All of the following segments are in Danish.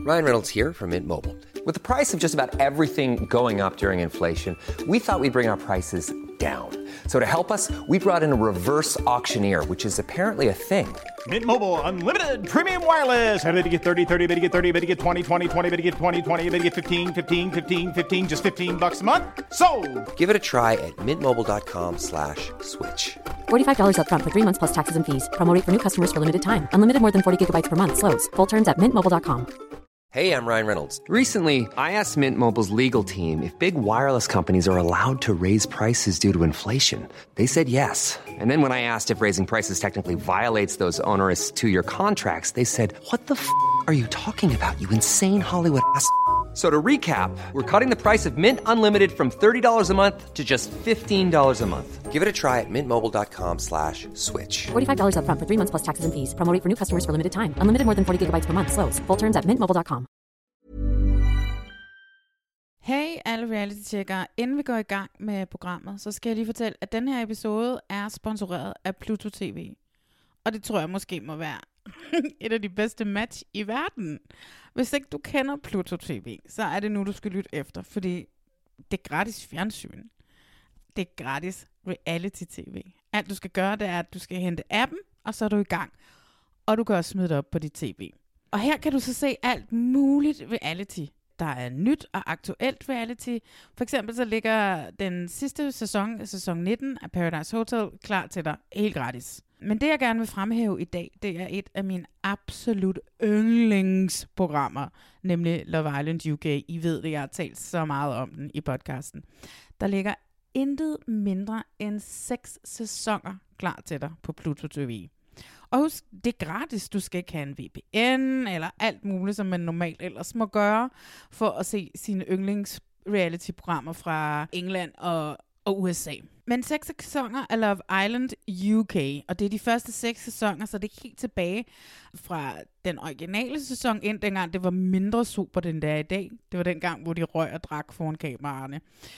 Ryan Reynolds here from Mint Mobile. With the price of just about everything going up during inflation, we thought we'd bring our prices down. So to help us, we brought in a reverse auctioneer, which is apparently a thing. Mint Mobile Unlimited Premium Wireless. How to get 30, 30, how to get 30, how to get 20, 20, 20, how to get 20, 20, how to get 15, 15, 15, 15, just $15 a month? Sold! Give it a try at mintmobile.com/switch. $45 up front for 3 months plus taxes and fees. Promo rate for new customers for limited time. Unlimited more than 40 gigabytes per month. Slows full terms at mintmobile.com. Hey, I'm Ryan Reynolds. Recently, I asked Mint Mobile's legal team if big wireless companies are allowed to raise prices due to inflation. They said yes. And then when I asked if raising prices technically violates those onerous 2-year contracts, they said, "What the are you talking about, you insane Hollywood ass?" So to recap, we're cutting the price of Mint Unlimited from $30 a month to just $15 a month. Give it a try at mintmobile.com/switch. $45 up front for 3 months plus taxes and fees. Promo rate for new customers for limited time. Unlimited more than 40 gigabytes per month. Slows full terms at mintmobile.com. Hey alle reality-tjekkere, inden vi går i gang med programmet, så skal jeg lige fortælle, at den her episode er sponsoreret af Pluto TV. Og det tror jeg måske må være et af de bedste match i verden. Hvis ikke du kender Pluto TV, så er det nu, du skal lytte efter, fordi det er gratis fjernsyn. Det er gratis reality-tv. Alt du skal gøre, det er, at du skal hente appen, og så er du i gang. Og du kan også smide det op på dit tv. Og her kan du så se alt muligt reality. Der er nyt og aktuelt reality. For eksempel så ligger den sidste sæson 19 af Paradise Hotel, klar til dig helt gratis. Men det jeg gerne vil fremhæve i dag, det er et af mine absolut yndlingsprogrammer, nemlig Love Island UK. I ved det, jeg har talt så meget om den i podcasten. Der ligger intet mindre end 6 sæsoner klar til dig på Pluto TV. Og husk, det er gratis. Du skal ikke have en VPN eller alt muligt, som man normalt ellers må gøre, for at se sine yndlings-reality-programmer fra England og USA. Men 6 sæsoner af Love Island UK, og det er de første 6 sæsoner, så det er helt tilbage fra den originale sæson ind, dengang det var mindre super, end det er i dag. Det var dengang, hvor de røg og drak foran kameraerne.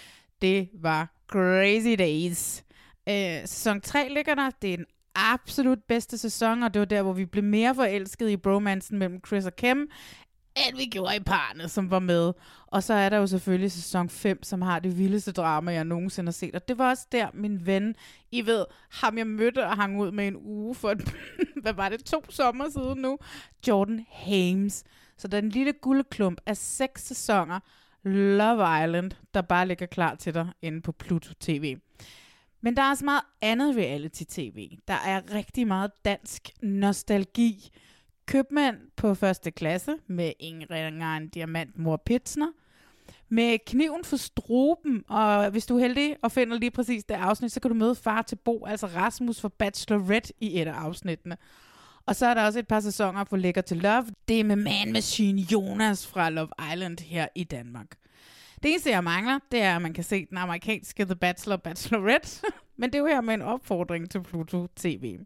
Det var crazy days. Sæson 3 ligger der. Det er den absolut bedste sæson, og det var der, hvor vi blev mere forelskede i bromancen mellem Chris og Kim, end vi gjorde i parne, som var med. Og så er der jo selvfølgelig sæson 5, som har det vildeste drama, jeg nogensinde har set. Og det var også der, min ven, I ved, ham jeg mødte og hang ud med en uge for, hvad var det, 2 sommer siden nu? Jordan Hames. Så der er en lille guldklump af 6 sæsoner Love Island, der bare ligger klar til dig inde på Pluto TV. Men der er også meget andet reality-tv. Der er rigtig meget dansk nostalgi. Købmand på 1. klasse med ingen ringer en diamant mor Pitsner. Med kniven for struben, og hvis du er heldig og finder lige præcis det afsnit, så kan du møde far til Bo, altså Rasmus fra Bachelorette i et af afsnittene. Og så er der også et par sæsoner på Lækker til Love. Det er med Man Machine Jonas fra Love Island her i Danmark. Det eneste, jeg mangler, det er, at man kan se den amerikanske The Bachelor Bachelorette. Men det er jo her med en opfordring til Pluto TV.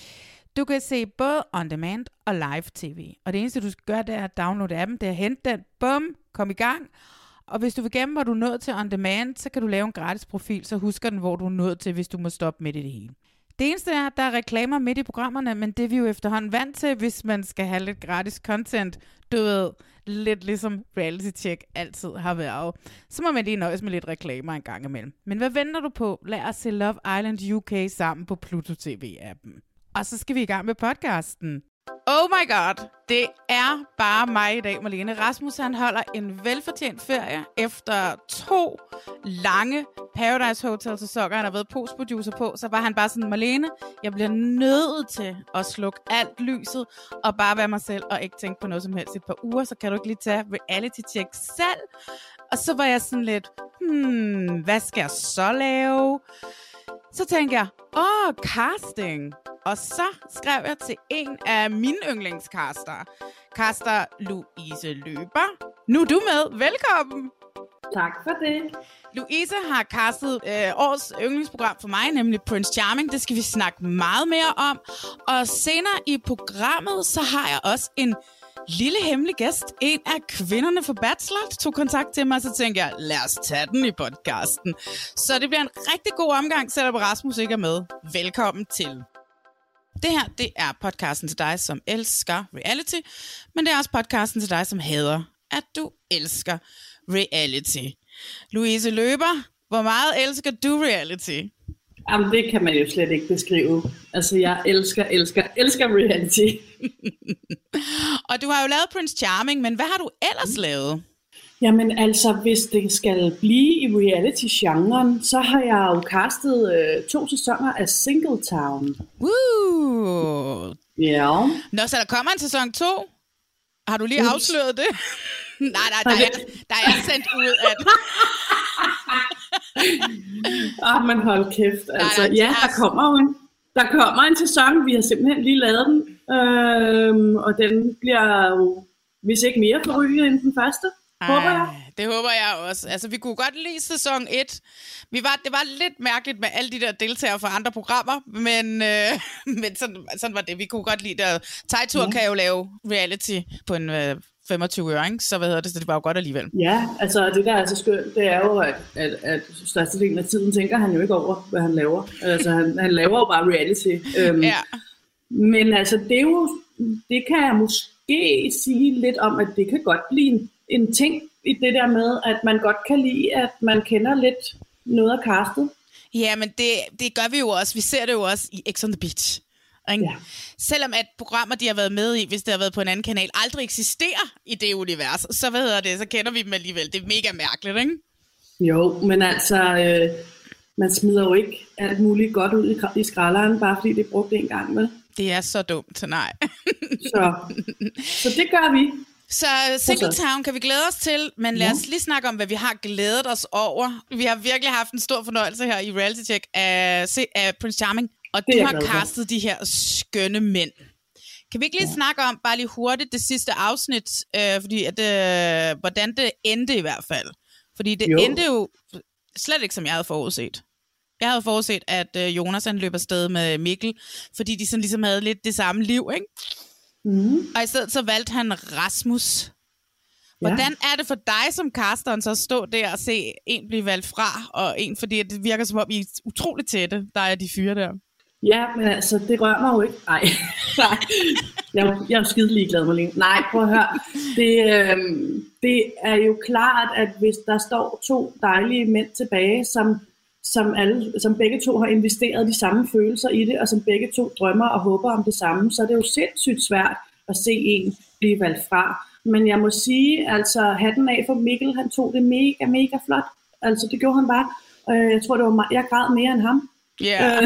Du kan se både on demand og live tv. Og det eneste, du skal gøre, det er at downloade appen, det er at hente den, bum, kom i gang. Og hvis du vil gemme, hvor du er nået til on demand, så kan du lave en gratis profil, så husker den, hvor du er nået til, hvis du må stoppe midt i det hele. Det eneste er, at der er reklamer midt i programmerne, men det er vi jo efterhånden vant til, hvis man skal have lidt gratis content. Du ved, lidt ligesom reality check altid har været. Så må man lige nøjes med lidt reklamer en gang imellem. Men hvad venter du på? Lad os se Love Island UK sammen på Pluto TV-appen. Og så skal vi i gang med podcasten. Oh my god, det er bare mig i dag, Marlene. Rasmus, han holder en velfortjent ferie efter 2 lange Paradise Hotel-sæsoner. Han har været postproducer på, så var han bare sådan, Marlene, jeg bliver nødt til at slukke alt lyset og bare være mig selv og ikke tænke på noget som helst et par uger, så kan du ikke lige tage reality-check selv. Og så var jeg sådan lidt, hvad skal jeg så lave? Så tænkte jeg, casting. Og så skrev jeg til en af mine yndlingscaster, caster Louise Løber. Nu er du med. Velkommen. Tak for det. Louise har castet årets yndlingsprogram for mig, nemlig Prince Charming. Det skal vi snakke meget mere om. Og senere i programmet, så har jeg også en lille hemmelig gæst. En af kvinderne fra Bachelor tog kontakt til mig, og så tænkte jeg, lad os tage den i podcasten. Så det bliver en rigtig god omgang, selvom Rasmus ikke er med. Velkommen til. Det her, det er podcasten til dig, som elsker reality, men det er også podcasten til dig, som hader, at du elsker reality. Louise Løber, hvor meget elsker du reality? Jamen, det kan man jo slet ikke beskrive. Altså, jeg elsker reality. Og du har jo lavet Prince Charming, men hvad har du ellers lavet? Jamen altså, hvis det skal blive i reality-genren, så har jeg jo castet 2 sæsoner af Singletown. Woo! Ja. Nå, så der kommer en sæson 2? Har du lige afsløret det? Nej, der er sendt ud af det. Men hold kæft. Altså, der kommer en sæson. Vi har simpelthen lige lavet den. Og den bliver jo, hvis ikke mere forrygende end den første. Håber jeg. Det håber jeg også. Altså, vi kunne godt lide sæson 1. Det var lidt mærkeligt med alle de der deltagere fra andre programmer, men sådan var det. Vi kunne godt lide det. Tejtur kan jo lave reality på en 25 øre, ikke? Så så det var jo godt alligevel. Ja, altså det der er så skønt, det er jo, at størstedelen af tiden tænker han jo ikke over, hvad han laver. Altså han laver jo bare reality. Ja. Men altså det kan jeg måske sige lidt om, at det kan godt blive en ting i det der med, at man godt kan lide, at man kender lidt noget af castet. Ja, men det gør vi jo også. Vi ser det jo også i X on the Beach. Ja. Selvom at programmer, de har været med i, hvis det har været på en anden kanal, aldrig eksisterer i det univers, så kender vi dem alligevel. Det er mega mærkeligt, ikke? Jo, men altså, man smider jo ikke alt muligt godt ud i skralderen, bare fordi det er brugt en gang, vel? Det er så dumt, nej. så det gør vi. Så Singletown kan vi glæde os til, men lad os lige snakke om, hvad vi har glædet os over. Vi har virkelig haft en stor fornøjelse her i Reality Check af Prince Charming, og du har castet de her skønne mænd. Kan vi ikke lige snakke om, bare lige hurtigt, det sidste afsnit, fordi hvordan det endte i hvert fald. Fordi det endte jo slet ikke, som jeg havde forudset. Jeg havde forudset, at Jonas han løb afsted med Mikkel, fordi de sådan ligesom havde lidt det samme liv, ikke? Mm. Og i stedet så valgte han Rasmus. Hvordan er det for dig som casteren så at stå der og se en blive valgt fra, og en, fordi det virker som om I er utroligt tætte, der er de fyre der? Ja, men altså, det rører mig jo ikke. Nej. Jeg er jo skide ligeglad med det. Nej, prøv at høre. Det er jo klart, at hvis der står 2 dejlige mænd tilbage, som begge to har investeret de samme følelser i det, og som begge to drømmer og håber om det samme, så er det jo sindssygt svært at se en blive valgt fra. Men jeg må sige, altså hatten af for Mikkel, han tog det mega, mega flot. Altså det gjorde han bare. Jeg tror, det var jeg græd mere end ham. Yeah.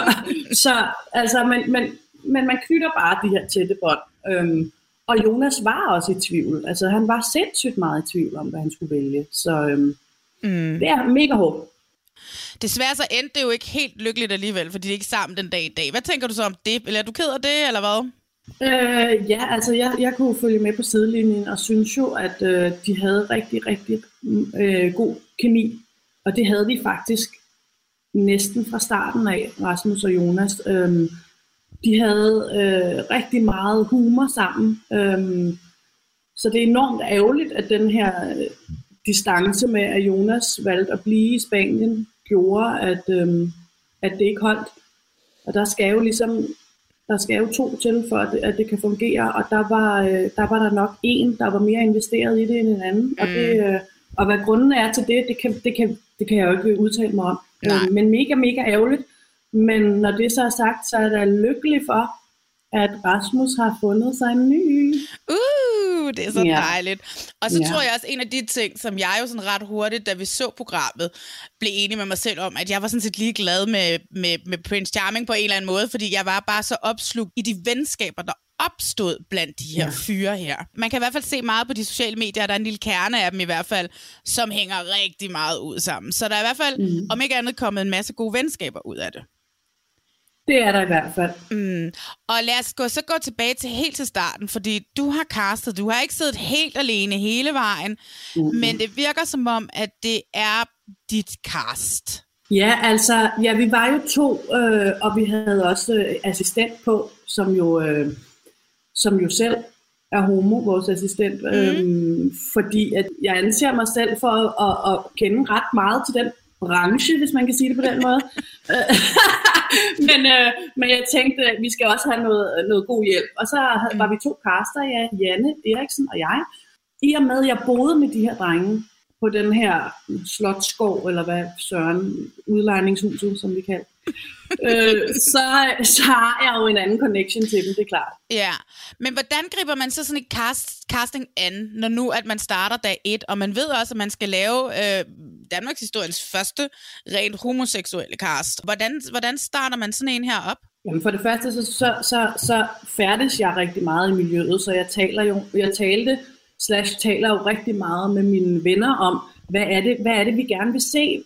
Men man knytter bare de her tætte bånd. Og Jonas var også i tvivl. Altså han var sindssygt meget i tvivl om, hvad han skulle vælge. Så det er mega hårdt. Desværre så endte det jo ikke helt lykkeligt alligevel, fordi de er ikke sammen den dag i dag. Hvad tænker du så om det? Eller er du ked af det, eller hvad? Ja, altså jeg kunne følge med på sidelinjen og synes jo, at de havde rigtig, rigtig god kemi. Og det havde de faktisk næsten fra starten af, Rasmus og Jonas. De havde rigtig meget humor sammen. Så det er enormt ærgerligt, at den her distance med, at Jonas valgte at blive i Spanien, gjorde, at det ikke holdt. Og der skal jo 2 til, for at det kan fungere, og der var der nok en, der var mere investeret i det end en anden. Og hvad grunden er til det kan jeg jo ikke udtale mig om. Men mega, mega ærgerligt. Men når det så er sagt, så er jeg lykkelig for, at Rasmus har fundet sig en ny. Det er så dejligt. Og så tror jeg også, en af de ting, som jeg jo sådan ret hurtigt, da vi så programmet, blev enig med mig selv om, at jeg var sådan set lige glad med Prince Charming på en eller anden måde, fordi jeg var bare så opslugt i de venskaber, der opstod blandt de her fyre her. Man kan i hvert fald se meget på de sociale medier, der er en lille kerne af dem i hvert fald, som hænger rigtig meget ud sammen. Så der er i hvert fald, om ikke andet, kommet en masse gode venskaber ud af det. Det er der i hvert fald. Og lad os gå tilbage til helt til starten, fordi du har castet, du har ikke siddet helt alene hele vejen, men det virker som om, at det er dit cast. Ja, altså, vi var jo 2, og vi havde også assistent på, som jo selv er homo, vores assistent, fordi at jeg anser mig selv for at kende ret meget til den branche, hvis man kan sige det på den måde. men jeg tænkte, at vi skal også have noget god hjælp. Og så var vi 2 caster, Janne Eriksen og jeg. I og med, at jeg boede med de her drenge på den her slotskov, eller hvad Søren, udlejningshuset, som vi kalder. Så har jeg jo en anden connection til dem, det er klart. Ja, men hvordan griber man så sådan et casting an, når nu at man starter dag 1, og man ved også, at man skal lave Danmarks historiens første rent homoseksuelle cast. Hvordan starter man sådan en her op? Jamen for det første, så færdes jeg rigtig meget i miljøet, så jeg taler jo rigtig meget med mine venner om, hvad er det vi gerne vil se.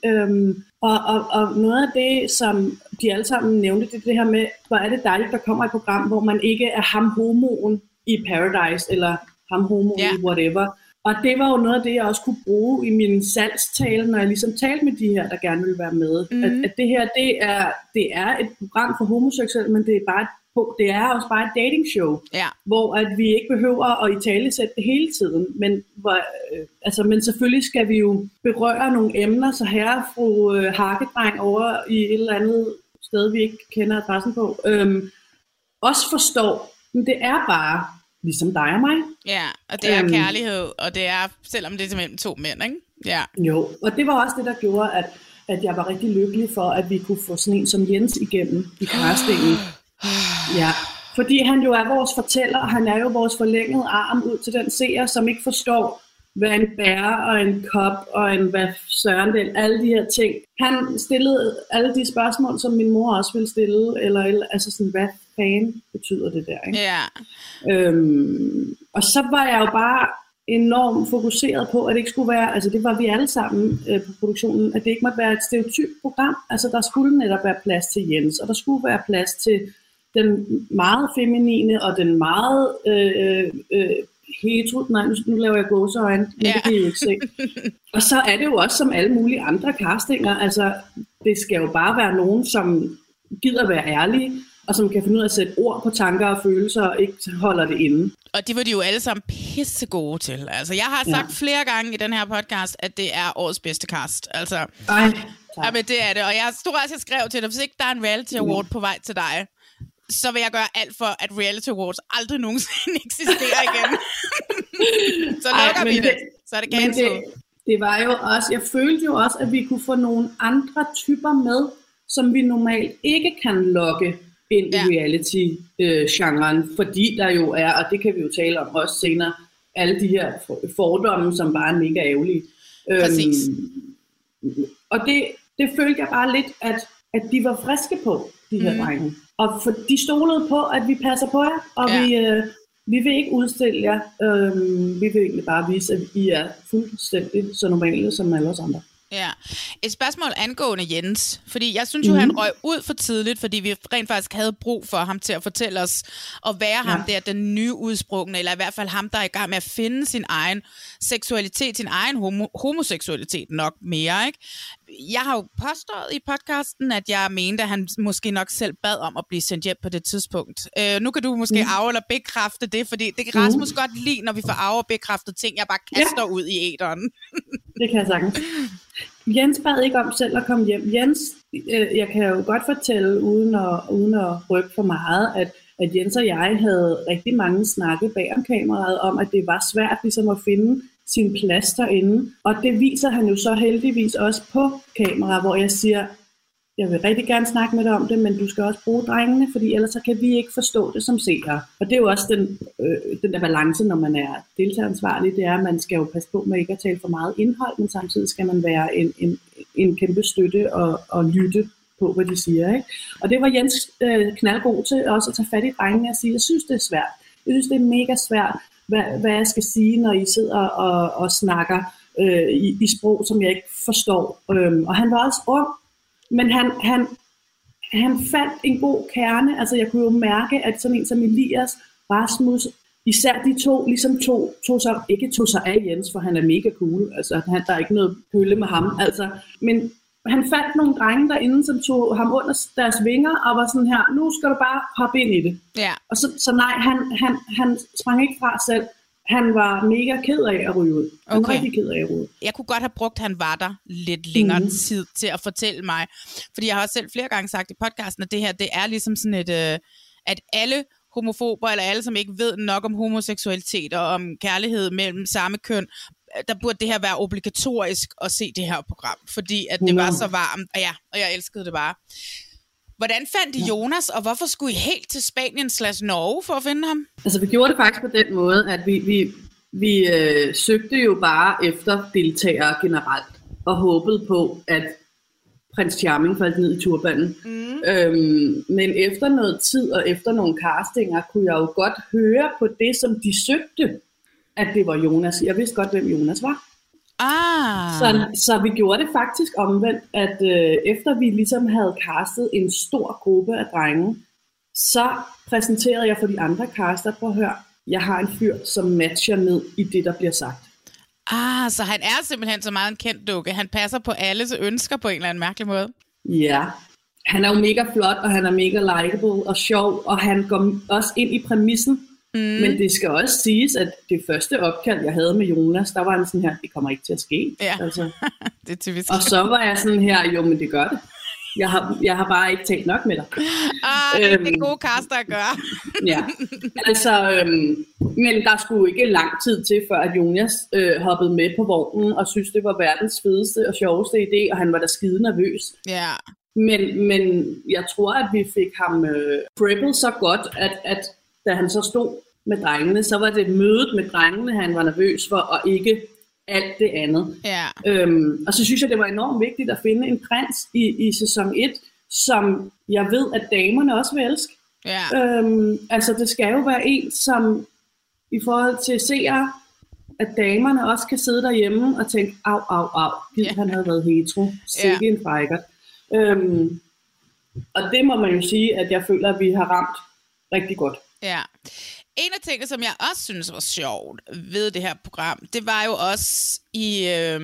Og noget af det, som de alle sammen nævnte, det her med, hvor er det dejligt, der kommer et program, hvor man ikke er ham homoen i Paradise, eller ham homoen i whatever. Og det var jo noget af det, jeg også kunne bruge i min salgstale, når jeg ligesom talte med de her, der gerne ville være med. At det her, det er et program for homoseksuelle, men det er også bare et datingshow, hvor at vi ikke behøver at italesætte det hele tiden. Men selvfølgelig skal vi jo berøre nogle emner, så her fru Hakkedreng over i et eller andet sted, vi ikke kender adressen på, også forstår, men det er bare ligesom dig og mig. Ja, og det er kærlighed, og det er, selvom det er mellem 2 mænd, ikke? Ja. Jo, og det var også det, der gjorde, at jeg var rigtig lykkelig for, at vi kunne få sådan en som Jens igennem i castingen. Ja, fordi han jo er vores fortæller, og han er jo vores forlængede arm ud til den seer, som ikke forstår, hvad en bære og en kop og en hvad søren det, alle de her ting. Han stillede alle de spørgsmål, som min mor også ville stille, eller altså sådan, hvad fanden betyder det der, ikke? Ja. Og så var jeg jo bare enormt fokuseret på, at det ikke skulle være, altså det var vi alle sammen på produktionen, at det ikke måtte være et stereotypt program. Altså der skulle netop være plads til Jens, og der skulle være plads til den meget feminine og den meget hetero, nej nu laver jeg gåseøjne, men det kan I ikke se. Og så er det jo også som alle mulige andre castinger, altså det skal jo bare være nogen, som gider være ærlige, og som kan finde ud af at sætte ord på tanker og følelser, og ikke holder det inde. Og det var de jo alle sammen pissegode til. Altså, jeg har sagt flere gange i den her podcast, at det er årets bedste cast. Altså, men det er det. Og jeg skrev til dig, hvis ikke der er en reality award på vej til dig, så vil jeg gøre alt for, at reality awards aldrig nogensinde eksisterer igen. Så lukker vi det. Så er det cancelled. Det var jo også, jeg følte jo også, at vi kunne få nogle andre typer med, som vi normalt ikke kan lokke ind i reality-genren, fordi der jo er, og det kan vi jo tale om også senere, alle de her fordomme, som bare er mega ærgerlige. Præcis. Og det følte jeg bare lidt, at de var friske på, de her drenge. Og for de stolede på, at vi passer på jer, og vi vil ikke udstille jer. Vi vil egentlig bare vise, at I er fuldstændig så normale som alle os andre. Ja. Et spørgsmål angående Jens, fordi jeg synes jo, han røg ud for tidligt, fordi vi rent faktisk havde brug for ham til at fortælle os, og være ham der, den nye udsprungne, eller i hvert fald ham, der er i gang med at finde sin egen seksualitet, sin egen homoseksualitet nok mere, ikke? Jeg har jo påstået i podcasten, at jeg mente, at han måske nok selv bad om at blive sendt hjem på det tidspunkt. Nu kan du måske af- eller bekræfte det, fordi det kan Rasmus godt lide, når vi får af- og bekræftet ting, jeg bare kaster ud i æteren. Det kan jeg sagtens. Jens bad ikke om selv at komme hjem. Jens, jeg kan jo godt fortælle, uden at rykke for meget, at Jens og jeg havde rigtig mange snakke bag om kameraet om, at det var svært ligesom at finde sin plads derinde. Og det viser han jo så heldigvis også på kamera, hvor jeg siger, jeg vil rigtig gerne snakke med dig om det, men du skal også bruge drengene, fordi ellers så kan vi ikke forstå det som seere. Og det er jo også den der balance, når man er deltageransvarlig, det er, at man skal jo passe på med ikke at tale for meget indhold, men samtidig skal man være en kæmpe støtte og lytte på, hvad de siger. Ikke? Og det var Jens knaldgod til også at tage fat i drengene og sige, jeg synes, det er svært. Jeg synes, det er mega svært, hvad jeg skal sige, når I sidder og snakker i sprog, som jeg ikke forstår. Og han var også ung, men han fandt en god kerne. Altså jeg kunne jo mærke, at sådan en som Elias, Rasmus, især de to, ligesom tog sig af Jens, for han er mega cool. Altså der er ikke noget pølle med ham. Altså, men han fandt nogle drenge derinde, som tog ham under deres vinger, og var sådan her, nu skal du bare hoppe ind i det. Ja. Og så nej, han sprang ikke fra selv. Han var mega ked af at ryge ud. Han var rigtig ked af at ryge ud. Jeg kunne godt have brugt, at han var der lidt længere tid til at fortælle mig. Fordi jeg har også selv flere gange sagt i podcasten, at det her, det er ligesom sådan et, at alle homofober, eller alle, som ikke ved nok om homoseksualitet og om kærlighed mellem samme køn, der burde det her være obligatorisk at se det her program, fordi at det var så varmt, og jeg elskede det bare. Hvordan fandt I Jonas, og hvorfor skulle I helt til Spanien/Norge for at finde ham? Altså, vi gjorde det faktisk på den måde, at vi søgte jo bare efter deltagere generelt, og håbede på, at prins Charming faldt ned i turbanen. Men efter noget tid, og efter nogle castinger, kunne jeg jo godt høre på det, som de søgte, at det var Jonas. Jeg vidste godt, hvem Jonas var. Så vi gjorde det faktisk omvendt, at efter vi ligesom havde castet en stor gruppe af drenge, så præsenterede jeg for de andre caster, på at høre, jeg har en fyr, som matcher ned i det, der bliver sagt. Så han er simpelthen så meget en kendt dukke. Han passer på alles ønsker på en eller anden mærkelig måde. Ja, han er jo mega flot, og han er mega likeable og sjov, og han går også ind i præmissen. Men det skal også siges, at det første opkald, jeg havde med Jonas, der var han sådan her, det kommer ikke til at ske. Ja, altså. det er typisk. Og så var jeg sådan her, jo, men det gør det. Jeg har bare ikke talt nok med dig. Det er det gode caster at gøre. Ja, altså, men der skulle ikke lang tid til, før at Jonas hoppede med på vognen, og synes det var verdens fedeste og sjoveste idé, og han var da skide nervøs. Ja. Men jeg tror, at vi fik ham preppet så godt, at da han så stod med drengene, så var det mødet med drengene, han var nervøs for, og ikke alt det andet. Ja. Og så synes jeg, det var enormt vigtigt at finde en prins i sæson 1, som jeg ved, at damerne også vil elske. Ja. Altså, det skal jo være en, som i forhold til seere, at damerne også kan sidde derhjemme og tænke, au, han havde været hetero. Sikke en frækker. Og det må man jo sige, at jeg føler, at vi har ramt rigtig godt. Ja. En af tingene, som jeg også synes var sjovt ved det her program, det var jo også i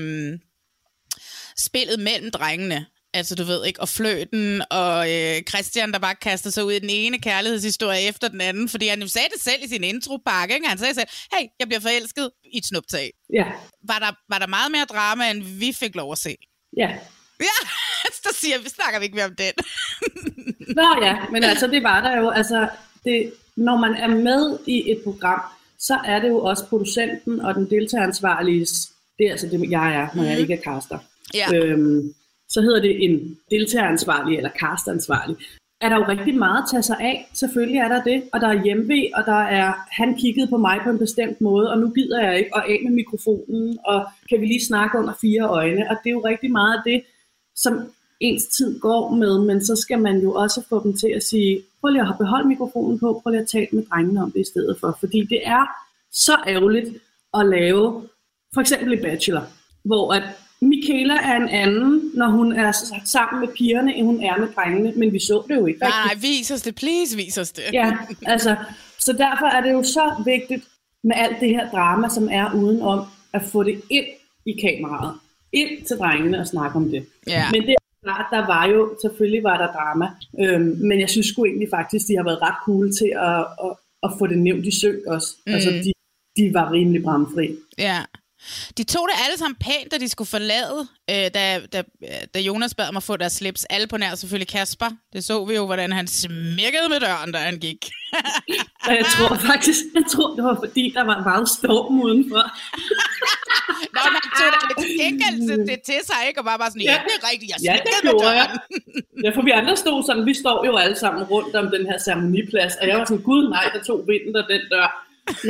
spillet mellem drengene. Altså, du ved ikke, og fløten, og Christian, der bare kastede sig ud i den ene kærlighedshistorie efter den anden, fordi han jo sagde det selv i sin intropakke, ikke? Han sagde selv, hey, jeg bliver forelsket i et snuptag. Ja. Var der meget mere drama, end vi fik lov at se? Ja. Ja, så snakker vi ikke mere om den. Nå ja, men altså, det var der jo, altså, når man er med i et program, så er det jo også producenten og den deltageransvarlige, det er altså det, jeg er, når jeg ikke er caster. Ja. Så hedder det en deltageransvarlig eller casteransvarlig. Er der jo rigtig meget at tage sig af, selvfølgelig er der det, og der er hjemve, og der er, han kiggede på mig på en bestemt måde, og nu gider jeg ikke, og af med mikrofonen, og kan vi lige snakke under 4 øjne, og det er jo rigtig meget af det, som ens tid går med, men så skal man jo også få dem til at sige, prøv lige at beholde mikrofonen på, prøv lige at tale med drengene om det i stedet for, fordi det er så ærgerligt at lave, for eksempel i Bachelor, hvor at Michaela er en anden, når hun er sammen med pigerne, end hun er med drengene, men vi så det jo ikke rigtigt. Nej, vis os det, please, vis os det. Ja, altså, så derfor er det jo så vigtigt med alt det her drama, som er udenom, at få det ind i kameraet, ind til drengene og snakke om det. Ja. Men det er klart, der var jo, selvfølgelig var der drama, men jeg synes sgu egentlig faktisk, de har været ret cool til at få det nævnt i synk også. Altså, de var rimelig bramfri. Ja. De tog det alle sammen pænt, da de skulle forlade, da Jonas bad mig at få deres slips. Alle på nær selvfølgelig Kasper. Det så vi jo, hvordan han smækkede med døren, da han gik. Jeg tror det var fordi, der var meget storm udenfor. Nå, man tog da lidt gengæld det til sig, ikke? Og bare sådan, ja, det er rigtigt, jeg smækkede med døren. Ja, for vi andre stod sådan, vi står jo alle sammen rundt om den her ceremoniplads, og jeg var sådan, gud nej, der tog vinden der den dør.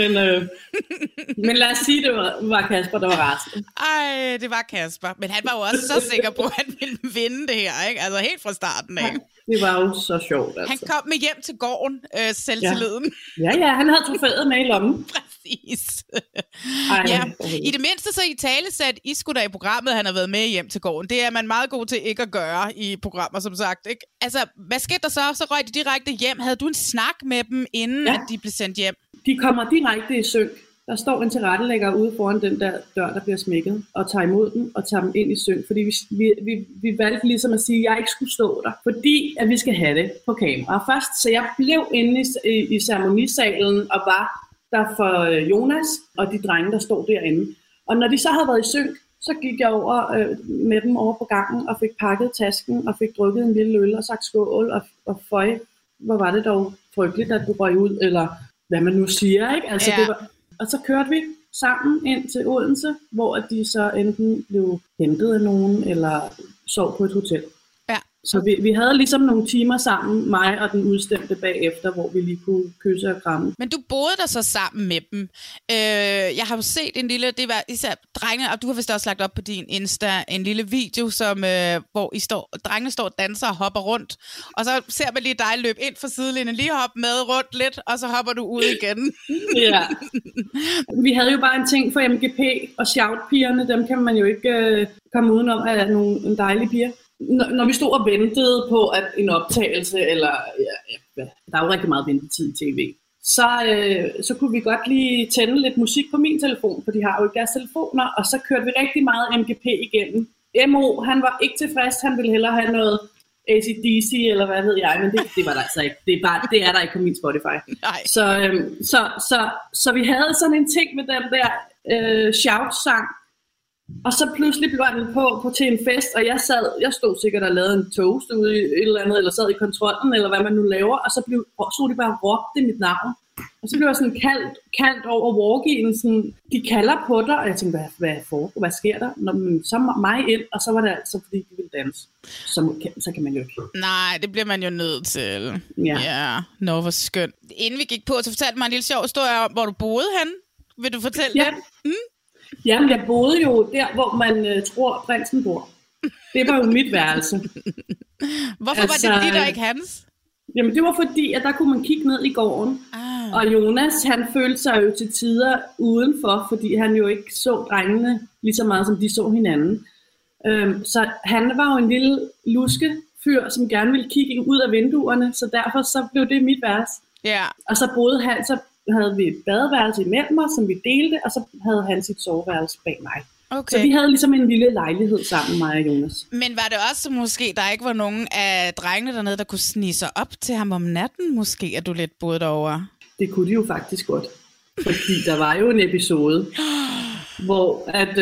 Men lad os sige, det var Kasper, der var resten. Ej, det var Kasper. Men han var jo også så sikker på, at han ville vinde det her, ikke? Altså helt fra starten af. Det var jo så sjovt, altså. Han kom med hjem til gården, selvtilliden. Ja, han havde trofæet med i lommen. Præcis. Ja, i det mindste så i talesæt, I skulle da i programmet, han har været med hjem til gården. Det er man meget god til ikke at gøre i programmer, som sagt, ikke? Altså, hvad skete der så? Så røg de direkte hjem. Havde du en snak med dem, inden at de blev sendt hjem? De kommer direkte i synk. Der står en tilrettelægger ude foran den der dør, der bliver smækket, og tager imod den og tager dem ind i synk. Fordi vi valgte ligesom at sige, at jeg ikke skulle stå der, fordi at vi skal have det på kamera først. Så jeg blev inde i ceremonisalen og var der for Jonas og de drenge, der stod derinde. Og når de så havde været i synk, så gik jeg over med dem over på gangen og fik pakket tasken og fik drukket en lille øl og sagt skål og føj, hvor var det dog frygteligt, at du røg ud, eller hvad man nu siger, ikke? Altså, det var, og så kørte vi sammen ind til Odense, hvor de så enten blev hentet af nogen, eller sov på et hotel. Ja. Så vi havde ligesom nogle timer sammen, mig og den udstemte bagefter, hvor vi lige kunne kysse og kramme. Men du boede der så sammen med dem. Jeg har jo set en lille, det var især drenge, og du har vist også lagt op på din Insta, en lille video, som, hvor drengene står og danser og hopper rundt, og så ser man lige dig løbe ind for sidelinjen, lige hoppe med rundt lidt, og så hopper du ud igen. Ja. Vi havde jo bare en ting for MGP, og shout-pigerne, dem kan man jo ikke komme udenom af nogle dejlige piger. Når vi stod og ventede på at en optagelse, eller der er jo rigtig meget ventetid i tv, så kunne vi godt lige tænde lidt musik på min telefon, for de har jo ikke deres telefoner, og så kørte vi rigtig meget MGP igennem. MO, han var ikke tilfreds, han ville hellere have noget AC/DC, eller hvad ved jeg, men det var der altså ikke. Det er der ikke på min Spotify. Så vi havde sådan en ting med den der shout-sang, og så pludselig blev den på til en fest, og jeg stod sikkert og lavede en toast ude i et eller andet, eller sad i kontrollen, eller hvad man nu laver, og så stod de bare og råbte mit navn. Og så blev jeg sådan kaldt over walkien, sådan, de kalder på dig, og jeg tænkte, hvad sker der? Så mig ind, og så var det altså, fordi de ville danse. Så kan man jo ikke. Nej, det bliver man jo nødt til. Ja. Nå, hvor skønt. Inden vi gik på, så fortalte mig en lille sjov historie om, hvor du boede henne. Vil du fortælle den? Jamen, jeg boede jo der, hvor man tror, prinsen bor. Det var jo mit værelse. Hvorfor var det dit og ikke hans? Jamen, det var fordi, at der kunne man kigge ned i gården. Og Jonas, han følte sig jo til tider udenfor, fordi han jo ikke så drengene lige så meget, som de så hinanden. Så han var jo en lille luskefyr, som gerne ville kigge ud af vinduerne, så derfor så blev det mit værelse. Yeah. Og så boede han, så havde vi et badeværelse imellem os, som vi delte, og så havde han sit soveværelse bag mig. Okay. Så vi havde ligesom en lille lejlighed sammen, mig og Jonas. Men var det også måske, der ikke var nogen af drengene dernede, der kunne snige sig op til ham om natten, måske, at du lidt boede derovre? Det kunne de jo faktisk godt. Fordi der var jo en episode, hvor at...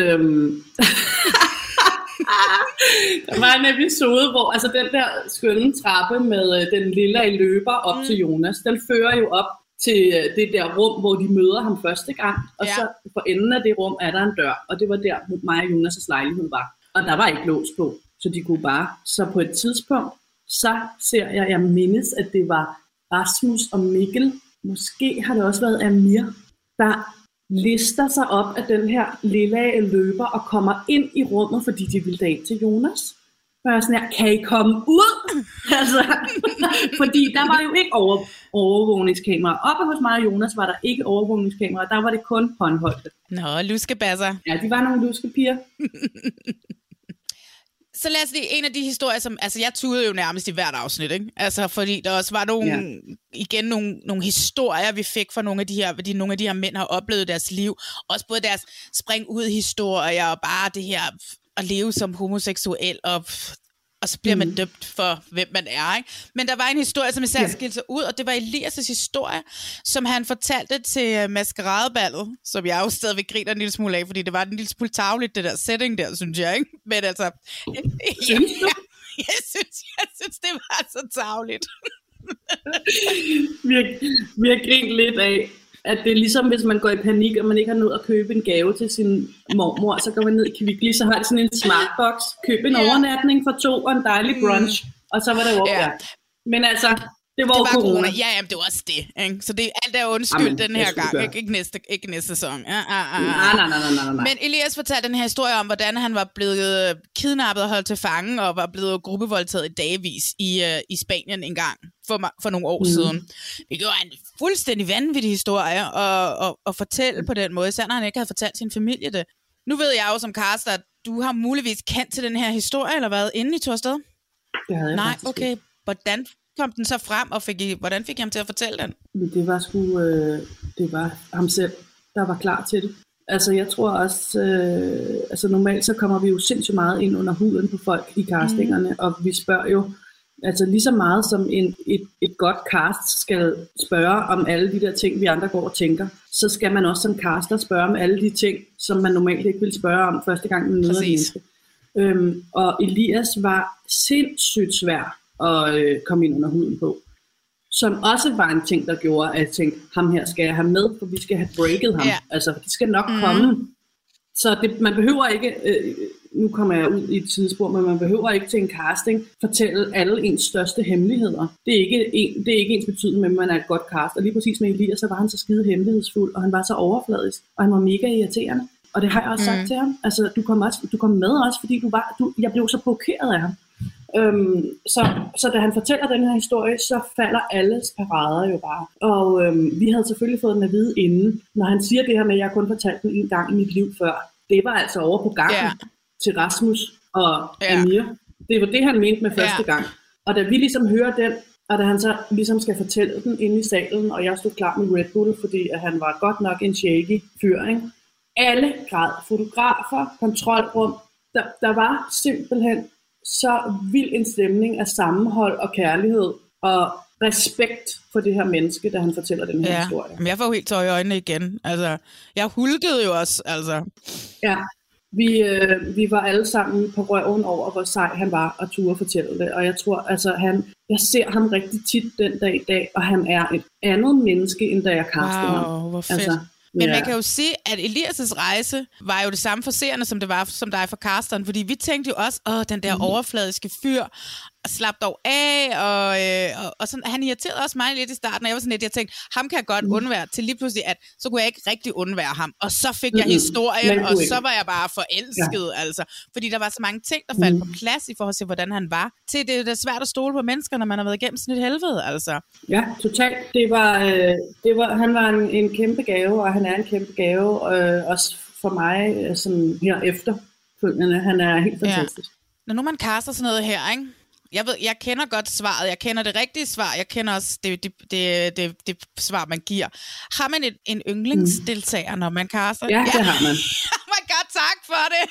der var en episode, hvor altså den der skønne trappe med den lille løber op til Jonas, den fører jo op til det der rum, hvor de møder ham første gang, og så for enden af det rum er der en dør, og det var der, hvor mig og Jonas' lejlighed var. Og der var ikke lås på, så de kunne bare. Så på et tidspunkt, så ser jeg mindes, at det var Rasmus og Mikkel, måske har det også været Amir, der lister sig op af den her lille løber og kommer ind i rummet, fordi de ville ind til Jonas. Og jeg sådan her, kan I komme ud? Altså, fordi der var jo ikke overvågningskamera. Oppe hos mig og Jonas var der ikke overvågningskamera, der var det kun håndholdte. Nå, luskebasser. Ja, de var nogle luskepiger. Så lad os lige en af de historier, som... Altså, jeg tudede jo nærmest i hvert afsnit, ikke? Altså, fordi der også var nogle historier, vi fik fra nogle af de her mænd har oplevet deres liv. Også både deres spring ud historier, og bare det her at leve som homoseksuel, og så bliver man dømt for, hvem man er, ikke? Men der var en historie, som især skilte sig ud, og det var Elias' historie, som han fortalte til maskeradeballet, som jeg jo stadigvæk griner en lille smule af, fordi det var en lille smule tarveligt, det der setting der, synes jeg, ikke? Men altså... Jeg synes, det var så tarveligt. Vi har grint lidt af, at det er ligesom, hvis man går i panik, og man ikke har nået at købe en gave til sin mormor, så går man ned i Kvickly, så har de sådan en smartbox, køb en overnatning for 2 og en dejlig brunch, og så var det over. Men altså, det var corona. Ja, jamen, det var også det. Ikke? Så det alt er undskyld den her gang, ikke næste sæson. Nej. Men Elias fortalte den her historie om, hvordan han var blevet kidnappet og holdt til fange, og var blevet gruppevoldtaget i dagevis i Spanien en gang for nogle år siden. Det gjorde en fuldstændig vanvittig historie at fortælle på den måde, selvom han ikke havde fortalt sin familie det. Nu ved jeg jo som caster, at du har muligvis kendt til den her historie, eller hvad, inden I tog afsted? Det havde jeg faktisk. Okay. Hvordan kom den så frem, og hvordan fik I ham til at fortælle den? Det var det var ham selv, der var klar til det. Altså jeg tror også, normalt så kommer vi jo sindssygt meget ind under huden på folk i castingerne, og vi spørger jo Altså lige så meget som et godt cast skal spørge om alle de der ting, vi andre går og tænker, så skal man også som caster spørge om alle de ting, som man normalt ikke ville spørge om første gang, man møder menneske. Og Elias var sindssygt svær at komme ind under huden på. Som også var en ting, der gjorde, at jeg tænkte, ham her skal jeg have med, for vi skal have breaket ham. Altså, det skal nok komme. Så man behøver ikke, nu kommer jeg ud i et tidsspor, men man behøver ikke til en casting fortælle alle ens største hemmeligheder. Det er ikke ens betydning med, at man er et godt cast. Og lige præcis med Elias, så var han så skide hemmelighedsfuld, og han var så overfladisk, og han var mega irriterende. Og det har jeg også sagt til ham. Altså, du kom med også, fordi jeg blev så provokeret af ham. Så da han fortæller den her historie, så falder alles parader jo bare. Og vi havde selvfølgelig fået den at vide inden. Når han siger det her med, at jeg kun fortalte den en gang i mit liv før, det var altså over på gangen til Rasmus og Amir. Det var det, han mente med første gang. Og da vi ligesom hører den, og da han så ligesom skal fortælle den inde i salen, og jeg stod klar med Red Bull, fordi at han var godt nok en shaky fyr, ikke? Alle græd, fotografer, kontrolrum. Der var simpelthen så vild en stemning af sammenhold og kærlighed og respekt for det her menneske, da han fortæller den her historie. Men jeg får helt tøj i øjnene igen. Altså, jeg hulkede jo også. Altså. Ja, vi var alle sammen på røven over, hvor sej han var og turde fortælle det. Og jeg tror, altså jeg ser ham rigtig tit den dag i dag, og han er et andet menneske, end da jeg castede ham. Wow, hvor fedt. Altså, men man kan jo sige, at Elias' rejse var jo det samme for seerne, som det var som dig for casteren, fordi vi tænkte jo også, den der overfladiske fyr, slap dog af, og sådan, han irriterede også mig lidt i starten, og jeg var sådan lidt, jeg tænkte, ham kan jeg godt undvære, til lige pludselig, at så kunne jeg ikke rigtig undvære ham, og så fik jeg historien, og så var jeg bare forelsket, altså, fordi der var så mange ting, der faldt på plads i forhold til, hvordan han var, til det er svært at stole på mennesker, når man har været igennem sådan et helvede, altså. Ja, totalt. Han var en kæmpe gave, og han er en kæmpe gave, også for mig, sådan her efterfølgende, han er helt fantastisk. Når nu man caster sådan noget her, ikke? Jeg kender godt svaret, jeg kender det rigtige svar, jeg kender også det svar, man giver. Har man en yndlingsdeltager, når man caster? Ja, det har man. Oh my god, tak for det!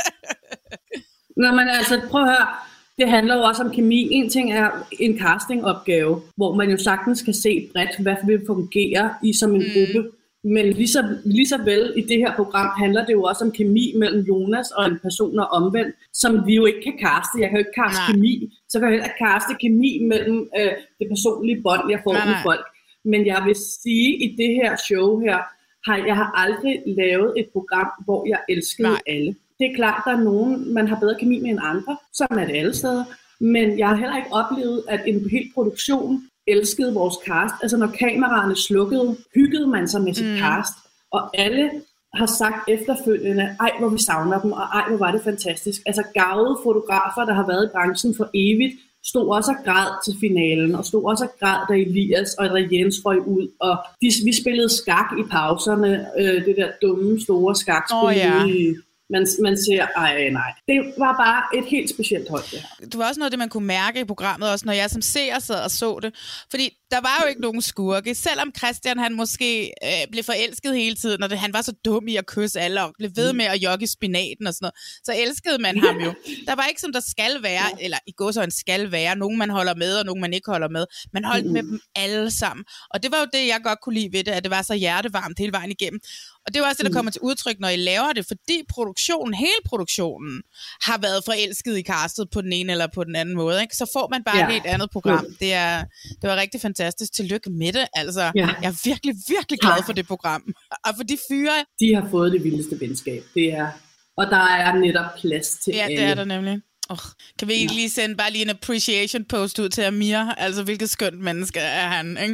Nå, men altså, prøv at høre, det handler jo også om kemi. En ting er en castingopgave, hvor man jo sagtens kan se bredt, hvad vil fungere i som en gruppe. Men lige så vel i det her program handler det jo også om kemi mellem Jonas og en person og omvendt, som vi jo ikke kan caste. Jeg kan jo ikke caste kemi, så kan jeg heller ikke caste kemi mellem det personlige bånd, jeg får med folk. Men jeg vil sige, i det her show her, jeg har aldrig lavet et program, hvor jeg elskede alle. Det er klart, der er nogen, man har bedre kemi med end andre, sådan er det alle steder. Men jeg har heller ikke oplevet, at en hel produktion elskede vores cast. Altså når kameraerne slukkede, hyggede man sig med sit cast, og alle har sagt efterfølgende, ej hvor vi savner dem, og ej hvor var det fantastisk. Altså gavede fotografer, der har været i branchen for evigt, stod også og græd til finalen, og stod også og græd, da Elias og da Jens røg ud, og vi spillede skak i pauserne, det der dumme, store skakspil. Man siger, nej. Det var bare et helt specielt hold, det her. Det var også noget af det, man kunne mærke i programmet, også når jeg som seer sad og så det. Fordi der var jo ikke nogen skurke. Selvom Christian, han måske blev forelsket hele tiden, og han var så dum i at kysse alle, og blev ved med at jogge spinaten og sådan noget, så elskede man ham jo. Der var ikke som der skal være, eller i gåseøjne skal være, nogen man holder med, og nogen man ikke holder med. Man holdt med dem alle sammen. Og det var jo det, jeg godt kunne lide ved det, at det var så hjertevarmt hele vejen igennem. Og det er også det, der kommer til udtryk, når I laver det, fordi hele produktionen har været forelsket i castet på den ene eller på den anden måde, ikke? Så får man bare et helt andet program. Det var rigtig fantastisk. Tillykke med det. Altså, jeg er virkelig, virkelig glad for det program. Og for de fyre... De har fået det vildeste venskab. Og der er netop plads til alle. Ja, det er der nemlig. Kan vi ikke lige sende bare lige en appreciation post ud til Amir? Altså, hvilket skønt menneske er han, ikke?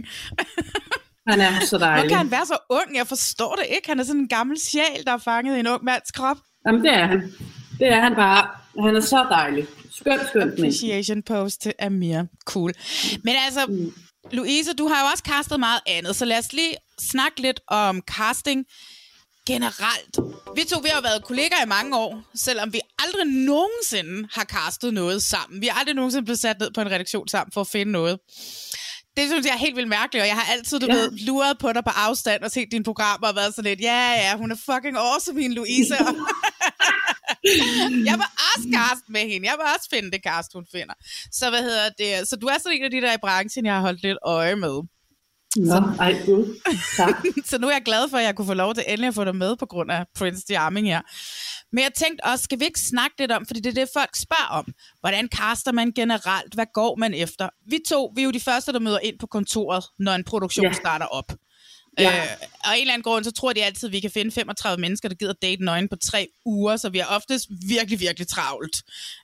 Han er så dejlig. Hvor kan han være så ung? Jeg forstår det ikke. Han er sådan en gammel sjæl, der er fanget i en ung mands krop. Jamen, det er han. Det er han bare. Han er så dejlig. Skønt. Appreciation post til Amir. Cool. Men altså, Louise, du har jo også castet meget andet, så lad os lige snakke lidt om casting generelt. Vi har været kollegaer i mange år, selvom vi aldrig nogensinde har castet noget sammen. Vi har aldrig nogensinde blevet sat ned på en redaktion sammen for at finde noget. Det synes jeg er helt vildt mærkeligt, og jeg har altid luret på dig på afstand og set dine programmer og været sådan lidt, ja, hun er fucking awesome, min Louise. Jeg vil også kaste med hende. Jeg vil også finde det cast, hun finder. Så Så du er sådan en af de der i branchen, jeg har holdt lidt øje med. Nå, ej gud. Tak. Så nu er jeg glad for, at jeg kunne få lov til endelig at få dig med på grund af Prince Charming her. Men jeg tænkte også, skal vi ikke snakke lidt om, fordi det er det, folk spørger om. Hvordan caster man generelt? Hvad går man efter? Vi er jo de første, der møder ind på kontoret, når en produktion starter op. Ja. Og en eller anden grund, så tror de altid, at vi kan finde 35 mennesker, der gider date nøgen på 3 uger, så vi er oftest virkelig, virkelig travlt.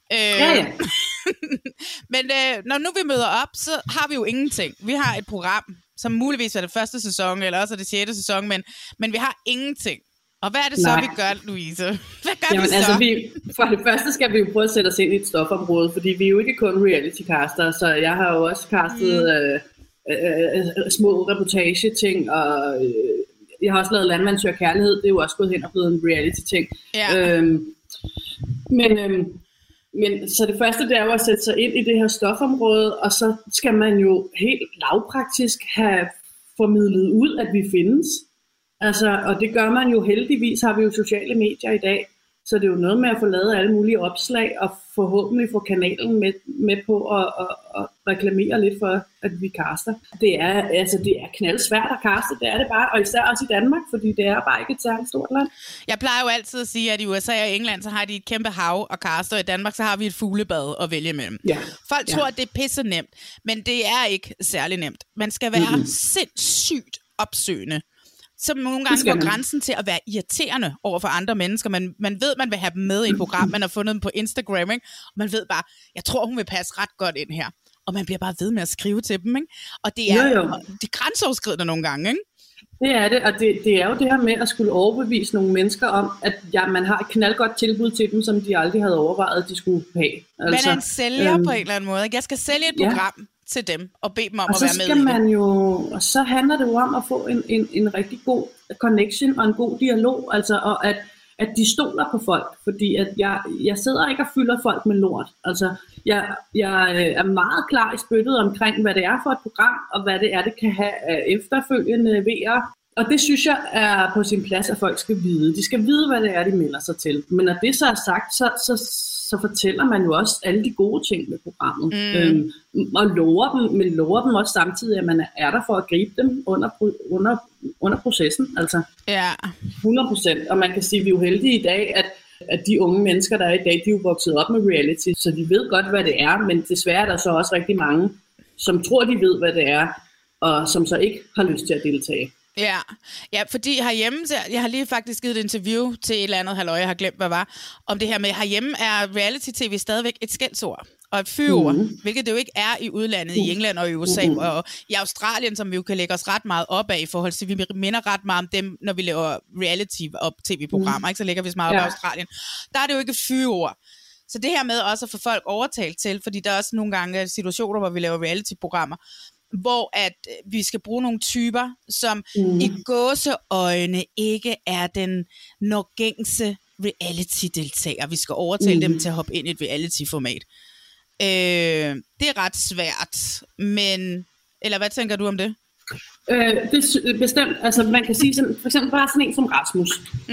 Men når nu vi møder op, så har vi jo ingenting. Vi har et program, som muligvis er det første sæson, eller også er det 6. sæson, men vi har ingenting. Og hvad er det så, vi gør, Louise? Hvad gør vi så? Altså, for det første skal vi jo prøve at sætte os ind i et stofområde, fordi vi er jo ikke kun reality-caster, så jeg har jo også castet små reportage-ting, og jeg har også lavet Landmand søger kærlighed, det er jo også gået hen og blevet en reality-ting. Ja. Men så det første, det er jo at sætte sig ind i det her stofområde, og så skal man jo helt lavpraktisk have formidlet ud, at vi findes. Altså, og det gør man jo heldigvis, har vi jo sociale medier i dag, så det er jo noget med at få lavet alle mulige opslag, og forhåbentlig få kanalen med på at reklamere lidt for, at vi caster. Det er knaldsvært at caste, det er det bare, og især også i Danmark, fordi det er bare ikke et særligt stort land. Jeg plejer jo altid at sige, at i USA og England, så har de et kæmpe hav at caste, og i Danmark, så har vi et fuglebad at vælge mellem. Ja. Folk tror, at det er pisse nemt, men det er ikke særlig nemt. Man skal være sindssygt opsøgende, som nogle gange går grænsen til at være irriterende over for andre mennesker. Man ved, man vil have dem med i et program, man har fundet dem på Instagram, ikke? Og man ved bare, jeg tror, hun vil passe ret godt ind her. Og man bliver bare ved med at skrive til dem, ikke? Og det er, det er grænseoverskridende nogle gange, ikke? Det er det, og det er jo det her med at skulle overbevise nogle mennesker om, at man har et knaldgodt tilbud til dem, som de aldrig havde overvejet, at de skulle have. Altså, man er en sælger på en eller anden måde, ikke? Jeg skal sælge et program til dem og bede dem om at være med og så handler det jo om at få en rigtig god connection og en god dialog, altså, og at de stoler på folk, fordi at jeg sidder ikke og fylder folk med lort. Altså, jeg er meget klar i spyttet omkring, hvad det er for et program, og hvad det er, det kan have efterfølgende vejer. Og det synes jeg er på sin plads, at folk skal vide. De skal vide, hvad det er, de melder sig til. Men når det så er sagt, så fortæller man jo også alle de gode ting med programmet. Og lover dem også samtidig, at man er der for at gribe dem under processen. Altså 100%. Og man kan sige, at vi er jo heldige i dag, at de unge mennesker, der er i dag, de er jo vokset op med reality, så de ved godt, hvad det er, men desværre er der så også rigtig mange, som tror, de ved, hvad det er, og som så ikke har lyst til at deltage. Ja, fordi herhjemme, jeg har lige faktisk givet et interview til et eller andet halløj, jeg har glemt, hvad var, om det her med, herhjemme er reality-tv stadigvæk et skældsord og et fyord, hvilket det jo ikke er i udlandet, i England og i USA, og i Australien, som vi jo kan lægge os ret meget op af i forhold til, vi minder ret meget om dem, når vi laver reality og tv-programmer, ikke? Så lægger vi os meget op i Australien. Der er det jo ikke et fyord. Så det her med også at få folk overtalt til, fordi der er også nogle gange situationer, hvor vi laver reality-programmer, hvor at vi skal bruge nogle typer, som i gåseøjne ikke er den norgængse reality-deltager. Vi skal overtale dem til at hoppe ind i et reality-format. Det er ret svært, men... Eller hvad tænker du om det? Det er bestemt. Altså man kan sige, for eksempel bare sådan en som Rasmus.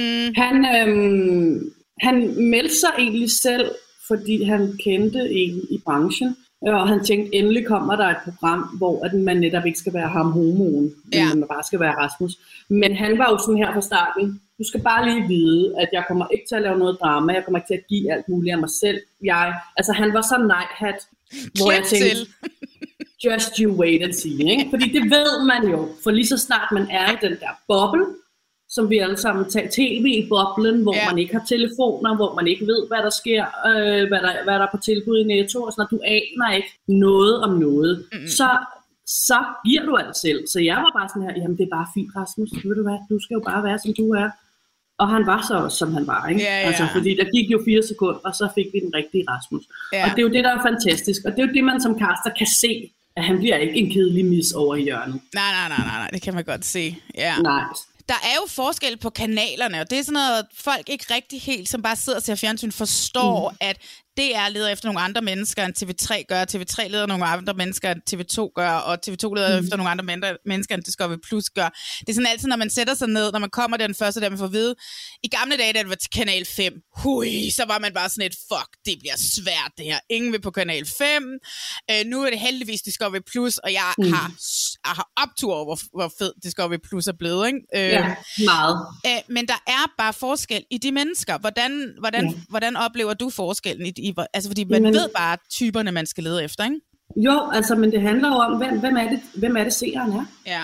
Han meldte sig egentlig selv, fordi han kendte en i branchen. Og han tænkte, endelig kommer der et program, hvor at man netop ikke skal være ham homoen, men man bare skal være Rasmus. Men han var jo sådan her fra starten, du skal bare lige vide, at jeg kommer ikke til at lave noget drama, jeg kommer ikke til at give alt muligt af mig selv. Han var så night-hat, hvor jeg tænkte, just you wait and see, ikke? Fordi det ved man jo, for lige så snart man er i den der boble, som vi alle sammen tager tv-boblen, hvor man ikke har telefoner, hvor man ikke ved, hvad der sker, hvad der er på tilbud i Netto, og sådan, du aner ikke noget om noget, så giver du alt selv. Så jeg var bare sådan her, jamen det er bare fint, Rasmus, ved du hvad, du skal jo bare være, som du er. Og han var så også, som han var, ikke? Altså, fordi der gik jo 4 sekunder, og så fik vi den rigtige Rasmus. Og det er jo det, der er fantastisk, og det er jo det, man som caster kan se, at han bliver ikke en kedelig mis over i hjørnet. Nej, det kan man godt se. Nej. Der er jo forskel på kanalerne, og det er sådan noget, folk ikke rigtig helt, som bare sidder og ser fjernsyn, forstår, at DR leder efter nogle andre mennesker, end TV3 gør, TV3 leder nogle andre mennesker, end TV2 gør, og TV2 leder efter nogle andre mennesker, end Discovery Plus gør. Det er sådan altid, når man sætter sig ned, når man kommer den første, der man får at vide, i gamle dage, da det var til Kanal 5, så var man bare sådan et, fuck, det bliver svært det her. Ingen vil på Kanal 5. Nu er det heldigvis Discovery Plus, og jeg har optur over, hvor fed Discovery Plus er blevet, ikke? Ja, meget. Men der er bare forskel i de mennesker. Hvordan oplever du forskellen? Altså, fordi man ved bare typerne, man skal lede efter, ikke? Jo, altså, men det handler jo om, hvem er det seeren er. Ja.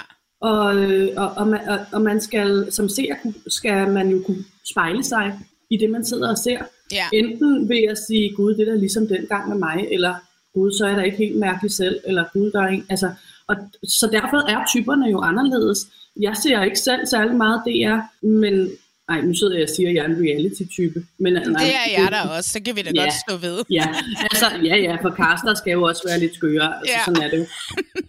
Og man skal, som seer, skal man jo kunne spejle sig i det, man sidder og ser. Ja. Enten ved at sige, gud, det er ligesom dengang med mig, eller gud, så er der ikke helt mærkeligt selv, eller gud, der er en, altså, og så derfor er typerne jo anderledes. Jeg ser ikke selv særlig meget DR, men nej, nu sidder jeg og siger, at jeg er en reality-type. Men, nej, det er jeg da også, så kan vi da godt stå ved. Ja, for caster skal jo også være lidt skøre, altså, sådan er det jo.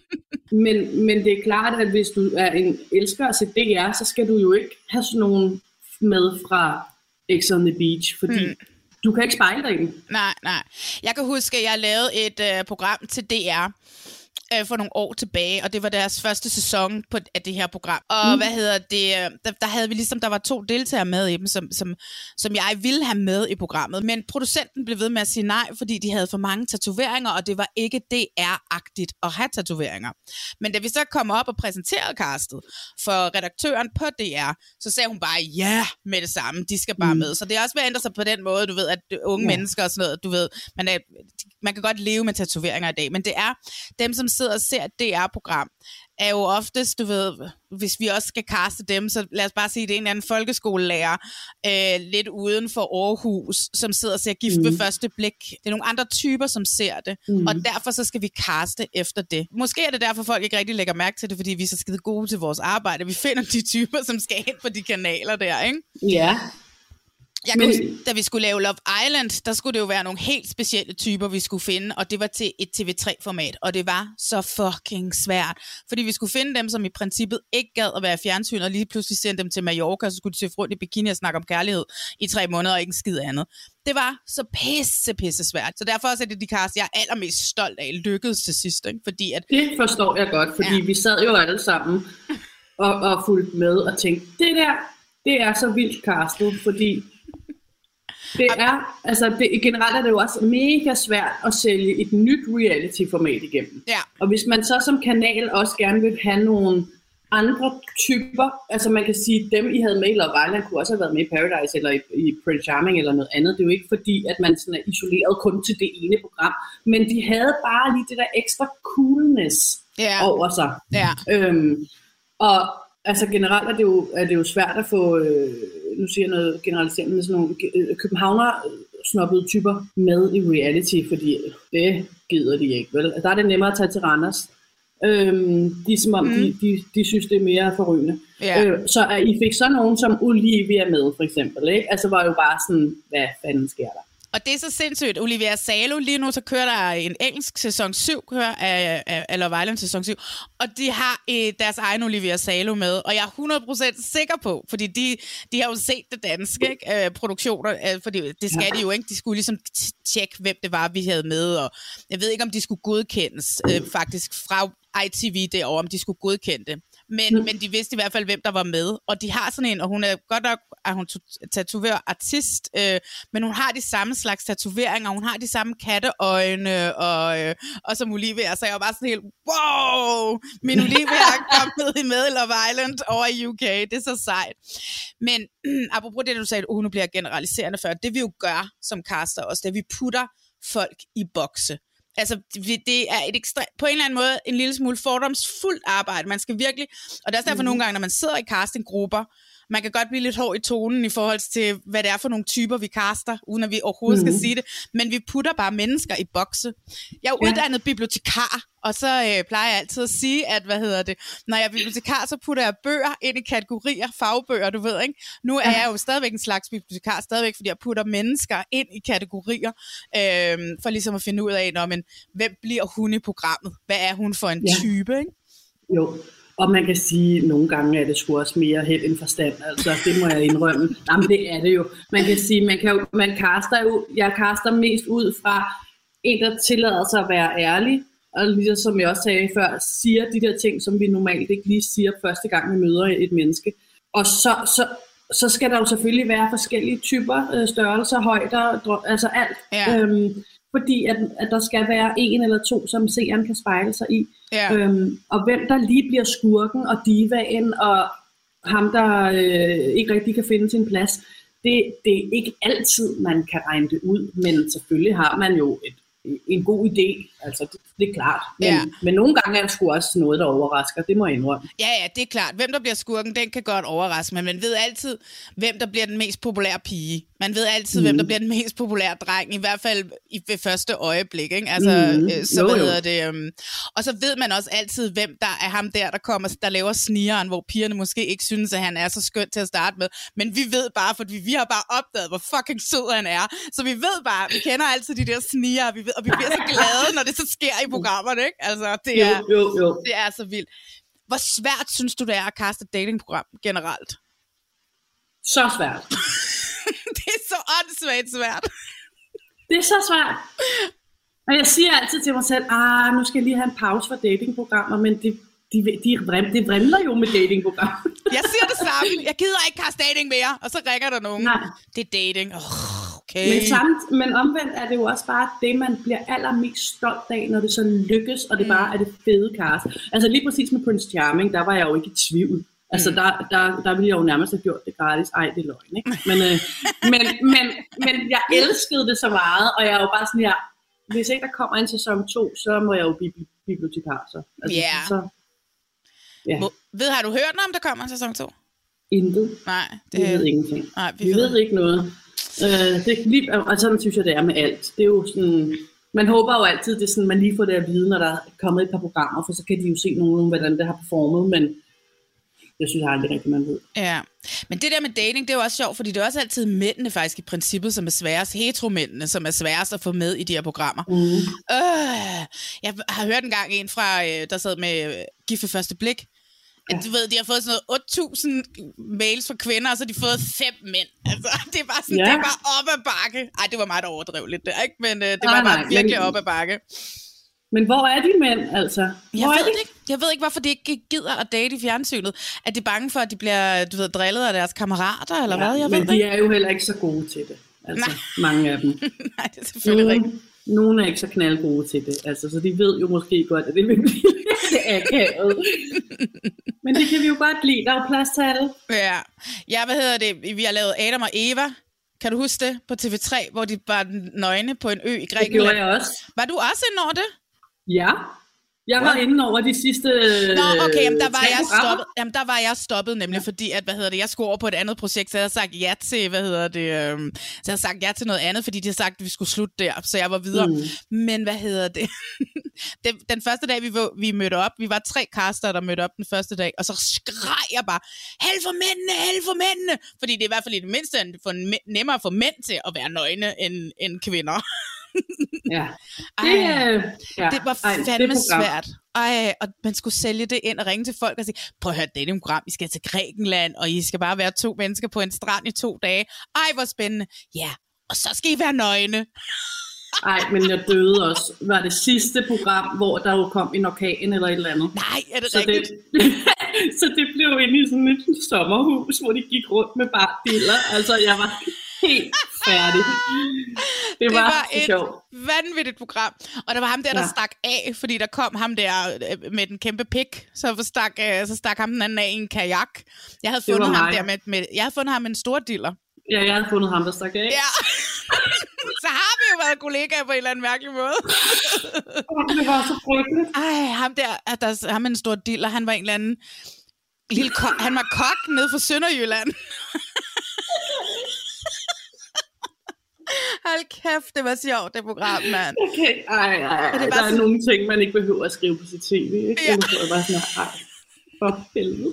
Men det er klart, at hvis du er en elsker at se DR, så skal du jo ikke have sådan nogen med fra X on the Beach, fordi du kan ikke spejle dig i dem. Nej. Jeg kan huske, at jeg lavede et program til DR for nogle år tilbage, og det var deres første sæson af det her program. Og der havde vi ligesom, der var 2 deltagere med i dem, som jeg ville have med i programmet, men producenten blev ved med at sige nej, fordi de havde for mange tatoveringer, og det var ikke DR-agtigt at have tatoveringer. Men da vi så kom op og præsenterede castet for redaktøren på DR, så sagde hun bare ja med det samme, de skal bare med. Så det er også ved at ændre sig på den måde, du ved, at unge mennesker og sådan noget, du ved, man kan godt leve med tatoveringer i dag, men det er dem, som sidder og ser et DR-program, er jo oftest, du ved, hvis vi også skal kaste dem, så lad os bare sige, det er en eller anden folkeskolelærer, lidt uden for Aarhus, som sidder og ser Gift ved første blik. Det er nogle andre typer, som ser det, og derfor så skal vi kaste efter det. Måske er det derfor, folk ikke rigtig lægger mærke til det, fordi vi er så skide gode til vores arbejde. Vi finder de typer, som skal ind på de kanaler der, ikke? Ja. Jeg kan huske, da vi skulle lave Love Island, der skulle det jo være nogle helt specielle typer, vi skulle finde, og det var til et TV3-format, og det var så fucking svært, fordi vi skulle finde dem, som i princippet ikke gad at være i fjernsyn, og lige pludselig sende dem til Mallorca, og så skulle de se rundt i bikini og snakke om kærlighed i 3 måneder, og ikke en skid andet. Det var så pisse svært, så derfor også er det de cast, jeg er allermest stolt af, lykkedes til sidst, ikke? Fordi at... Det forstår jeg godt, fordi vi sad jo alle sammen og fulgte med og tænkte, det er så vildt castet, fordi det er, altså generelt er det jo også mega svært at sælge et nyt reality-format igennem. Ja. Og hvis man så som kanal også gerne vil have nogle andre typer, altså man kan sige, dem I havde med i Love Island kunne også have været med i Paradise eller i Prince Charming eller noget andet. Det er jo ikke fordi, at man sådan er isoleret kun til det ene program, men de havde bare lige det der ekstra coolness over sig. Ja. Og altså generelt er det jo svært at få, nu siger jeg noget generaliserende, med sådan nogle københavner-snobbede typer med i reality, fordi det gider de ikke, vel? Der er det nemmere at tage til Randers. De er som om, de synes, det er mere forrygende. Yeah. Så I fik så nogen som Olivia med, for eksempel, ikke? Altså var jo bare sådan, hvad fanden sker der? Og det er så sindssygt. Olivia Salo, lige nu så kører der en engelsk sæson 7, af Love Island sæson 7, og de har deres egen Olivia Salo med, og jeg er 100% sikker på, fordi de har jo set det danske, ikke? Produktioner, fordi det skal de jo ikke, de skulle ligesom tjekke, hvem det var, vi havde med, og jeg ved ikke, om de skulle godkendes faktisk fra ITV derovre, om de skulle godkende det. Men de vidste i hvert fald, hvem der var med. Og de har sådan en, og hun er godt nok, at hun tatovør-artist, men hun har de samme slags tatoveringer, hun har de samme katteøjne, og som Olivia, så jeg var bare sådan helt, wow, min Olivia er kommet med i Love Island over i UK, det er så sejt. Men apropos det, du sagde, nu bliver generaliserende før, det vi jo gør som caster også, det vi putter folk i bokse. Altså, det er på en eller anden måde en lille smule fordomsfuldt arbejde. Man skal virkelig, og det er også derfor nogle gange, når man sidder i castinggrupper, man kan godt blive lidt hård i tonen i forhold til, hvad det er for nogle typer, vi caster, uden at vi overhovedet skal sige det. Men vi putter bare mennesker i bokse. Jeg er uddannet bibliotekar, og så plejer jeg altid at sige, at, når jeg er bibliotekar, så putter jeg bøger ind i kategorier, fagbøger, du ved, ikke? Nu er jeg jo stadigvæk en slags bibliotekar, fordi jeg putter mennesker ind i kategorier, for ligesom at finde ud af, hvem bliver hun i programmet? Hvad er hun for en type, ikke? Jo. Og man kan sige, at nogle gange er det sgu også mere held end forstand. Altså, det må jeg indrømme. Jamen, det er det jo. Man kan sige, jeg kaster mest ud fra en, der tillader sig at være ærlig, og ligesom som jeg også sagde før, siger de der ting, som vi normalt ikke lige siger første gang, vi møder et menneske. Og så skal der jo selvfølgelig være forskellige typer, størrelser, højder, altså alt. Ja. Fordi at der skal være en eller to, som seeren kan spejle sig i. Ja. Og hvem der lige bliver skurken og divaen, og ham, der ikke rigtig kan finde sin plads, det er ikke altid, man kan regne det ud, men selvfølgelig har man jo en god idé, altså det er klart. Men nogle gange er det sgu også noget, der overrasker, det må jeg indrømme. Ja, det er klart. Hvem der bliver skurken, den kan godt overraske, men man ved altid, hvem der bliver den mest populære pige. Man ved altid, hvem der bliver den mest populære dreng, i hvert fald ved første øjeblik, ikke? Altså, og så ved man også altid, hvem der er ham der laver snigeren, hvor pigerne måske ikke synes, at han er så skøn til at starte med, men vi ved bare, fordi vi har bare opdaget, hvor fucking sød han er, så vi ved bare, vi kender altid de der sniger, og vi bliver så glade, når det så sker i programmerne, ikke? Altså, det er så vildt. Hvor svært synes du, det er at kaste et datingprogram generelt? Så svært. Det er så åndssvagt svært. Det er så svært. Og jeg siger altid til mig selv, nu skal jeg lige have en pause for datingprogrammer, men det vrimler jo med datingprogrammer. Jeg siger det samme. Jeg gider ikke kaste dating mere, og så ringer der nogen. Nej. Det er dating. Okay. Men omvendt er det jo også bare det, man bliver allermest stolt af, når det så lykkes, og det bare er det fede cast. Altså lige præcis med Prince Charming, der var jeg jo ikke i tvivl. Altså der ville jeg jo nærmest have gjort det gratis. Ej, det er løgn, ikke? Men jeg elskede det så meget, og jeg er jo bare sådan her, hvis ikke der kommer en sæson 2, så må jeg jo blive bibliotekar. Så. Altså, Har du hørt noget om, der kommer en sæson 2? Intet. Nej. Vi ved ingenting. Nej, vi ved ikke noget. Og sådan synes jeg, det er med alt. Det er jo sådan, man håber jo altid, det er sådan, man lige får det at vide, når der er kommet et par programmer, for så kan de jo se nogen, hvordan det har performet, men jeg synes aldrig rigtigt, man ved. Ja, men det der med dating, det er jo også sjovt, fordi det er også altid mændene faktisk i princippet, som er sværest, heteromændene, som er sværest at få med i de her programmer. Jeg har hørt engang en fra, der sad med Gift ved første blik. Ja. Du ved, de har fået sådan noget 8.000 mails fra kvinder, og så har de fået 5 mænd. Altså, det er bare sådan, det er bare op ad bakke. Ej, det var meget overdrevet lidt der, ikke? Men det var bare virkelig op ad bakke. Men hvor er de mænd, altså? Jeg ved ikke, hvorfor de ikke gider at date i fjernsynet. Er de bange for, at de bliver, drillet af deres kammerater, eller hvad? Jeg men de er jo heller ikke så gode til det. Altså, mange af dem. Nej, det er selvfølgelig rigtigt. Nogle er ikke så knaldgode til det, altså, så de ved jo måske godt, at det vil blive det akavet. Men det kan vi jo godt lide, der er jo plads til alle. Ja, hvad hedder det? Vi har lavet Adam og Eva. Kan du huske det? På TV3, hvor de var nøgne på en ø i Grækenland. Det gjorde jeg også. Var du også inde over det? Ja. Jeg var inde over de sidste okay, jamen, der var jeg stoppet nemlig, fordi at, jeg skulle over på et andet projekt, så jeg havde sagt ja til, så jeg havde sagt ja til noget andet, fordi de havde sagt, at vi skulle slutte der, så jeg var videre. Men den første dag, vi mødte op, vi var 3 caster, der mødte op den første dag, og så skreg jeg bare, held for mændene, fordi det er i hvert fald i det mindste nemmere for mænd til at være nøgne end kvinder. Det var fandme svært. Og man skulle sælge det ind og ringe til folk og sige, prøv at høre, det er et program, I skal til Grækenland, og I skal bare være 2 mennesker på en strand i 2 dage. Ej, hvor spændende. Ja, og så skal I være nøgne. Ej, men jeg døde også. Var det sidste program, hvor der jo kom en orkan eller et eller andet? Nej, er det rigtigt? Så det blev inde i sådan et sommerhus, hvor de gik rundt med bare billeder. Altså, jeg var helt færdig. Det var et sjovt. Vanvittigt program. Og der var ham der stak af, fordi der kom ham der med den kæmpe pik, så stak ham den anden af i en kajak. Jeg havde fundet ham der jeg havde fundet ham med en stor diller. Ja, jeg havde fundet ham, der stak af. Ja. Så har vi jo været kollegaer på en eller anden mærkelig måde. Det var så frygteligt. Ej, ham med en stor diller, han var en eller anden lille han var kok nede fra Sønderjylland. Hold kæft, det var sjovt, det program, mand. Okay, der er nogle ting, man ikke behøver at skrive på sit tv, ikke? Ja. Det er bare sådan, for helvede.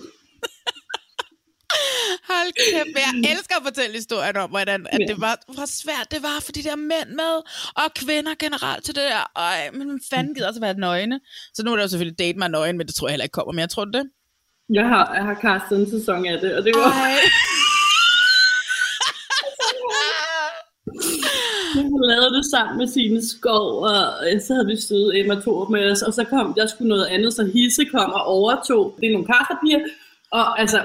Hold kæft, jeg elsker at fortælle historien om, hvordan at det var, hvor svært det var for de der mænd med, og kvinder generelt til det der. Men fanden gider også være nøgne. Så nu er der jo selvfølgelig date mig nøgen, men det tror jeg heller ikke kommer mere, tror du det? Jeg har castet en sæson af det, og det var... Jeg har lavet det sammen med Signe Skov, og så havde vi stået Emma Thorup med os, og så kom der skulle noget andet, så Hisse kom og overtog. Det er nogle kasterpiger, og altså,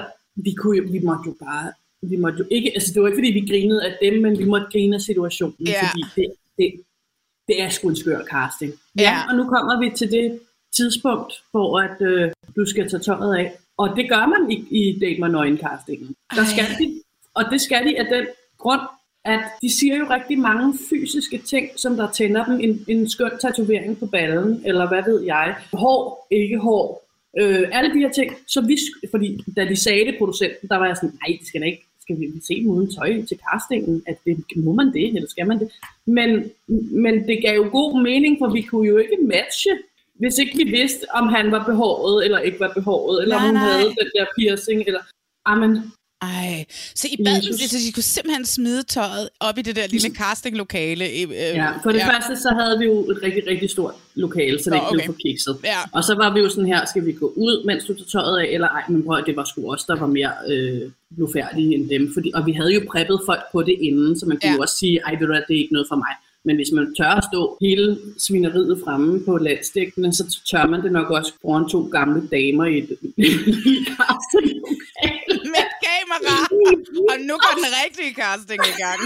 vi måtte jo ikke, altså det var ikke fordi vi grinede af dem, men vi måtte grine af situationen, fordi det er sgu en skør casting. Ja, og nu kommer vi til det tidspunkt, hvor at, du skal tage tøjet af, og det gør man i Date mig nøgen-castingen. Der skal de, og det skal de af den grund, at de siger jo rigtig mange fysiske ting, som der tænder dem. En skøn tatovering på ballen, eller hvad ved jeg. Hår, ikke hår. Alle de her ting. Så fordi da de sagde det, producenten, der var jeg sådan, nej, det skal da ikke. Skal vi se dem uden tøj til castingen? At det, må man det, eller skal man det? Men det gav jo god mening, for vi kunne jo ikke matche, hvis ikke vi vidste, om han var behåret, eller ikke var behåret, eller om hun havde den der piercing, eller... Amen. Ej, så I bad dem, så de kunne simpelthen smide tøjet op i det der lille castinglokale. Ja, for det første, så havde vi jo et rigtig, rigtig stort lokale, så det ikke blev for kikset. Ja. Og så var vi jo sådan her, skal vi gå ud, mens du tager tøjet af, eller ej, men prøv, det var sgu også, der var mere blufærdige end dem. Og vi havde jo preppet folk på det inden, så man kunne jo også sige, ej, ved du hvad, det er ikke noget for mig. Men hvis man tør at stå hele svineriet fremme på landstækkene, så tør man det nok også foran 2 gamle damer i et castinglokale. Med kamera, og nu går den rigtige casting i gang.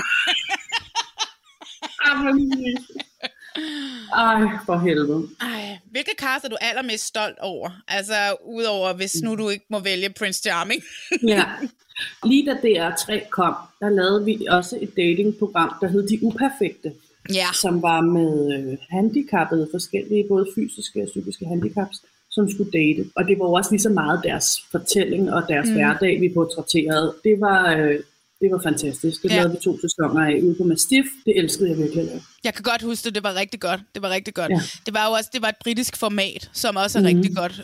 Ej, for helvede. Ej, hvilke cast er du allermest stolt over? Altså, udover hvis nu du ikke må vælge Prince Charming. Ja, lige da DR3 kom, der lavede vi også et datingprogram, der hed De Uperfekte. Ja. Som var med handicappede, forskellige, både fysiske og psykiske handicaps, som skulle date. Og det var også lige så meget deres fortælling og deres hverdag, vi portrætterede. Det var fantastisk. Det lavede vi 2 sæsoner af ude på Mastiff. Det elskede jeg virkelig at lave. Jeg kan godt huske det. Det var rigtig godt. Ja. Det var jo også et britisk format, som også er rigtig godt.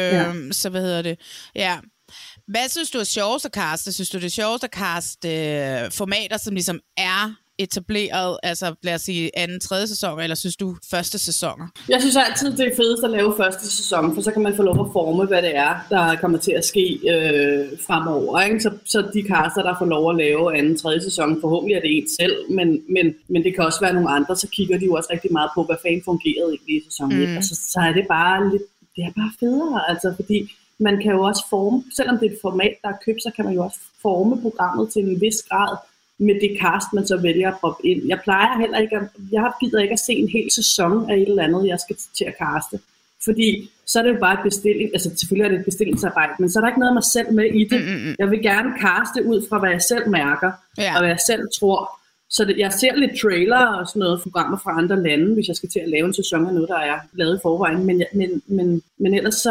Så hvad hedder det? Ja. Hvad synes du er sjovest at caste? Synes du det er sjovest at caste formater, som ligesom er etableret, altså lad os sige 2., 3. sæson, eller synes du første sæsoner? Jeg synes altid, det er fedest at lave første sæson, for så kan man få lov at forme, hvad det er, der kommer til at ske fremover. Ikke? Så de caster, der får lov at lave 2., 3. sæson, forhåbentlig er det en selv, men det kan også være nogle andre, så kigger de jo også rigtig meget på, hvad fanden fungerede egentlig i sæson 1, og så er det bare lidt, det er bare federe, altså fordi man kan jo også forme, selvom det er et format, der er købt, så kan man jo også forme programmet til en vis grad, med det cast, man så vælger at proppe ind. Jeg plejer heller ikke, jeg gider ikke at se en hel sæson af et eller andet, jeg skal til at caste. Fordi så er det jo bare et bestilling, altså selvfølgelig er det et bestillingsarbejde, men så er der ikke noget af mig selv med i det. Jeg vil gerne caste ud fra, hvad jeg selv mærker, og hvad jeg selv tror. Så jeg ser lidt trailer og sådan noget, programmer fra andre lande, hvis jeg skal til at lave en sæson af noget, der er lavet i forvejen. Men ellers så,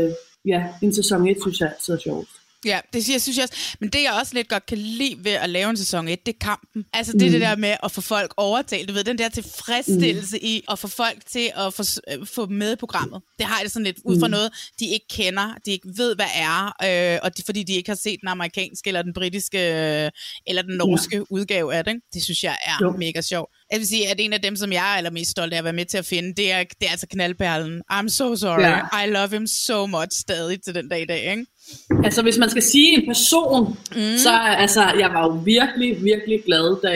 en sæson 1 synes jeg altid er sjovt. Ja, det synes jeg også. Men det jeg også lidt godt kan lide ved at lave en sæson 1, det er kampen. Altså det er det der med at få folk overtalt. Du ved, den der tilfredsstillelse i at få folk til at få med i programmet. Det har jeg det sådan lidt ud fra noget, de ikke kender, de ikke ved, hvad er, og fordi de ikke har set den amerikanske, eller den britiske, eller den norske udgave af det. Det synes jeg er mega sjovt. Jeg vil sige, at en af dem, som jeg er allermest stolt af at være med til at finde, det er altså knaldperlen. I'm so sorry. I love him so much stadig til den dag i dag, ikke? Altså hvis man skal sige en person, så altså jeg var jo virkelig, virkelig glad, da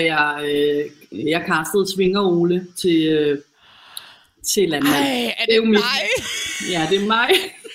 jeg castede Svinger Ole til Landmand. Ej, er det mig? Ja, det er mig.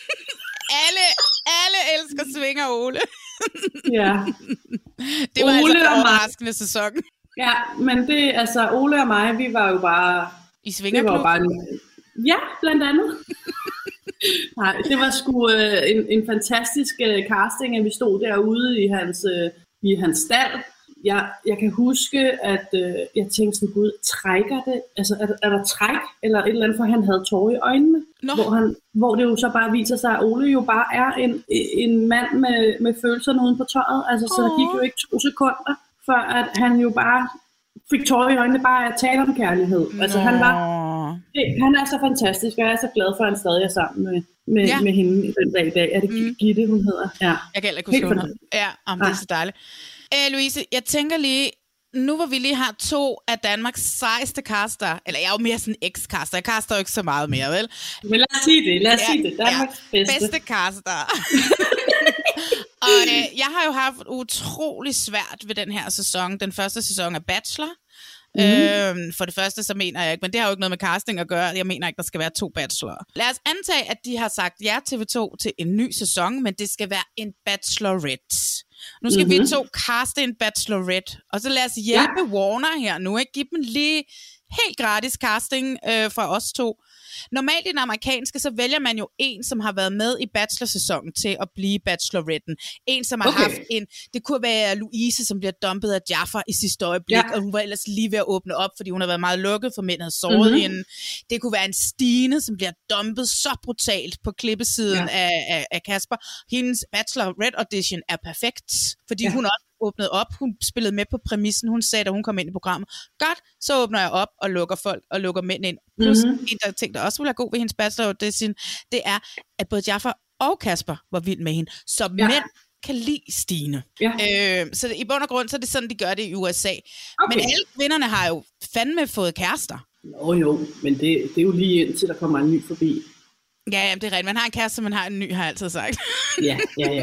alle elsker Svinger Ole. Ja. Det var Ole altså en overraskende sæson. Ja, men det, altså Ole og mig, vi var jo bare... I Svingerklub? Ja, blandt andet. Nej, det var sgu en fantastisk casting, at vi stod derude i hans stald. Jeg kan huske, at jeg tænkte sådan, gud, trækker det? Altså, er der træk? Eller et eller andet, for han havde tårer i øjnene. Hvor det jo så bare viser sig, at Ole jo bare er en mand med følelserne uden på tøjet. Altså, så der gik jo ikke 2 sekunder, før at han jo bare fik tårer i øjnene bare at tale om kærlighed. Altså, han er så fantastisk, og jeg er så glad for, at han stadig er sammen med hende i den dag i dag. Er det Gitte, hun hedder? Ja. Jeg kan heller ikke huske, hun hedder. Ja, det er så dejligt. Louise, jeg tænker lige, nu hvor vi lige har 2 af Danmarks sejeste caster, eller jeg er jo mere sådan ex-caster, jeg caster jo ikke så meget mere, vel? Men lad os sige det, Danmarks bedste caster. Og jeg har jo haft utrolig svært ved den her sæson. Den første sæson af Bachelor. For det første, så mener jeg ikke, men det har jo ikke noget med casting at gøre. Jeg mener ikke, der skal være 2 bachelorer. Lad os antage, at de har sagt ja TV2 til en ny sæson, men det skal være en bachelorette. Nu skal vi 2 caste en bachelorette, og så lad os hjælpe Warner her nu, ikke? Give dem lige helt gratis casting fra os 2. Normalt i den amerikanske, så vælger man jo en, som har været med i bachelorsæsonen til at blive bacheloretten. En, som har haft det kunne være Louise, som bliver dumpet af Jaffa i sidste øjeblik, og hun var ellers lige ved at åbne op, fordi hun har været meget lukket, for mænd havde såret hende. Det kunne være en Stine, som bliver dumpet så brutalt på klippesiden af Kasper. Hendes bachelorette audition er perfekt, fordi hun også åbnede op, hun spillede med på præmissen, hun sagde, da hun kom ind i programmet, godt, så åbner jeg op og lukker folk og lukker mænd ind. Plus en der ting, der også ville være god ved hendes bachelor audition, det er, at både Jaffa og Kasper var vild med hende, så mænd kan lide Stine. Så i bund og grund, så er det sådan, de gør det i USA. Men alle kvinderne har jo fandme fået kærester. Jo, men det er jo lige indtil der kommer en ny forbi. Ja, det er rigtigt. Man har en kæreste, man har en ny, har jeg altid sagt. Ja.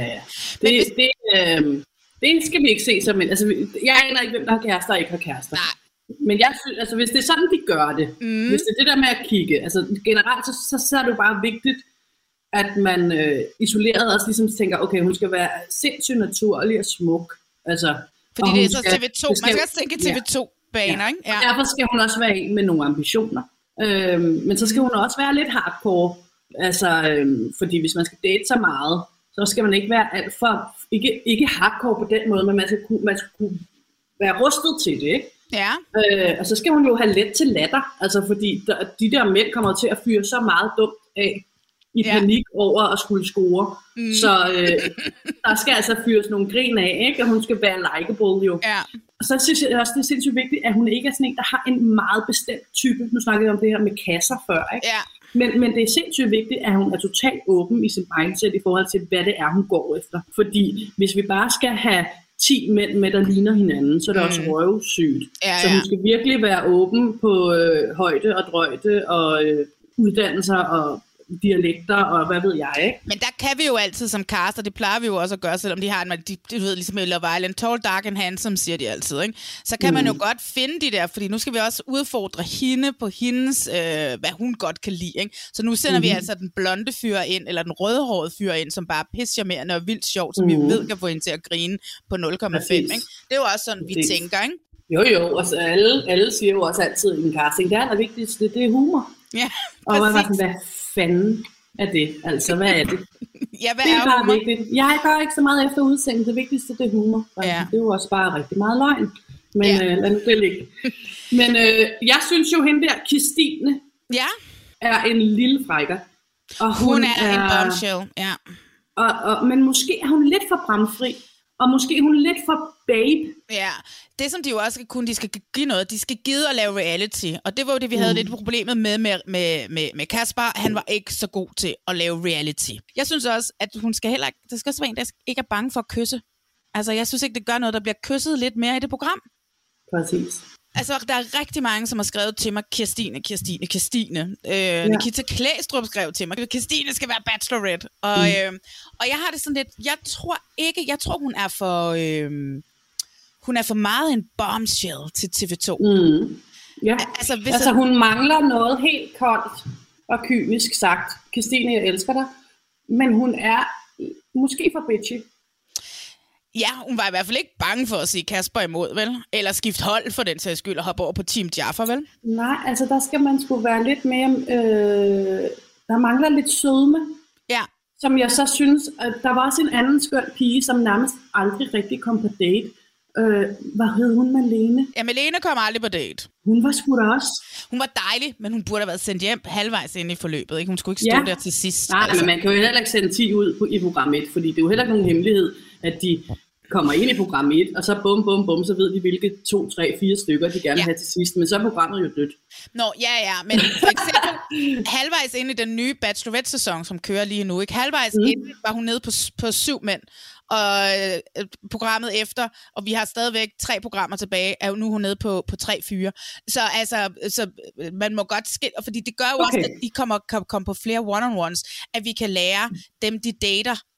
Det skal vi ikke se som en... Altså, jeg aner ikke, hvem der har kærester og ikke har kærester. Nej. Men jeg synes, altså, hvis det er sådan, de gør det, hvis det er det der med at kigge, altså generelt, så er det jo bare vigtigt, at man isoleret også ligesom tænker, okay, hun skal være sindssygt naturlig og smuk. Altså, fordi det er så TV2. Man skal også tænke TV2-baner, ikke? Ja. Og derfor skal hun også være en med nogle ambitioner. Men så skal hun også være lidt hardcore. Altså, fordi hvis man skal date så meget, så skal man ikke være alt for, ikke hardcore på den måde, men man skal kunne være rustet til det, ikke? Ja. Og så skal hun jo have let til latter, altså fordi de der mænd kommer til at fyre så meget dumt af i panik over at skulle score. Så der skal altså fyres nogle grin af, ikke? Og hun skal være likeable jo. Ja. Og så synes jeg også, det er sindssygt vigtigt, at hun ikke er sådan en, der har en meget bestemt type. Nu snakkede jeg om det her med kasser før, ikke? Ja. Men det er sindssygt vigtigt, at hun er totalt åben i sin mindset i forhold til, hvad det er, hun går efter. Fordi hvis vi bare skal have 10 mænd med, der ligner hinanden, så er det også røvsygt. Ja. Så hun skal virkelig være åben på højde og drøjde og uddannelser og dialekter og hvad ved jeg, ikke? Men der kan vi jo altid som cast, og det plejer vi jo også at gøre, selvom de har en, du ved, ligesom i Love Island, tall, dark and handsome, siger de altid, ikke? Så kan man jo godt finde de der, fordi nu skal vi også udfordre hende på hendes, hvad hun godt kan lide, ikke? Så nu sender vi altså den blonde fyr ind, eller den rødhårede fyr ind, som bare er pisscharmerende og vildt sjovt, som vi ved kan få hende til at grine på 0,5, ikke? Det er jo også sådan, vi tænker, ikke? Jo, altså alle siger jo også altid i en casting, det allervigtigste, det er humor. Ja, og hvad fanden er det? Altså, hvad er det? Ja, hvad det er bare humor? vigtigt. Jeg går ikke så meget efter udseende. Det vigtigste, det er humor. Ja. Det er jo også bare rigtig meget løgn. Men lad nu det ligge. Men jeg synes jo, hende der, Kirstine, er en lille frækker. Og hun er en bombshell, ja. Men måske er hun lidt for bramfri. Og måske hun lidt for babe. Ja, det som de jo også skal kunne, de skal give noget, de skal gide at lave reality. Og det var jo det, vi havde lidt problemet med Kasper. Han var ikke så god til at lave reality. Jeg synes også, at hun skal heller ikke, der skal også være en, der ikke er bange for at kysse. Altså, jeg synes ikke, det gør noget, der bliver kysset lidt mere i det program. Præcis. Altså, der er rigtig mange, som har skrevet til mig, Kirstine. Nikita Klæstrup skrev til mig, Kirstine skal være bachelorette. Og jeg har det sådan lidt, jeg tror hun er for meget en bombshell til TV2. Ja, altså hun mangler noget helt koldt og kynisk sagt. Kirstine, jeg elsker dig. Men hun er måske for bitchy. Ja, hun var i hvert fald ikke bange for at sige Kasper imod, vel? Eller skifte hold for den sags skyld og hoppe over på Team Jaffa, vel? Nej, altså der skal man sgu være lidt mere... der mangler lidt sødme. Ja. Som jeg så synes... der var også en anden skøn pige, som nærmest aldrig rigtig kom på date. Hvad hed hun, Malene? Ja, Malene kom aldrig på date. Hun var sgu da også. Hun var dejlig, men hun burde have været sendt hjem halvvejs ind i forløbet. Ikke? Hun skulle ikke stå der til sidst. Nej, altså. Men man kan jo heller ikke sende 10 ud i program 1, fordi det er jo heller ikke nogen hemmelighed, at de kommer ind i program 1, og så bum, så ved de, hvilke 2, 3, 4 stykker, de gerne vil have til sidst. Men så er programmet jo dødt. Nå, ja, men for eksempel halvvejs ind i den nye Bachelorette-sæson, som kører lige nu, ikke? Halvvejs ind var hun nede på 7 mænd, og programmet efter, og vi har stadigvæk 3 programmer tilbage, er jo nu hun nede på 3 fyre. Så altså, man må godt skille, fordi det gør jo også, at de kommer på flere one-on-ones, at vi kan lære dem, de dater,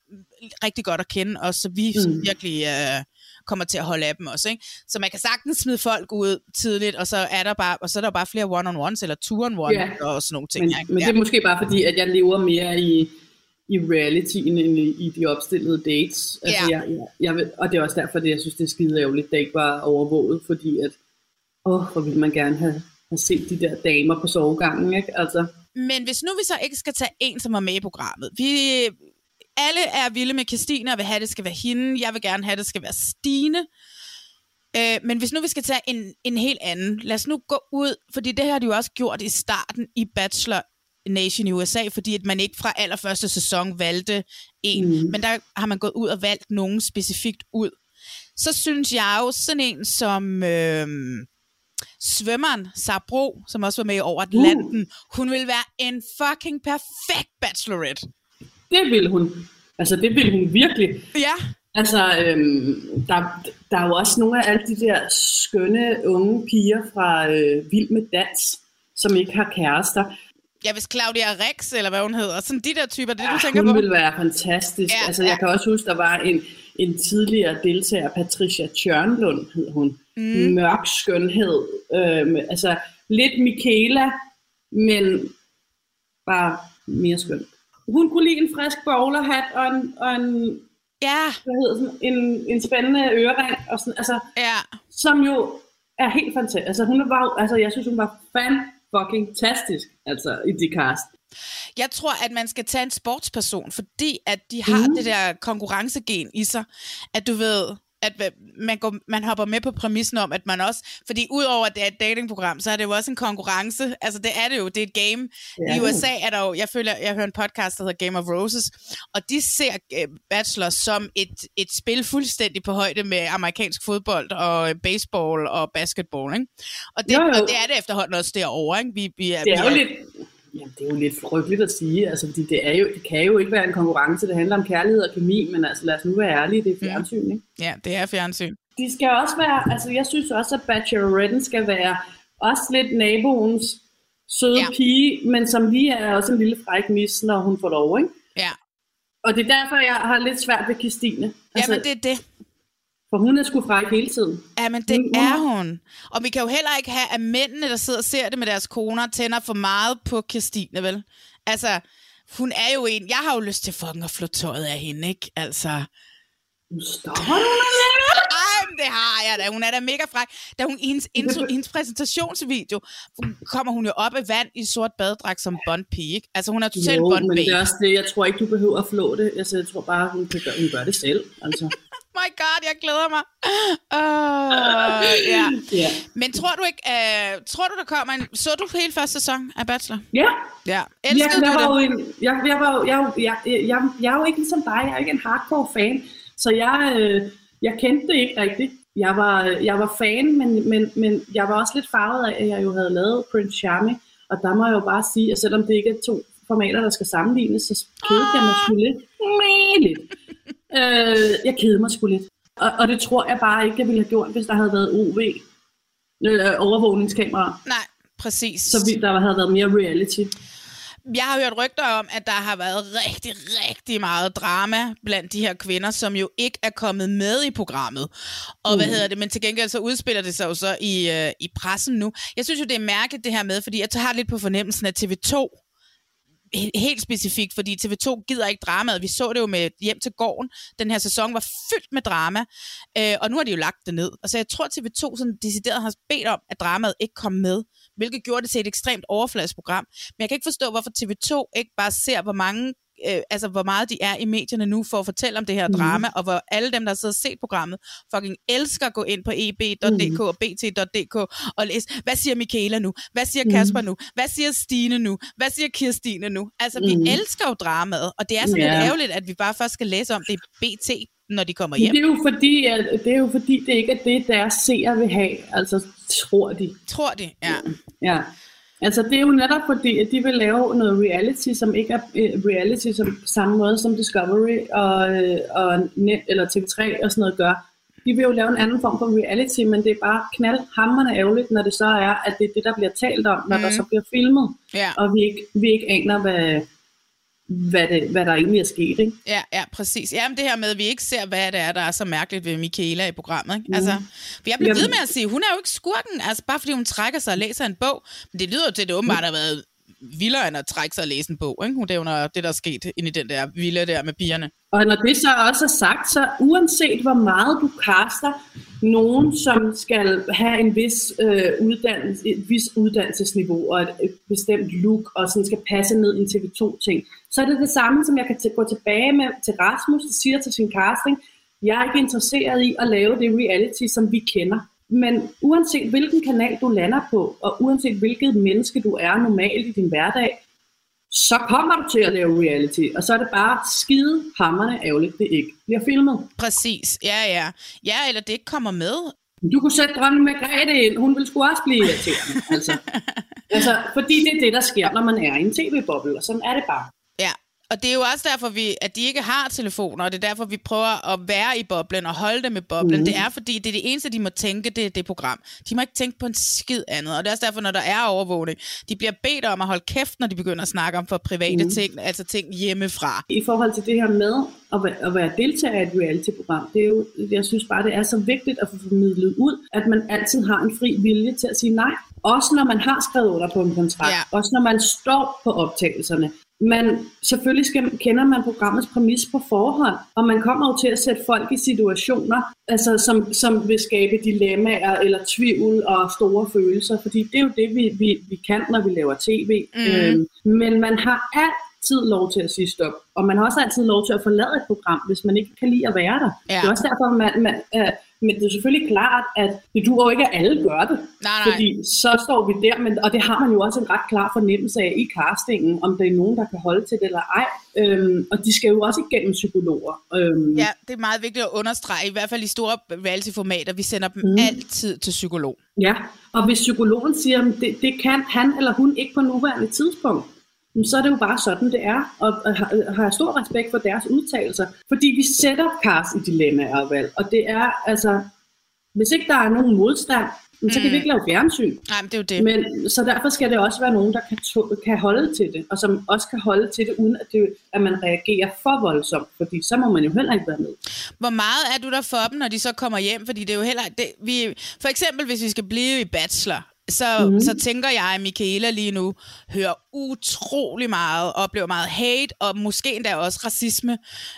rigtig godt at kende, og så vi virkelig kommer til at holde af dem også, ikke? Så man kan sagtens smide folk ud tidligt, og så er der bare flere one-on-ones, eller two-on-one, og sådan nogle ting. Men det er måske bare fordi, at jeg lever mere i realityen end i de opstillede dates. Altså, jeg ved, og det er også derfor, jeg synes, det er skide ærgerligt, det ikke var overvåget, fordi at, hvor ville man gerne have set de der damer på sovegangen, ikke? Altså. Men hvis nu vi så ikke skal tage en, som er med i programmet, alle er vilde med Christine, og vil have, at det skal være hende. Jeg vil gerne have, at det skal være Stine. Men hvis nu vi skal tage en helt anden, lad os nu gå ud, fordi det har de jo også gjort i starten i Bachelor Nation i USA, fordi at man ikke fra allerførste sæson valgte en, men der har man gået ud og valgt nogen specifikt ud. Så synes jeg jo sådan en som svømmeren Sabro, som også var med i Over Atlanten, hun ville være en fucking perfekt bachelorette. Det ville hun. Altså, det ville hun virkelig. Ja. Altså, der er jo også nogle af alle de der skønne unge piger fra Vild med Dans, som ikke har kærester. Ja, hvis Claudia Rex, eller hvad hun hedder. Sådan de der typer, det du tænker på? Hun ville være fantastisk. Ja, altså, jeg kan også huske, der var en tidligere deltager, Patricia Tjørnlund hed hun. Mørk skønhed. Altså, lidt Michaela, men bare mere skøn. Hun kunne lide en frisk bowlerhat og en hvad hedder sådan, en spændende ørering og sådan, altså, som jo er helt fantastisk. Altså, jeg synes hun var fucking-tastisk, altså i det cast. Jeg tror, at man skal tage en sportsperson, fordi at de har det der konkurrencegen i sig, at du ved, at man hopper med på præmissen om, at man også, fordi udover at det er et datingprogram, så er det jo også en konkurrence, altså det er det jo, det er et game. Ja. I USA er der jo, jeg hører en podcast, der hedder Game of Roses, og de ser Bachelor som et spil fuldstændig på højde med amerikansk fodbold og baseball og basketball, ikke? Og det er det efterhånden også derovre, ikke? Det er jo lidt... Jamen, det er jo lidt frygteligt at sige, altså, fordi det kan jo ikke være en konkurrence, det handler om kærlighed og kemi, men altså lad os nu være ærlige, det er fjernsyn, ikke? Ja, det er fjernsyn. De skal også være, altså jeg synes også, at Bacheloretten skal være også lidt naboens søde pige, men som lige er også en lille fræk mis, når hun får lov, ikke? Ja. Og det er derfor, jeg har lidt svært ved Christine. Altså, jamen, det er det. For hun er sgu fræk hele tiden. Ja, men det er hun. Og vi kan jo heller ikke have, at mændene, der sidder og ser det med deres koner, tænder for meget på Christine, vel? Altså, hun er jo en... Jeg har jo lyst til fucking at flå tøjet af hende, ikke? Altså... Nu stopper du med det! Ej, det har jeg da. Hun er da mega fræk. Da hun i hendes præsentationsvideo, kommer hun jo op i vand i sort badedragt som Bond-pige, ikke? Altså, hun er totalt Bond-babe. Men det er også det. Jeg tror ikke, du behøver at flå det. Jeg tror bare, hun gør det selv, altså. My God, jeg glæder mig. Yeah. Men tror du ikke, der kommer så du hele første sæson af Bachelor? Ja. Elskede du det? Jeg er jo ikke ligesom dig, jeg er ikke en hardcore fan, så jeg kendte det ikke rigtigt. Jeg var fan, men jeg var også lidt farvet af, at jeg jo havde lavet Prince Charming, og der må jeg jo bare sige, at selvom det ikke er 2 formater, der skal sammenlignes, så kedede jeg mig sgu lidt. Jeg kedede mig sgu lidt. Og det tror jeg bare ikke, jeg ville have gjort, hvis der havde været OV, overvågningskamera. Nej, præcis. Så der havde været mere reality. Jeg har hørt rygter om, at der har været rigtig, rigtig meget drama blandt de her kvinder, som jo ikke er kommet med i programmet. Og men til gengæld så udspiller det sig jo så i pressen nu. Jeg synes jo, det er mærkeligt det her med, fordi jeg har lidt på fornemmelsen af TV2, helt specifikt, fordi TV2 gider ikke dramaet. Vi så det jo med Hjem til gården. Den her sæson var fyldt med drama, og nu har de jo lagt det ned. Altså jeg tror, TV2 sådan decideret har bedt om, at dramaet ikke kom med, hvilket gjorde det til et ekstremt overfladisk program. Men jeg kan ikke forstå, hvorfor TV2 ikke bare ser, hvor meget de er i medierne nu for at fortælle om det her drama, og hvor alle dem, der sidder og set programmet, fucking elsker at gå ind på eb.dk og bt.dk og læse, hvad siger Michaela nu? Hvad siger Kasper nu? Hvad siger Stine nu? Hvad siger Kirstine nu? Altså, vi elsker jo dramaet, og det er så lidt ærgerligt, at vi bare først skal læse om det i BT, når de kommer hjem. Det er jo fordi, det ikke er det, deres seere vil have. Altså, tror de. Ja. Altså det er jo netop fordi, at de vil lave noget reality, som ikke er reality som på samme måde som Discovery og Net eller TV3 og sådan noget gør. De vil jo lave en anden form for reality, men det er bare knaldhamrende ærgerligt, når det så er, at det er det, der bliver talt om, når der så bliver filmet. Og vi ikke aner, hvad der egentlig er sket, ikke? Ja, præcis. Jamen det her med, at vi ikke ser, hvad det er, der er så mærkeligt ved Michaela i programmet, ikke? Altså, for jeg bliver ved med at sige, hun er jo ikke skurken, altså bare fordi hun trækker sig og læser en bog, men det lyder jo til, at det åbenbart har været vildere end at trække sig og læse en bog, ikke? Hun nævner det, der er sket inde i den der villa der med pigerne. Og når det så også er sagt, så uanset hvor meget du kaster nogen, som skal have en vis uddannelsesniveau og et bestemt look, og sådan skal passe ned i en TV2-ting, så er det det samme, som jeg kan gå tilbage med til Rasmus, der siger til sin casting, jeg er ikke interesseret i at lave det reality, som vi kender. Men uanset hvilken kanal du lander på, og uanset hvilket menneske du er normalt i din hverdag, så kommer du til at lave reality, og så er det bare skide hamrende ærgerligt, det ikke bliver filmet. Præcis, ja, eller det ikke kommer med. Du kunne sætte dronning Margrethe ind, hun ville sgu også blive irriterende, altså, fordi det er det, der sker, når man er i en tv-boble, og sådan er det bare. Ja. Og det er jo også derfor, at de ikke har telefoner, og det er derfor, vi prøver at være i boblen og holde dem i boblen. Det er fordi, det er det eneste, de må tænke, det er det program. De må ikke tænke på en skid andet, og det er også derfor, når der er overvågning, de bliver bedt om at holde kæft, når de begynder at snakke om for private ting, altså ting hjemmefra. I forhold til det her med at være deltager i et reality-program, det er jo, jeg synes bare, det er så vigtigt at få formidlet ud, at man altid har en fri vilje til at sige nej. Også når man har skrevet under på en kontrakt, også når man står på optagelserne. Men selvfølgelig kender man programmets præmis på forhånd, og man kommer jo til at sætte folk i situationer, altså som vil skabe dilemmaer eller tvivl og store følelser, fordi det er jo det, vi kan, når vi laver tv. Men man har altid lov til at sige stop, og man har også altid lov til at forlade et program, hvis man ikke kan lide at være der. Det er også derfor, men det er selvfølgelig klart, at det duer jo ikke, at alle gør det. Nej. Fordi så står vi der, og det har man jo også en ret klar fornemmelse af i castingen, om der er nogen, der kan holde til det eller ej. Og de skal jo også igennem psykologer. Ja, det er meget vigtigt at understrege, i hvert fald i store reality-formater, vi sender dem altid til psykolog. Ja, og hvis psykologen siger, at det kan han eller hun ikke på nuværende tidspunkt, så er det jo bare sådan, det er, og har stor respekt for deres udtalelser, fordi vi sætter cast i dilemmaer og valg, og det er altså, hvis ikke der er nogen modstand, så kan vi ikke lave fjernsyn. Nej, men det er jo det. Men så derfor skal det også være nogen, der kan holde til det, og som også kan holde til det, uden at man reagerer for voldsomt, fordi så må man jo heller ikke være med. Hvor meget er du der for dem, når de så kommer hjem? Fordi det er jo heller for eksempel, hvis vi skal blive i Bachelor, så tænker jeg, at Michaela lige nu hører utrolig meget, oplever meget hate, og måske endda også racisme.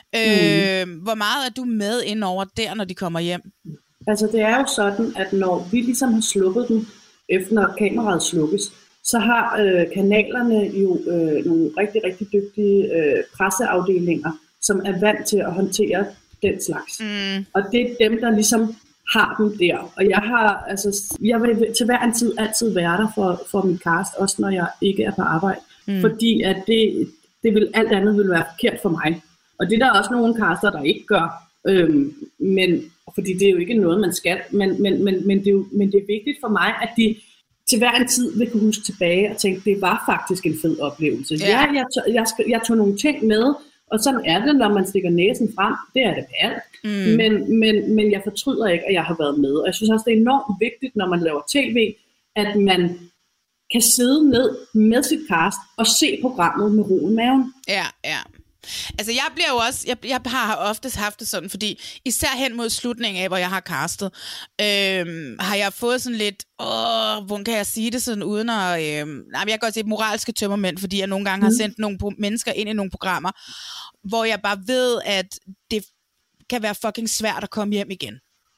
Hvor meget er du med ind over der, når de kommer hjem? Altså det er jo sådan, at når vi ligesom har slukket dem, efter når kameraet slukkes, så har kanalerne jo nogle rigtig, rigtig dygtige presseafdelinger, som er vant til at håndtere den slags. Og det er dem, der ligesom har dem der. Og jeg vil til hver en tid altid være der for min cast, også når jeg ikke er på arbejde. Fordi at det vil alt andet vil være forkert for mig. Og det er der også nogle caster, der ikke gør. Men fordi det er jo ikke noget, man skal. Men det er vigtigt for mig, at de til hver en tid vil kunne huske tilbage og tænke, det var faktisk en fed oplevelse. Ja, jeg tog nogle ting med, og sådan er det, når man stikker næsen frem. Det er det på alt. Men jeg fortryder ikke, at jeg har været med. Og jeg synes også, det er enormt vigtigt, når man laver tv, at man kan sidde ned med sit cast og se programmet med ro i maven. Ja. Altså jeg bliver jo også, jeg har oftest haft det sådan, fordi især hen mod slutningen af, hvor jeg har castet, har jeg fået sådan lidt, hvordan kan jeg sige det sådan uden at, jeg kan godt sige moralske tømmermænd, fordi jeg nogle gange har sendt nogle mennesker ind i nogle programmer, hvor jeg bare ved, at det kan være fucking svært at komme hjem igen.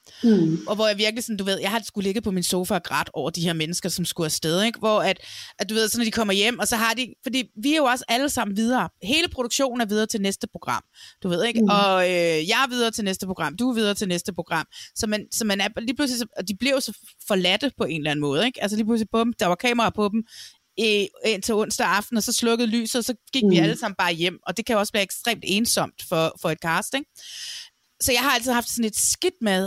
Og hvor jeg virkelig sådan, du ved, jeg har sgu ligget på min sofa og grædt over de her mennesker, som skulle afsted, ikke? Hvor at du ved, så når de kommer hjem, og så har de, fordi vi er jo også alle sammen videre. Hele produktionen er videre til næste program, du ved, ikke? Og jeg er videre til næste program, du er videre til næste program. Så man er lige pludselig, og de bliver jo så forladte på en eller anden måde, ikke? Altså lige pludselig på dem, der var kamera på dem, indtil onsdag aften, og så slukkede lyset, og så gik vi alle sammen bare hjem. Og det kan også være ekstremt ensomt for et cast, ikke? Så jeg har altid haft sådan et skidt med,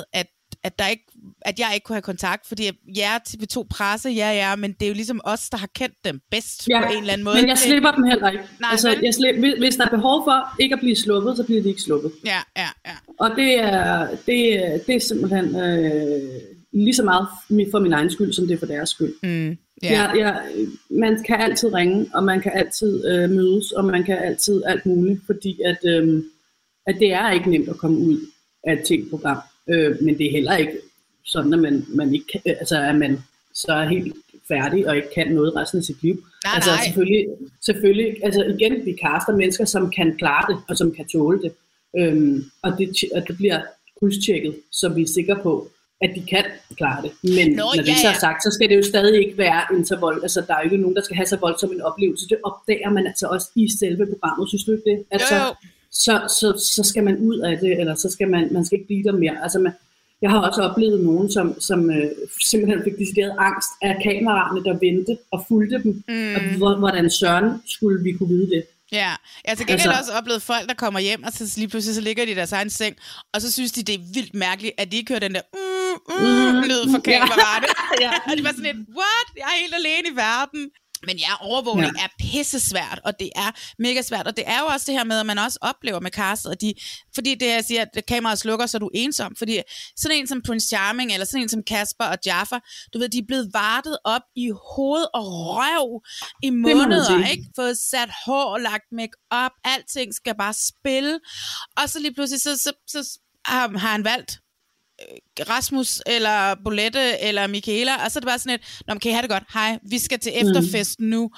at jeg ikke kunne have kontakt, fordi jeg er TV2 presse, men det er jo ligesom os, der har kendt dem bedst på en eller anden måde. Men jeg slipper dem heller ikke. Nej, altså, hvis der er behov for ikke at blive sluppet, så bliver de ikke sluppet. Ja. Og det er simpelthen lige så meget for min egen skyld, som det er for deres skyld. Man kan altid ringe, og man kan altid mødes, og man kan altid alt muligt, fordi at det er ikke nemt at komme ud af et tv-program, men det er heller ikke sådan, at man ikke kan, altså at man så er helt færdig og ikke kan noget resten af sit liv. Nej. Selvfølgelig, altså igen, vi kaster mennesker, som kan klare det, og som kan tåle det, og det bliver krydstjekket, så vi er sikre på, at de kan klare det. Men når det så er sagt, så skal det jo stadig ikke være en så vold. Altså, der er jo ikke nogen, der skal have så voldsom en oplevelse. Det opdager man altså også i selve programmet, synes du ikke det? Altså, så skal man ud af det, eller så skal man skal ikke blive der mere. Altså, jeg har også oplevet nogen, som simpelthen fik decideret angst af kameraerne, der vendte og fulgte dem. Og hvordan søren skulle vi kunne vide det? Ja, jeg har til gengæld også oplevet folk, der kommer hjem, og så lige pludselig så ligger de i deres egen seng, og så synes de, det er vildt mærkeligt, at de ikke hører den der lyd fra kameraet. Og de var sådan lidt, what? Jeg er helt alene i verden. Men overvågning er pissesvært, og det er mega svært. Og det er jo også det her med, at man også oplever med castet, at fordi det her siger, at kameraet slukker, så er du ensom. Fordi sådan en som Prince Charming, eller sådan en som Kasper og Jafar, du ved, de er blevet vartet op i hoved og røv i måneder, ikke? Fået sat hår, lagt make-up, alting skal bare spille. Og så lige pludselig, så har han valgt Rasmus, eller Bolette, eller Michaela, og så er det bare sådan et, nå, kan I have det godt? Hej, vi skal til efterfest nu,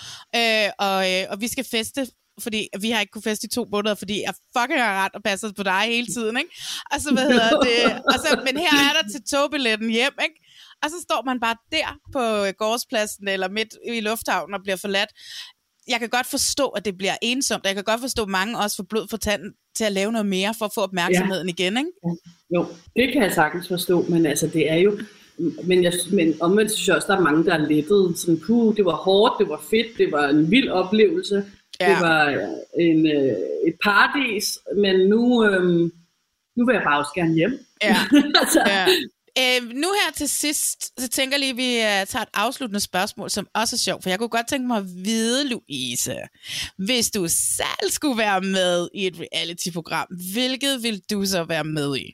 og vi skal feste, fordi vi har ikke kunnet feste i 2 måneder, fordi jeg fucking har ret og passer på dig hele tiden, ikke? Og så, men her er der til togbilletten hjem, ikke? Og så står man bare der på gårdspladsen, eller midt i lufthavnen, og bliver forladt. Jeg kan godt forstå, at det bliver ensomt, og jeg kan godt forstå, at mange også får blod for tanden til at lave noget mere, for at få opmærksomheden igen, ikke? Jo, det kan jeg sagtens forstå, men altså det er jo, men omvendt synes jeg også, der er mange, der er lettet, sådan, det var hårdt, det var fedt, det var en vild oplevelse, det var et paradis, men nu vil jeg bare også gerne hjem. Ja. Altså. Nu her til sidst, så tænker jeg lige, at vi tager et afsluttende spørgsmål, som også er sjovt, for jeg kunne godt tænke mig at vide, Louise, hvis du selv skulle være med i et reality-program, hvilket vil du så være med i?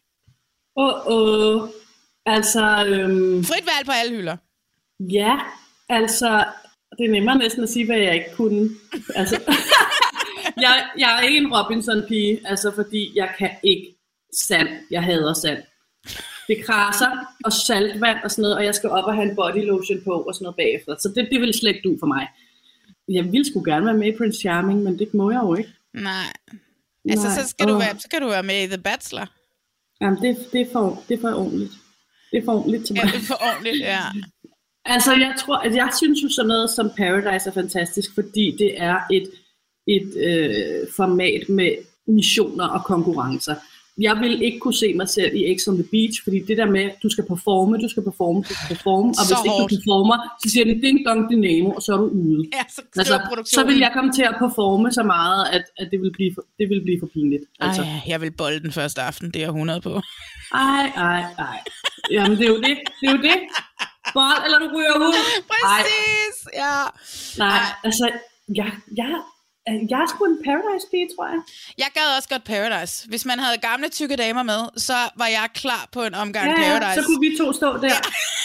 Altså... Frit valg på alle hylder. Ja, altså, det er nemmere næsten at sige, hvad jeg ikke kunne. Altså, jeg er ikke en Robinson-pige, altså, fordi jeg kan ikke sand. Jeg hader sand. Det krasser og saltvand og sådan noget, og jeg skal op og have en body lotion på og sådan noget bagefter. Så det vil slet ikke du for mig. Jeg ville sgu gerne være med i Prince Charming, men det må jeg jo ikke. Nej. Altså, så kan du være med i The Bachelor. Jamen, det er for ordentligt. Det er for ordentligt til mig. Ja, det er for ordentligt, ja. Altså, jeg synes jo sådan noget som Paradise er fantastisk, fordi det er et format med missioner og konkurrencer. Jeg vil ikke kunne se mig selv i X on the Beach, fordi det der med, du skal performe, og hvis ikke du performer, så siger det ding dong dynamo, og så er du ude. Ja, så vil jeg komme til at performe så meget, at det vil blive for pinligt. Altså. Ej, jeg vil bolle den første aften, det er 100 på. Ej. Jamen, det er jo det. Bold, eller du ryger ud. Præcis, ja. Nej, altså, jeg er sgu en Paradise-pige, tror jeg. Jeg gad også godt Paradise. Hvis man havde gamle tykke damer med, så var jeg klar på en omgang Paradise. Så kunne vi 2 stå der. Ja.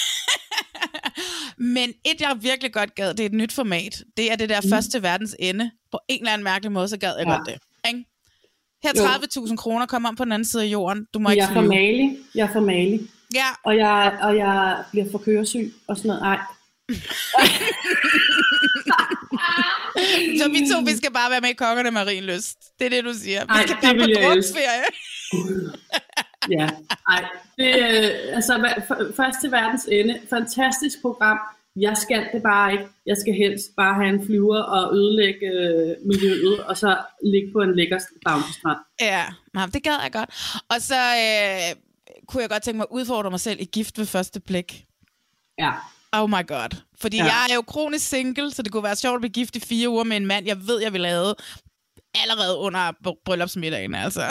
Men jeg virkelig godt gad, det er et nyt format. Det er det der første verdens ende. På en eller anden mærkelig måde, så gad jeg godt det. Ikke? Her 30.000 kroner kommer om på den anden side af jorden. Du må ikke flyve. Jeg er fra Mali. Ja. Og jeg bliver for køresyg og sådan noget. Ej. Så vi skal bare være med i Kongerne Marienlyst. Det er det, du siger. Vi skal bare på drukferie. Ja, altså først til verdens ende. Fantastisk program. Jeg skal det bare ikke. Jeg skal helst bare have en flyver og ødelægge miljøet, og så ligge på en lækker bounty-strand. Ja, det gad jeg godt. Og så kunne jeg godt tænke mig at udfordre mig selv i Gift ved første blik. Ja. Oh my god. Fordi jeg er jo kronisk single, så det kunne være sjovt at blive gift i 4 uger med en mand, jeg ved, jeg vil have allerede under bryllupsmiddagen, altså.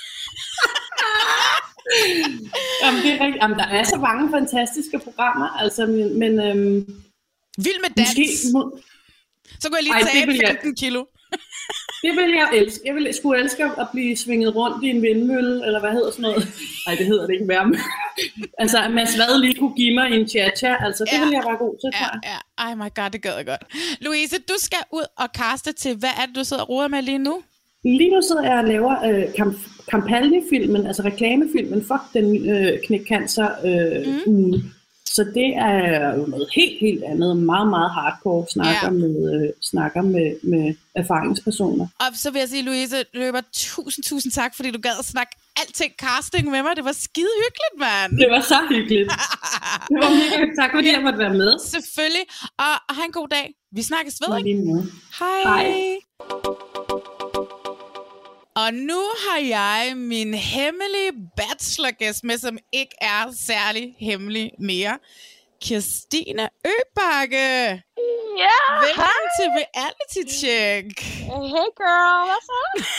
Jamen, det er rigtigt. Jamen, der er så mange fantastiske programmer, altså, men Vild med dans. Så kunne jeg lige tabe 15 kilo. Det ville jeg elske. Jeg skulle elske at blive svinget rundt i en vindmølle, eller hvad hedder sådan noget? Nej, det hedder det ikke værme. Altså, at Mads Vad lige kunne give mig en cha-cha, altså det ville jeg være god til, tror jeg. Ja. Oh my god, det gad jeg godt. Louise, du skal ud og kaste til, hvad er det, du sidder og roder med lige nu? Lige nu sidder jeg og laver kampagnefilmen, altså reklamefilmen, fuck den knækcancer uge. Så det er jo noget helt andet, meget, meget hardcore, snakker med erfaringspersoner. Og så vil jeg sige, Louise Løber, tusind tak, fordi du gad at snakke alting casting med mig. Det var skide hyggeligt, mand. Det var så hyggeligt. Det var mega hyggeligt. Tak, fordi jeg måtte være med. Selvfølgelig. Og have en god dag. Vi snakkes ved, ikke? Hej. Og nu har jeg min hemmelige bachelorgæst med, som ikke er særlig hemmelig mere. Kirstine Øbakke. Ja, velkommen til Reality Check. Hey girl, hvad så?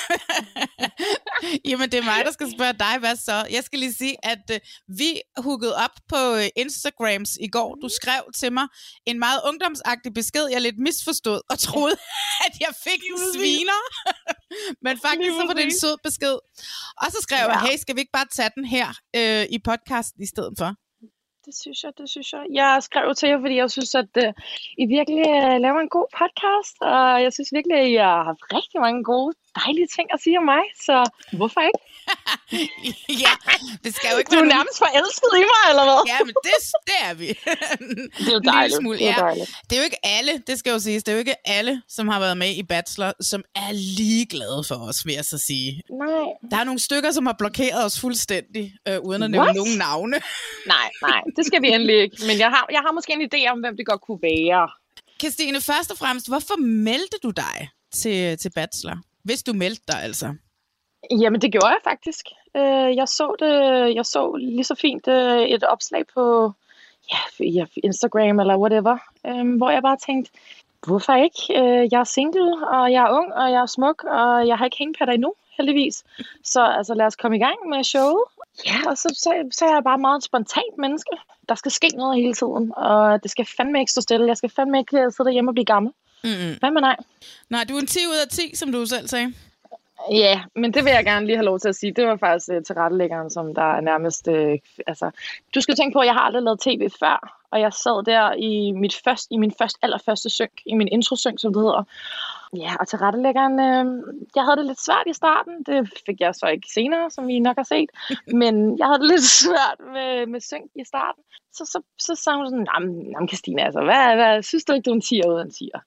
Jamen, det er mig, der skal spørge dig, hvad så? Jeg skal lige sige, at vi hookede op på Instagrams i går. Du skrev til mig en meget ungdomsagtig besked, jeg lidt misforstod, og troede, at jeg fik en sviner. Men faktisk så var det en sød besked. Og så skrev jeg, hey, skal vi ikke bare tage den her i podcasten i stedet for? Det synes jeg. Jeg skrev til jer, fordi jeg synes, at I virkelig laver en god podcast, og jeg synes virkelig, at I har haft rigtig mange gode, dejlige ting at sige om mig, så hvorfor ikke? Ja, det skal jo ikke være... Du er nærmest forelsket i mig, eller hvad? Ja, men det er vi. Det er jo dejligt. Det er jo ikke alle, det skal jo siges, det er jo ikke alle, som har været med i Bachelor, som er ligeglade for os, vil jeg så sige. Nej. Der er nogle stykker, som har blokeret os fuldstændig, uden at nævne nogen navne. Nej, det skal vi endelig ikke. Men jeg har måske en idé om, hvem det godt kunne være. Kirstine, først og fremmest, hvorfor meldte du dig til Bachelor? Hvis du meldte dig, altså. Jamen, det gjorde jeg faktisk. Jeg så lige så fint et opslag på Instagram eller whatever, hvor jeg bare tænkte, hvorfor ikke? Jeg er single, og jeg er ung, og jeg er smuk, og jeg har ikke hængepatter endnu, heldigvis. Så altså, lad os komme i gang med showet. Ja, og så er jeg bare meget spontant menneske. Der skal ske noget hele tiden, og det skal fandme ikke stå stille. Jeg skal fandme ikke sidde derhjemme og blive gammel. Fandme nej. Nej, du er en 10 ud af 10, som du selv sagde. Ja, men det vil jeg gerne lige have lov til at sige. Det var faktisk tilrettelæggeren, som der er nærmest... du skal tænke på, at jeg har aldrig lavet tv før, og jeg sad der i min allerførste synk, i min introsynk, som det hedder. Ja, og tilrettelæggeren... jeg havde det lidt svært i starten. Det fik jeg så ikke senere, som I nok har set. Men jeg havde det lidt svært med synk i starten. Så sagde hun sådan, jamen Kirstine, altså, hvad synes du ikke, du er en 10'er ud af en 10'er?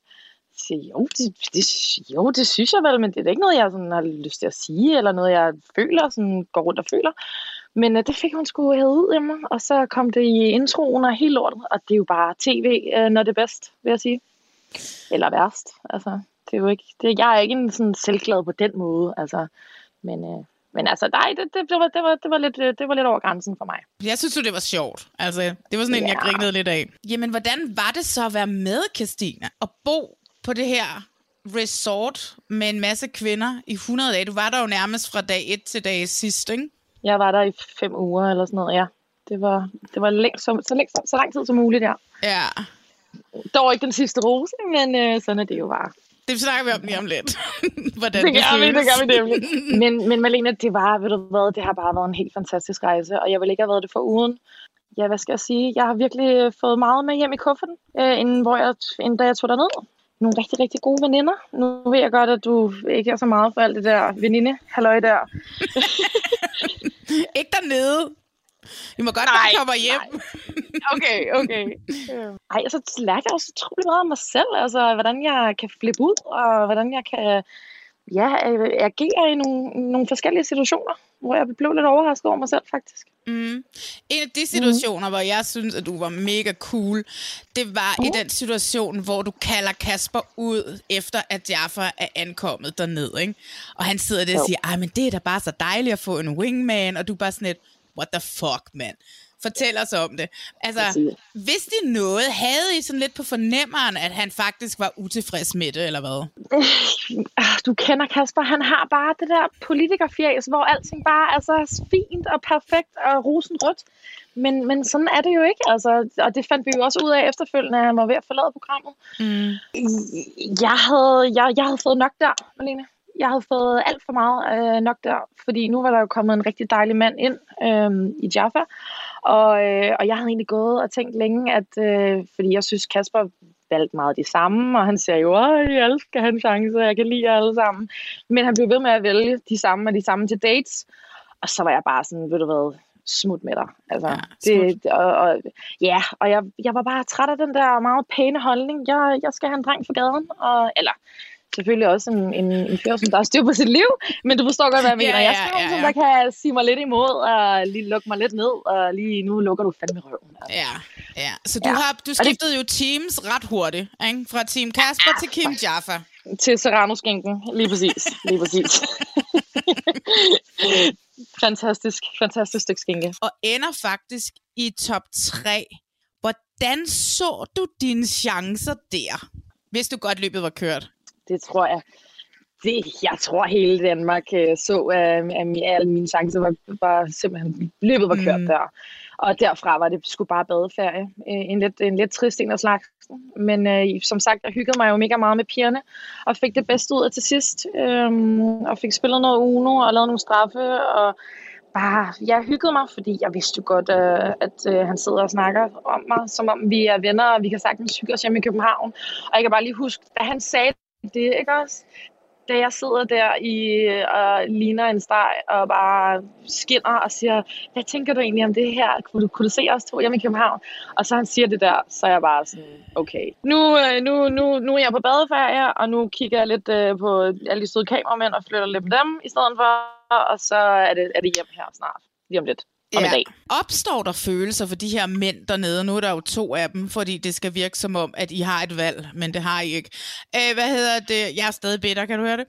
Jo, det synes jeg vel, men det er ikke noget, jeg sådan har lyst til at sige, eller noget, jeg føler, sådan går rundt og føler. Men det fik hun sgu hævet ud af mig, og så kom det i introen og helt lortet, og det er jo bare tv, når det er bedst, vil jeg sige. Eller værst, altså. Det er jo ikke, jeg er ikke en sådan selvglad på den måde, altså. Men altså, nej, det var lidt over grænsen for mig. Jeg synes jo, det var sjovt. Altså, det var sådan en, jeg grinede lidt af. Jamen, hvordan var det så at være med, Kirstine, og bo på det her resort med en masse kvinder i 100 dage? Du var der jo nærmest fra dag 1 til dag sidst, ikke? Jeg var der i 5 uger eller sådan noget, ja. Det var så lang tid som muligt, ja. Ja. Dog ikke den sidste rose, men sådan er det jo bare. Det snakker vi om lige om lidt. Hvordan det gør vi nemlig. Men Malene, det har bare været en helt fantastisk rejse, og jeg vil ikke have været det for uden. Ja, hvad skal jeg sige? Jeg har virkelig fået meget med hjem i kufferten, inden da jeg tog derned. Nogle rigtig, rigtig gode veninder. Nu ved jeg godt, at du ikke er så meget for alt det der veninde-halløj der. Ikke dernede. Vi må godt bare komme hjem. Okay. Ej, så lærte jeg også utrolig meget om mig selv. Altså, hvordan jeg kan flippe ud, og hvordan jeg kan agere i nogle forskellige situationer, hvor jeg blev lidt overrasket over mig selv, faktisk. En af de situationer, hvor jeg synes, at du var mega cool, det var i den situation, hvor du kalder Kasper ud, efter at Jaffa er ankommet derned, ikke? Og han sidder der og siger, men det er da bare så dejligt at få en wingman, og du er bare sådan lidt, what the fuck, mand? Fortæl os om det. Altså, vidste I noget? Havde I sådan lidt på fornemmeren, at han faktisk var utilfreds med det, eller hvad? Du kender Kasper, han har bare det der politikerfjæs, hvor alting bare er så fint og perfekt og rosenrødt. Men sådan er det jo ikke, altså, og det fandt vi jo også ud af efterfølgende, at han var ved at forlade programmet. Jeg havde fået nok der, Malene. Jeg havde fået alt for meget nok der, fordi nu var der jo kommet en rigtig dejlig mand ind i Jaffa, og jeg havde egentlig gået og tænkt længe, at fordi jeg synes, Kasper valgte meget de samme, og han siger jo, jeg skal have en chance, jeg kan lide jer alle sammen. Men han blev ved med at vælge de samme til dates, og så var jeg bare sådan, ved du hvad, smut med dig. Altså, jeg var bare træt af den der meget pæne holdning. Jeg skal have en dreng for gaden, eller selvfølgelig også en fyr, som der har styr på sit liv, men du forstår godt, hvad jeg mener. Jeg skal nogen, som der kan sige mig lidt imod, og lige lukke mig lidt ned, og lige nu lukker du fandme røven. Altså. Ja. Så du skiftede jo teams ret hurtigt, ikke? Fra Team Kasper til Kim Jaffa. Til Serrano-skinken, lige præcis. Fantastisk stykke skinke. Og ender faktisk i top 3. Hvordan så du dine chancer der, hvis du godt løbet var kørt? Det tror jeg. Jeg tror hele Danmark så, at alle mine chancer var simpelthen løbet var kørt der. Og derfra var det sgu bare badeferie. En lidt trist en af slags. Men som sagt, jeg hyggede mig jo mega meget med pigerne, og fik det bedste ud af til sidst. Og fik spillet noget Uno og lavet nogle straffe. Og bare, jeg hyggede mig, fordi jeg vidste jo godt, at han sidder og snakker om mig, som om vi er venner, og vi kan sagtens hygge os hjemme i København. Og jeg kan bare lige huske, da han sagde det, ikke også? Da jeg sidder der og ligner en streg og bare skinner og siger, hvad tænker du egentlig om det her? Kunne du se os to hjemme i København? Og så han siger det der, så er jeg bare sådan, okay. Nu er jeg på badeferie, og nu kigger jeg lidt på alle de søde kameramænd og flytter lidt med dem i stedet for, og så er det hjem her snart, lige om lidt. Om en dag. Opstår der følelser for de her mænd dernede? Nu er der jo 2 af dem, fordi det skal virke som om, at I har et valg, men det har I ikke. Hvad hedder det? Jeg er stadig bitter, kan du høre det?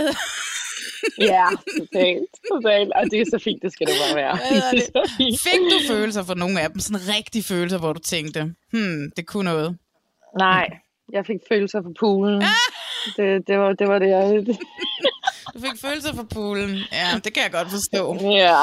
Ja, totalt. Og det er så fint, det skal det bare være. Fik du følelser for nogle af dem? Sådan rigtige følelser, hvor du tænkte, det kunne noget? Nej, jeg fik følelser for poolen. Det var det, jeg... Du fik følelser for poolen. Ja, det kan jeg godt forstå. Ja.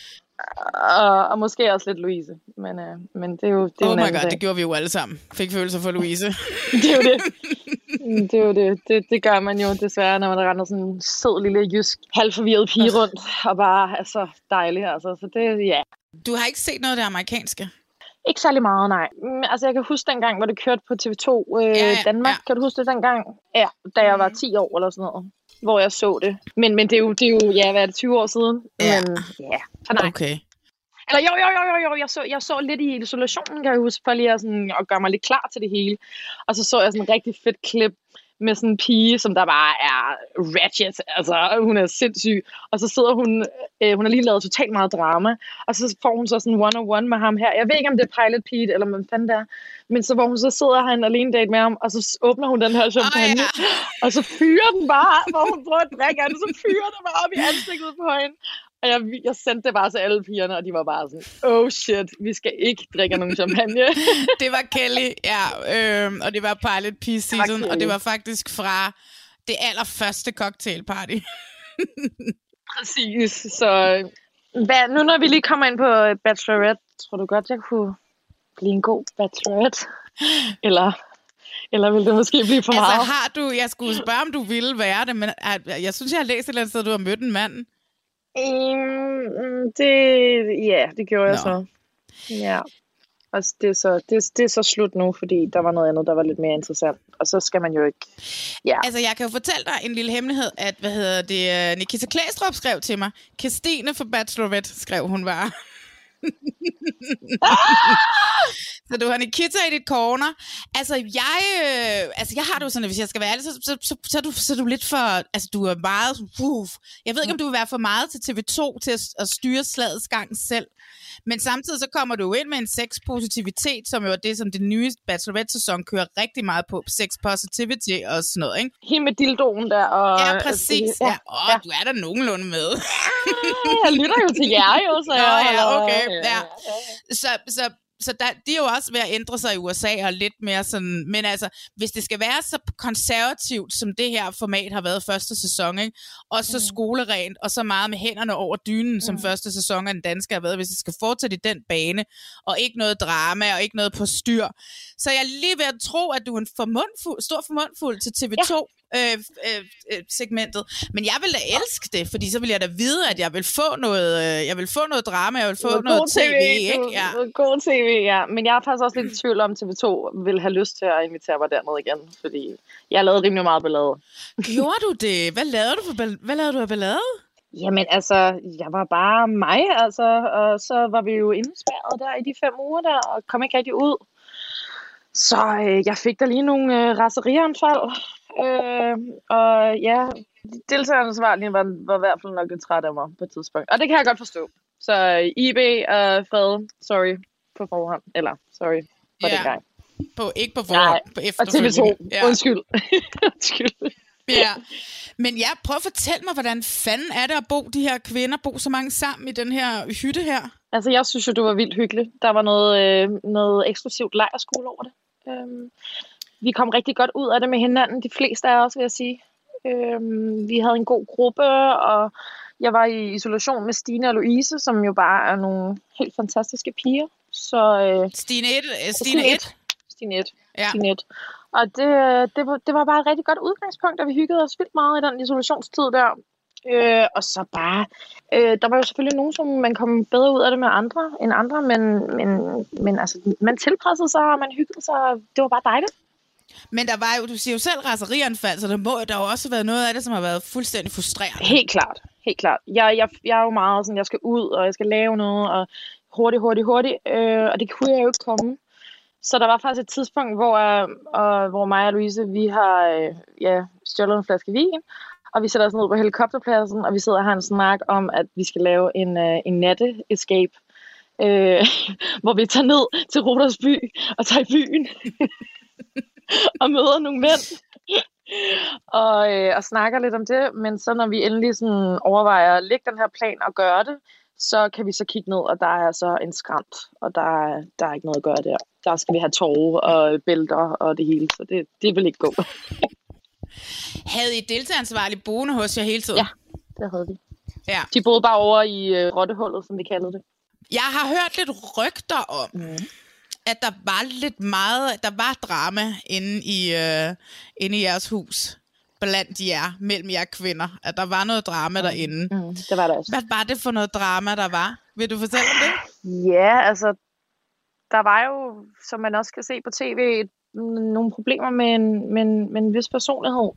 Og måske også lidt Louise, men det er jo det. Oh my god, det gjorde vi jo alle sammen. Fik følelser for Louise. Det er jo det. Det er jo det gør man jo desværre, når man render sådan en sød lille jysk, halvforvirret pige rundt, og bare er så dejlig. Altså, så det, ja. Du har ikke set noget af det amerikanske? Ikke særlig meget, nej. Altså, jeg kan huske dengang, hvor det kørte på TV2 Danmark. Ja. Kan du huske det dengang? Ja, da jeg var 10 år eller sådan noget, hvor jeg så det. Men det er jo ja, hvad er det, 20 år siden? Ja. Men ja, så nej. Okay. Eller jo, jeg så lidt i isolationen, kan jeg huske, for lige at gøre mig lidt klar til det hele. Og så jeg sådan en rigtig fedt klip med sådan en pige, som der bare er ratchet, altså hun er sindssyg, og så sidder hun har lige lavet totalt meget drama, og så får hun så sådan one-on-one med ham her. Jeg ved ikke, om det er Pilot Pete, eller hvad fanden det er, men så hvor hun så sidder her en alene date med ham, og så åbner hun den her champagne, og så fyrer den bare, hvor hun prøver at drikke af det, så fyrer det bare op i ansigtet på hende. Og jeg sendte det bare til alle pigerne, og de var bare sådan, oh shit, vi skal ikke drikke nogen champagne. Det var Kelly, ja, og det var Pilot Pete season, og det var faktisk fra det allerførste cocktailparty. Præcis, så nu når vi lige kommer ind på Bachelorette, tror du godt, jeg kunne blive en god Bachelorette? Eller vil det måske blive for meget? Altså har du, jeg skulle spørge, om du ville være det, men jeg synes, jeg har læst et eller andet sted, du har mødt en mand. Det gjorde jeg så. Ja. Og det er så slut nu, fordi der var noget andet, der var lidt mere interessant. Og så skal man jo ikke... Ja. Altså, jeg kan jo fortælle dig en lille hemmelighed, at, Nikita Klæstrup skrev til mig. Kirstine for Bachelorette, skrev hun bare. Så du har Nikita i dit corner. Altså, jeg har det jo sådan, at hvis jeg skal være ærlig, så er du lidt for... Altså, du er meget... Jeg ved ikke, om du vil være for meget til TV2 til at styre slagets gang selv. Men samtidig så kommer du ind med en sex-positivitet, som jo er det, som det nye Bachelorette-sæson kører rigtig meget på. Sex-positivity og sådan noget, ikke? Helt med dildoen der. Og, ja, præcis. Ja. Du er der nogenlunde med. Jeg lytter jo til jer, jo. Så okay. Ja. Så Så de er jo også ved at ændre sig i USA og lidt mere sådan, men altså, hvis det skal være så konservativt, som det her format har været første sæson, ikke? Og så skolerent, og så meget med hænderne over dynen, som første sæson af den danske har været, hvis det skal fortsætte i den bane, og ikke noget drama, og ikke noget på styr. Så jeg er lige ved at tro, at du er en stor formundfuld til TV2, segmentet. Men jeg vil da elske det, fordi så vil jeg da vide, at jeg vil få noget drama, jeg vil få noget TV, ikke? Ja. God TV, ja. Men jeg er faktisk også lidt i tvivl om, TV2 vil have lyst til at invitere mig derned igen, fordi jeg lavede rimelig meget ballade. Gjorde du det? Hvad lavede du af ballade? Jamen altså, jeg var bare mig, altså, og så var vi jo indespærret der i de 5 uger der, og kom ikke rigtig ud. Så jeg fik da lige nogle raserianfald. Og ja, deltageransvarlige var i hvert fald nok lidt træt af mig på et tidspunkt. Og det kan jeg godt forstå. Så IB og Fred, sorry på forhånd. Eller sorry for den gang. Ikke på forhånd, på efterfølgende. Og TV2, undskyld. Ja, men ja, prøv at fortælle mig, hvordan fanden er det at bo så mange sammen i den her hytte her? Altså, jeg synes jo, det var vildt hyggeligt. Der var noget eksklusivt lejrskole over det. Vi kom rigtig godt ud af det med hinanden, de fleste af os, vil jeg sige. Vi havde en god gruppe, og jeg var i isolation med Stine og Louise, som jo bare er nogle helt fantastiske piger. Så, Stine 1? Ja. Stine 1. Og det var bare et rigtig godt udgangspunkt, og vi hyggede os vildt meget i den isolationstid der. Og så bare, der var jo selvfølgelig nogen, som man kom bedre ud af det med end andre, men altså, man tilpassede sig, og man hyggede sig, det var bare dejligt. Men der var jo, du siger jo selv raserianfald, så der jo også været noget af det, som har været fuldstændig frustrerende. Helt klart. Jeg er jo meget sådan, jeg skal ud, og jeg skal lave noget, og hurtigt, og det kunne jeg jo ikke komme. Så der var faktisk et tidspunkt, hvor mig og Louise, vi har stjålet en flaske vin, og vi sætter os ned på helikopterpladsen, og vi sidder og har en snak om, at vi skal lave en natte-escape, hvor vi tager ned til Rudersby og tager i byen og møder nogle mænd og snakker lidt om det. Men så når vi endelig sådan overvejer at lægge den her plan og gøre det, så kan vi så kigge ned, og der er så en skrant, og der er ikke noget at gøre der. Der skal vi have tove og bælter og det hele, så det vil ikke gå. Havde I deltageransvarlige boende hos jer hele tiden? Ja, det havde vi. Ja. De boede bare over i rottehullet, som vi kaldede det. Jeg har hørt lidt rygter om, at der var drama inde i jeres hus blandt jer, mellem jer kvinder. At der var noget drama derinde. Det var der også. Hvad var det for noget drama, der var? Vil du fortælle om det? Ja, altså, der var jo, som man også kan se på tv, nogle problemer med en vis personlighed.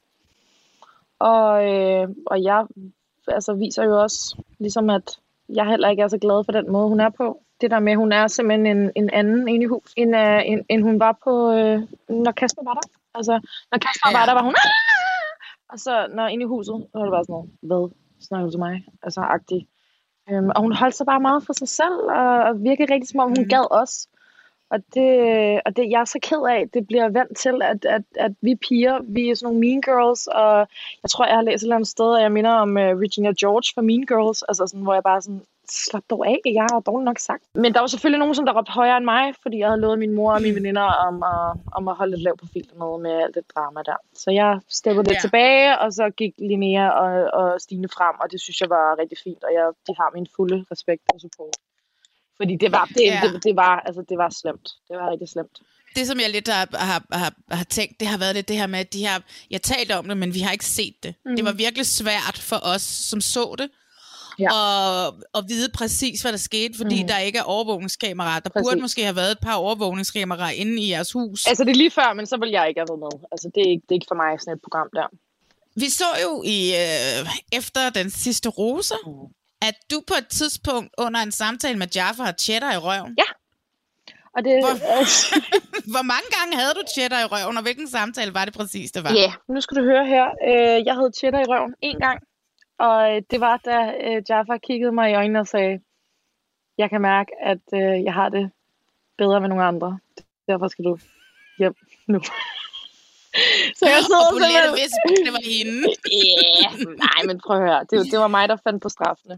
Og jeg altså, viser jo også, ligesom at jeg heller ikke er så glad for den måde, hun er på. Det der med, hun er simpelthen en anden inde i hus, end hun var på, når Kasper var der. Altså, når Kasper var der, var hun... Og så, når inde i huset, så var det bare sådan noget, hvad snakker du til mig? Altså, agtig. Og hun holdt sig bare meget for sig selv, og virkede rigtig som om, hun gad os. Og det jeg er så ked af, det bliver vant til, at vi piger, vi er sådan nogle mean girls, og jeg tror, jeg har læst et eller andet sted, og jeg minder om Regina George fra Mean Girls, altså sådan, hvor jeg bare sådan, slap dog af, jeg har dårligt nok sagt. Men der var selvfølgelig nogen, der råbte højere end mig, fordi jeg havde lovet min mor og mine veninder om at holde lidt lav profil dernede med alt det drama der. Så jeg steppede lidt tilbage, og så gik Linnea og Stine frem, og det synes jeg var rigtig fint, og de har min fulde respekt og support. Fordi det var slemt. Det var rigtig slemt. Det, som jeg lidt har tænkt, det har været lidt det her med, at jeg talte om det, men vi har ikke set det. Det var virkelig svært for os, som så det, og vide præcis, hvad der skete, fordi der ikke er overvågningskameraer. Der burde måske have været et par overvågningskameraer inde i jeres hus. Altså, det er lige før, men så vil jeg ikke have været med. Altså, det er ikke for mig sådan et program der. Vi så jo efter den sidste rose, at du på et tidspunkt under en samtale med Jaffa har cheddar i røven. Ja. Og det, Hvor mange gange havde du cheddar i røven, og hvilken samtale var det præcis, det var? Ja, nu skal du høre her. Jeg havde cheddar i røven 1 gang, og det var, da Jaffa kiggede mig i øjnene og sagde, jeg kan mærke, at jeg har det bedre med nogle andre. Derfor skal du hjem nu. Så jeg sidder og Bolette vidste, det var hende. Nej, men prøv at høre. Det var mig, der fandt på straffene.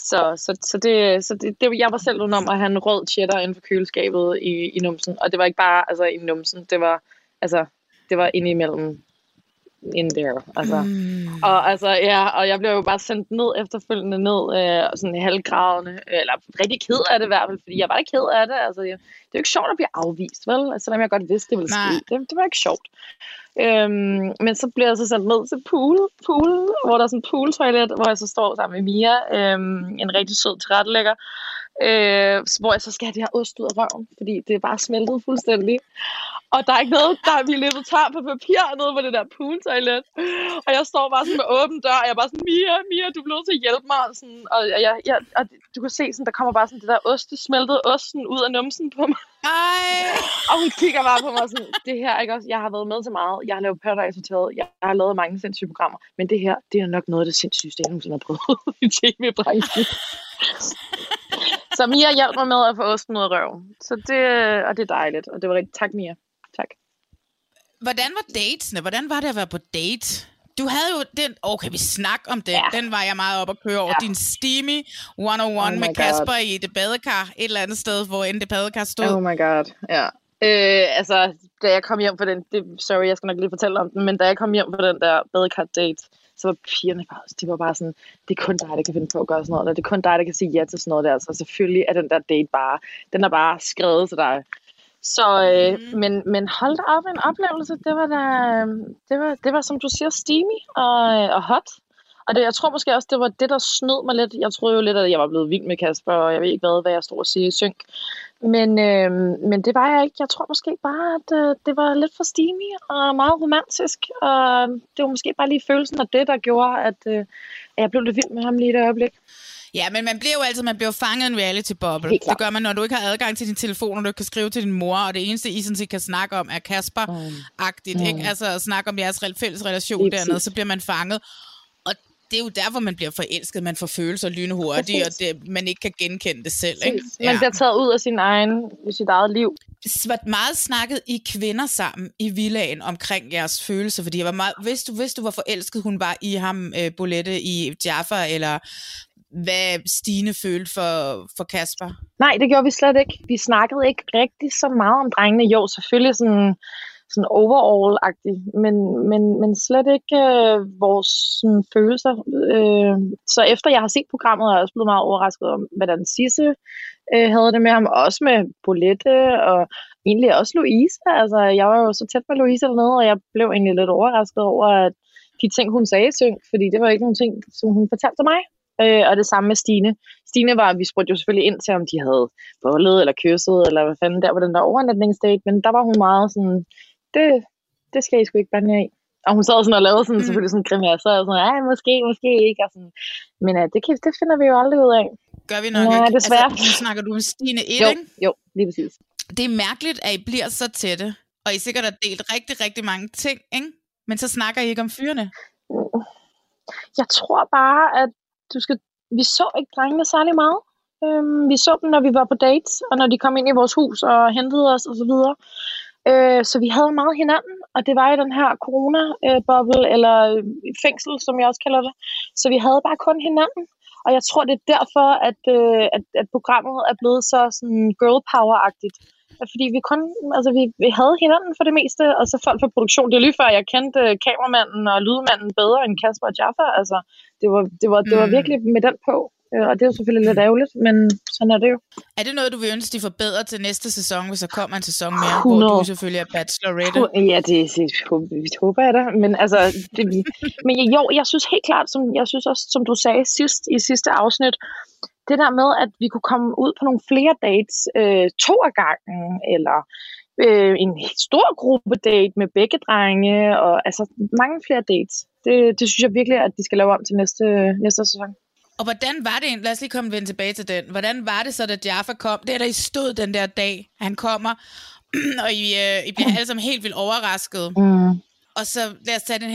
det, jeg var selv nogen om at have en rød cheddar inden for køleskabet i numsen. Og det var ikke bare altså, i numsen, det var inde imellem in there. Altså. Og jeg blev jo bare sendt ned efterfølgende sådan halvgravende, eller rigtig ked af det i hvert fald, fordi jeg var ikke ked af det. Altså, det er jo ikke sjovt at blive afvist, vel? Altså, selvom jeg godt vidste, det ville ske. Det var ikke sjovt. Men så blev jeg så sendt ned til pool, hvor der er sådan en pooltoilet, hvor jeg så står sammen med Mia, en rigtig sød tilrettelægger, hvor jeg så skal have det her ost ud af røven, fordi det er bare smeltet fuldstændig. Og der er ikke noget, vi er løbet tør på papir nede på det der pooltoilet. Og jeg står bare sådan med åben dør, og jeg er bare sådan, Mia, du bliver nødt til at hjælpe mig. Sådan, og du kan se, sådan, der kommer bare sådan det der smeltede osten ud af numsen på mig. Og hun kigger bare på mig sådan, det her, ikke også? Jeg har været med til meget. Jeg har lavet Paradise Hotel. Jeg har lavet mange sindssyge programmer. Men det her, det er nok noget af det sindssygeste, jeg nogensinde har prøvet i tv-branchen. Så Mia hjalp mig med at få osten ud af røven. Og det er dejligt. Og det var rigtig tak, Mia. Tak. Hvordan var datesene? Hvordan var det at være på date? Du havde jo den... Okay, vi snakker om den. Ja. Den var jeg meget op at køre over. Din Steamy 101 med Kasper i det badekar. Et eller andet sted, hvor end det badekar stod. Oh my god, ja. Da jeg kom hjem på den... Sorry, jeg skal nok lige fortælle om den. Men da jeg kom hjem på den der badekar-date, så var pigerne bare... De var bare sådan... Det er kun dig, der kan finde på at gøre sådan noget. Det er kun dig, der kan sige ja til sådan noget der. Så selvfølgelig er den der date bare... Den er bare skrevet til dig. Så, men hold da op, en oplevelse, det var som du siger, steamy og hot. Og jeg tror måske også, det var det, der snød mig lidt. Jeg troede jo lidt, at jeg var blevet vild med Kasper, og jeg ved ikke, hvad jeg stod og sige i synk. Men det var jeg ikke. Jeg tror måske bare, at det var lidt for steamy og meget romantisk. Og det var måske bare lige følelsen af det, der gjorde, at jeg blev lidt vild med ham lige i det øjeblik. Ja, men man bliver jo fanget i en reality-boble. Det gør man, når du ikke har adgang til din telefon, og du ikke kan skrive til din mor, og det eneste, I sådan set kan snakke om, er Kasper-agtigt, ikke? Altså at snakke om jeres fælles relation dernede, så bliver man fanget. Og det er jo derfor, man bliver forelsket, man får følelser lynhurtigt, og man ikke kan genkende det selv, ikke? Man bliver taget ud af sit eget liv. Det var meget snakket I kvinder sammen i villaen omkring jeres følelser, fordi jeg var meget, hvis du var forelsket, hun var i ham, Bolette, i Jaffa, eller hvad Stine følte for Kasper? Nej, det gjorde vi slet ikke. Vi snakkede ikke rigtig så meget om drengene. Jo, selvfølgelig sådan overall-agtigt, men slet ikke vores sådan, følelser. Så efter jeg har set programmet, er jeg også blevet meget overrasket om, hvordan Sisse havde det med ham. Også med Bolette, og egentlig også Louise. Altså, jeg var jo så tæt med Louise dernede, og jeg blev egentlig lidt overrasket over, at de ting, hun sagde i synk, fordi det var ikke nogle ting, som hun fortalte til mig. Og det samme med Stine. Vi spurgte jo selvfølgelig ind til, om de havde bollet eller kysset, eller hvad fanden der var den der overnatningsdate, men der var hun meget sådan, det skal I sgu ikke blande jer i. Og hun sad sådan og lavede sådan, selvfølgelig sådan grimasser, og sådan, måske ikke, og sådan. Men det finder vi jo aldrig ud af. Gør vi nok ikke? Desværre. Altså, nu snakker du om Stine 1, ikke? Jo, lige præcis. Det er mærkeligt, at I bliver så tætte, og I sikkert har delt rigtig, rigtig mange ting, ikke? Men så snakker I ikke om fyrene. Jeg tror bare, at vi så ikke drengene særlig meget. Vi så dem, når vi var på dates, og når de kom ind i vores hus og hentede os og så videre. Så vi havde meget hinanden, og det var i den her corona-boble, eller fængsel, som jeg også kalder det. Så vi havde bare kun hinanden. Og jeg tror, det er derfor, at programmet er blevet så sådan girl power-agtigt. Fordi vi havde hinanden for det meste, og så folk for produktion. Det er lige før, jeg kendte kameramanden og lydmanden bedre end Kasper og Jaffa. Altså, det var virkelig med den på. Og det er jo selvfølgelig lidt ærgerligt, men sådan er det jo. Er det noget, du vil ønske, de forbedrer til næste sæson, hvis der kommer en sæson mere, hvor du selvfølgelig er bachelorette? Ja, det håber jeg da. Men altså, jeg synes helt klart, jeg synes også, som du sagde i sidste afsnit, det der med, at vi kunne komme ud på nogle flere dates 2 af gangen, eller en stor gruppe date med begge drenge, og altså mange flere dates. Det synes jeg virkelig, at de skal lave om til næste sæson. Og hvordan var det egentlig? Lad os lige vende tilbage til den. Hvordan var det så, da Jaffa kom? Det er der I stod den der dag, han kommer, og I bliver alle sammen helt vildt overrasket. Og så lad os tage den her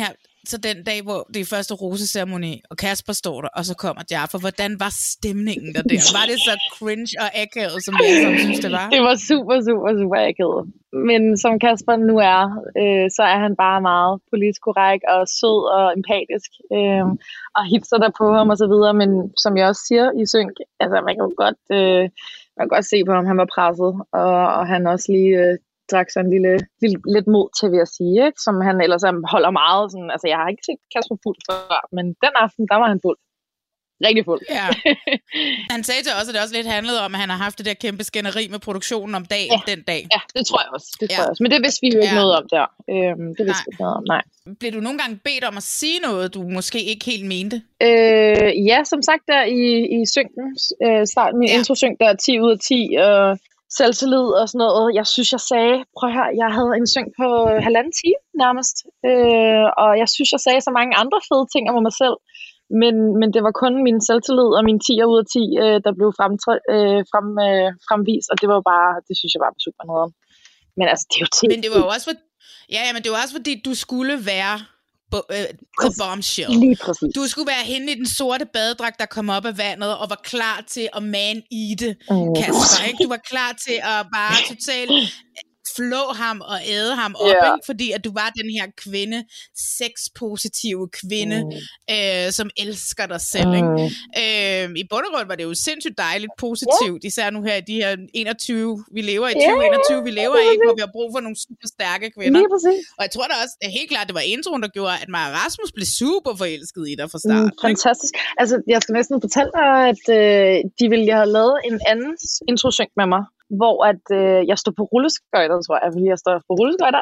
så den dag, hvor det er første roseceremoni, og Kasper står der, og så kommer Jafar. Hvordan var stemningen der? Var det så cringe og akavet, som jeg synes, det var? Det var super, super, super akavet. Men som Kasper nu er, så er han bare meget politisk korrekt og sød og empatisk. Og hilser der på ham og så videre. Men som jeg også siger i synk, altså man kan godt se på ham, han var presset. Og han også lige... drak sådan lidt mod til, vil jeg sige, ikke? Som han ellers holder meget sådan, altså jeg har ikke set Kasper fuld før, men den aften, der var han fuld. Rigtig fuld. Ja. Han sagde til os, at det også lidt handlede om, at han har haft det der kæmpe skænderi med produktionen om dagen, den dag. Ja, det tror jeg også. Men det vidste vi jo ikke noget om der. Det vidste vi ikke noget om, nej. Blev du nogle gange bedt om at sige noget, du måske ikke helt mente? Ja, som sagt der i synken, starten min intro-synk, der er 10 ud af 10, selvtillid og sådan noget. Jeg synes, jeg sagde, prøv her, jeg havde en synk på 1,5 time nærmest. Og jeg synes, jeg sagde så mange andre fede ting om mig selv. Men det var kun min selvtillid og min 10 ud af 10, der blev fremvist. Og det var bare, det synes jeg bare var super noget. Men altså, det er jo ting. Men det var jo også, men det var også fordi, du skulle være the bombshell. Lige præcis. Du skulle være henne i den sorte badedragt, der kom op af vandet, og var klar til at man-eate Kasper, ikke? Du var klar til at bare totalt flå ham og æde ham op, ikke? Fordi at du var den her kvinde, sexpositive kvinde, som elsker dig selv, ikke? I bund og grund var det jo sindssygt dejligt positivt, især nu her i de her 21, vi lever i 2021, vi lever i, hvor vi har brug for nogle super stærke kvinder. Og jeg tror da også, helt klart, det var introen, der gjorde, at Maja Rasmus blev super forelsket i dig fra start. Fantastisk. Altså, jeg skal næsten fortælle dig, at de ville have lavet en anden intro-synk med mig, hvor at jeg stod på rulleskøjter, tror jeg, fordi jeg står på rulleskøjter,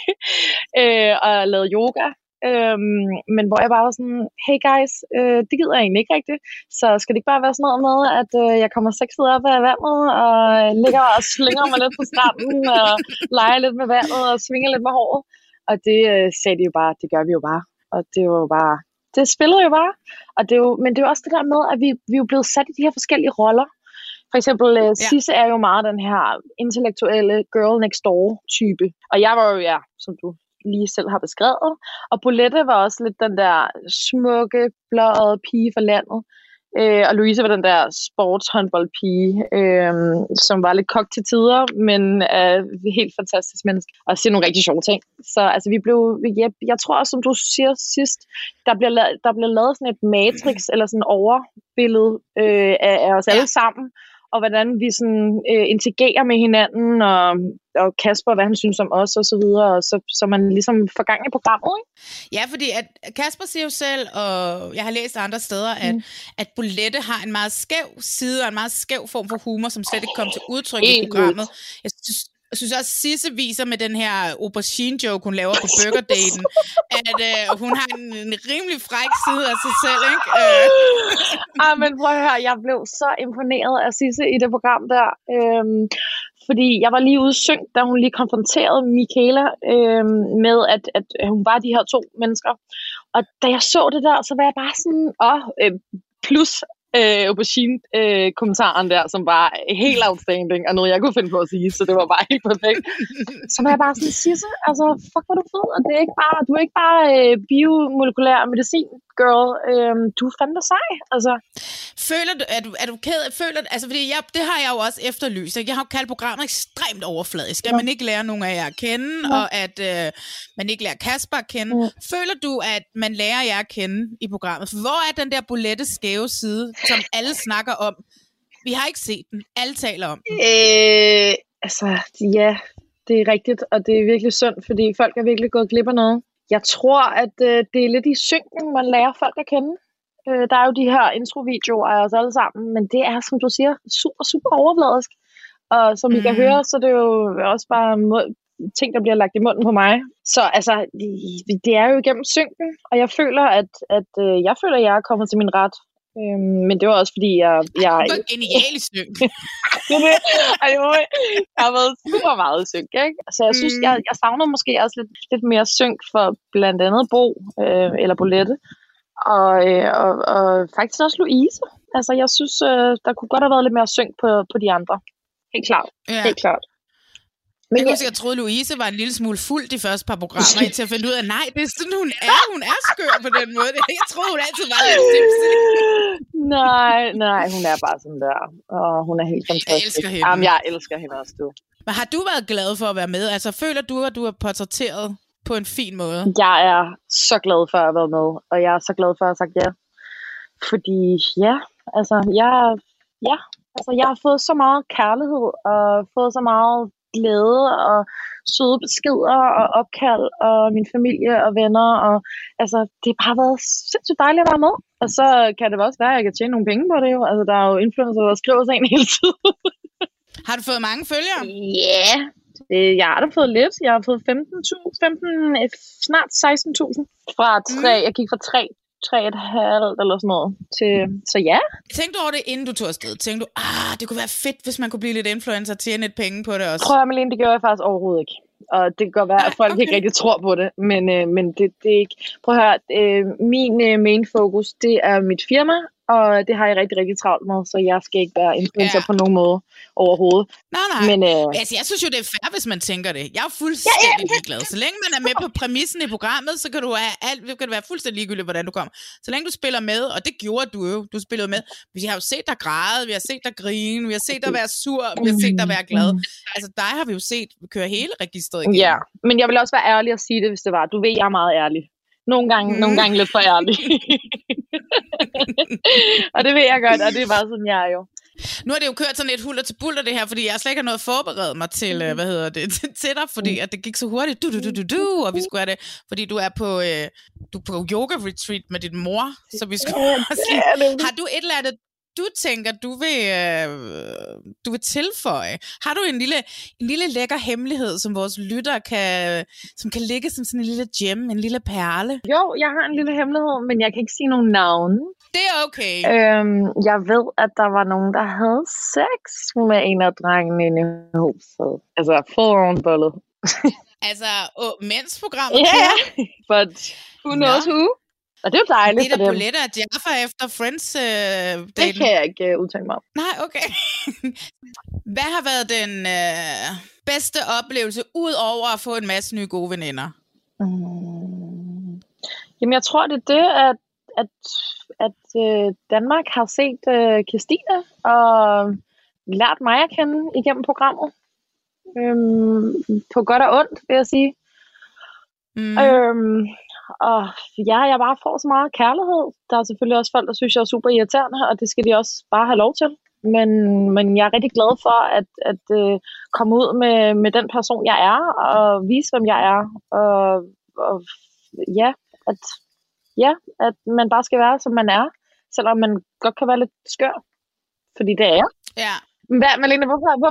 og lavede yoga. Men hvor jeg bare var sådan, hey guys, det gider jeg egentlig ikke rigtigt. Så skal det ikke bare være sådan noget med, at jeg kommer sexet op af vandet, og ligger og slinger mig lidt på stranden, og leger lidt med vandet, og svinger lidt med håret. Og det sagde de jo bare, det gør vi jo bare. Og det var jo bare, det spillede jo bare. Og det er jo, men det er jo også det der med, at vi er jo blevet sat i de her forskellige roller. For eksempel, Sisse er jo meget den her intellektuelle girl next door type. Og jeg var jo, som du lige selv har beskrevet. Og Bolette var også lidt den der smukke, blåede pige fra landet. Og Louise var den der sportshåndboldpige, som var lidt kogt til tider, men helt fantastisk menneske. Og siger nogle rigtig sjove ting. Så altså, vi blev, jeg tror også, som du siger sidst, der bliver lavet sådan et matrix, eller sådan et overbillede af os alle sammen. Og hvordan vi sådan interagerer med hinanden, og Kasper, hvad han synes om os, og så videre, og så man ligesom får gang i programmet, ikke? Ja, fordi at Kasper siger jo selv, og jeg har læst andre steder, at Bolette har en meget skæv side, og en meget skæv form for humor, som slet ikke kom til udtryk i programmet. Jeg synes også, Sisse viser med den her aubergine-joke, hun laver på burgerdaten, at hun har en rimelig fræk side af sig selv, ikke? Men prøv at høre, jeg blev så imponeret af Sisse i det program der, fordi jeg var lige ude synk, da hun lige konfronterede Michaela med, at hun var de her 2 mennesker. Og da jeg så det der, så var jeg bare sådan, plus aubergine-kommentaren der, som var helt outstanding, og noget jeg kunne finde på at sige, så det var bare helt perfekt. Så var jeg bare sådan, Sisse, altså, fuck, hvor du fed, og det er ikke bare, du er ikke bare biomolekylær medicin, girl, du er fandme sej, altså. Føler du, er du ked, altså, fordi det har jeg jo også efterlyst, jeg har jo kaldt programmet ekstremt overfladisk, at man ikke lærer nogen af jer at kende, og at man ikke lærer Kasper at kende. Føler du, at man lærer jer at kende i programmet? For hvor er den der Bolette skæve side, som alle snakker om? Vi har ikke set den. Alle taler om den. Altså, ja, det er rigtigt, og det er virkelig synd, fordi folk er virkelig gået glip af noget. Jeg tror, at det er lidt i synken, man lærer folk at kende. Der er jo de her introvideoer af os alle sammen, men det er, som du siger, super, super overfladisk. Og som I kan høre, så det er jo også bare ting, der bliver lagt i munden på mig. Så altså, det er jo igennem synken, og jeg føler, at jeg er kommet til min ret. Men det var også fordi, jeg var genial i synk. Jeg har været super meget i synk, ikke? Så jeg synes, jeg savner måske også lidt mere synk for blandt andet Bo, eller Bolette, og faktisk også Louise. Altså, jeg synes, der kunne godt have været lidt mere synk på de andre. Helt klart. Ja. Helt klart. Men jeg troede, Louise var en lille smule fuld de første par programmer, til at finde ud af, nej, det er sådan, hun er. Hun er skør på den måde. Jeg troede, hun altid var lidt tipsy. Nej, hun er bare sådan der. Og hun er helt fantastisk. Jeg elsker hende. Jamen, jeg elsker hende også, du. Men har du været glad for at være med? Altså, føler du, at du er portrætteret på en fin måde? Jeg er så glad for at have været med, og jeg er så glad for at have sagt ja. Fordi jeg har fået så meget kærlighed, og fået så meget glæde, og søde beskeder, og opkald, og min familie og venner, og altså, det har bare været sindssygt dejligt at være med. Og så kan det også være, at jeg kan tjene nogle penge på det jo. Altså, der er jo influencer, der skriver sig ind hele tiden. Har du fået mange følgere? Ja, jeg har da fået lidt. Jeg har fået 15, snart 16.000. Fra 3, jeg gik fra 3,5 eller sådan noget til, så ja. Tænkte du over det, inden du tog afsted? Tænkte du, det kunne være fedt, hvis man kunne blive lidt influencer og tjene lidt penge på det også? Prøv at Malene, det gjorde jeg faktisk overhovedet ikke. Og det kan godt være, at folk ikke rigtig tror på det, men det er ikke. Prøv at høre, min main focus, det er mit firma, og det har jeg rigtig, rigtig travlt med, så jeg skal ikke være influencer på nogen måde overhovedet. Nej. Men, altså, jeg synes jo, det er fair, hvis man tænker det. Jeg er fuldstændig ligeglad. Så længe man er med på præmissen i programmet, så kan du have alt, det kan være fuldstændig ligegyldigt, hvordan du kommer. Så længe du spiller med, og det gjorde du jo, du spillede med. Vi har jo set dig græde, vi har set dig grine, vi har set dig være sur, vi har set dig være glad. Altså, dig har vi jo set køre hele registret igennem. Ja, men jeg vil også være ærlig at sige det, hvis det var. Du ved, jeg er meget ærlig. Nogle gange lidt for ærlig. Og det ved jeg godt, og det er bare sådan, jeg er jo. Nu har det jo kørt sådan et hulter til bulter det her, fordi jeg slet ikke har noget forberedt mig til, til dig, fordi at det gik så hurtigt, og vi skulle have det, fordi du er på yoga retreat med din mor, så vi skulle har du et eller andet, du tænker, du vil tilføje? Har du en lille lækker hemmelighed, som vores lyttere som kan ligge som sådan en lille gem, en lille perle? Jo, jeg har en lille hemmelighed, men jeg kan ikke sige nogen navne. Det er okay. Jeg ved, at der var nogen, der havde sex med en af drengene inde i huset. Altså, full-on bullet. Altså, mens programmet kører? But who knows who? Og det er jo dejligt for dem. Det er Boletta og Jaffa efter Friends-daten. Det kan jeg ikke udtale mig om. Nej, okay. Hvad har været den bedste oplevelse, ud over at få en masse nye gode veninder? Jamen, jeg tror, det er det, at Danmark har set Christine og lært mig at kende igennem programmet. På godt og ondt, vil jeg sige. Og ja, jeg bare får så meget kærlighed. Der er selvfølgelig også folk, der synes, jeg er super irriterende, og det skal de også bare have lov til. Men jeg er rigtig glad for at komme ud med den person, jeg er, og vise, hvem jeg er. Og at man bare skal være, som man er, selvom man godt kan være lidt skør. Fordi det er jeg. Ja. Malene,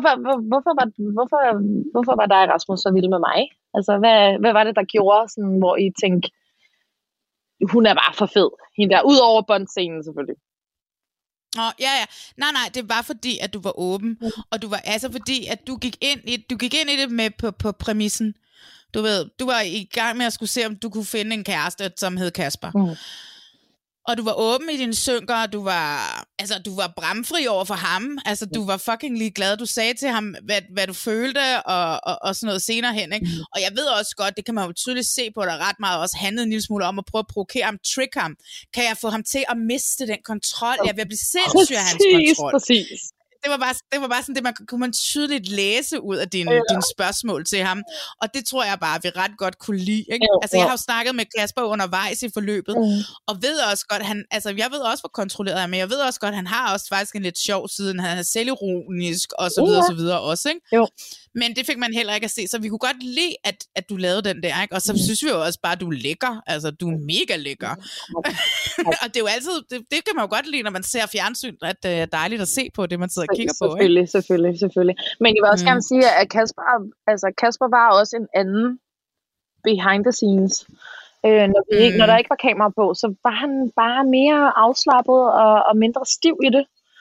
hvorfor var dig, Rasmus, så vild med mig? Altså, hvad var det, der gjorde, sådan, hvor I tænkte, hun er bare for fed, hende der, ud over båndscenen selvfølgelig. Ja. Nej, det var fordi, at du var åben, og du var altså fordi, at du gik ind i det med på præmissen. Du ved, du var i gang med at skulle se, om du kunne finde en kæreste, som hed Kasper. Og du var åben i dine synker, du var bramfri over for ham. Altså, du var fucking ligeglad. Du sagde til ham, hvad du følte, og sådan noget senere hen, ikke? Og jeg ved også godt, det kan man jo tydeligt se på, at der ret meget også handlede en lille smule om at prøve at provokere ham, trick ham. Kan jeg få ham til at miste den kontrol? Jeg vil blive sindssyg af hans kontrol. Præcis. Det var bare sådan det, kunne man tydeligt læse ud af dine spørgsmål til ham. Og det tror jeg bare, vi ret godt kunne lide. Ikke? Altså, jeg har jo snakket med Kasper undervejs i forløbet, og ved også godt, jeg ved også, hvor kontrolleret han er, men jeg ved også godt, han har også faktisk en lidt sjov side, han er selvironisk, og så videre, så videre også, ikke? Jo. Men det fik man heller ikke at se, så vi kunne godt lide, at du lavede den der, ikke? Og så synes vi jo også bare, at du er lækker. Altså, du er mega lækker. Og det er jo altid, det kan man jo godt lide, når man ser fjernsyn, at det er dejligt at se på det, man sidder og kigger på. Selvfølgelig. Men jeg vil også gerne sige, at Kasper var også en anden behind the scenes. Når der ikke var kamera på, så var han bare mere afslappet og mindre stiv i det.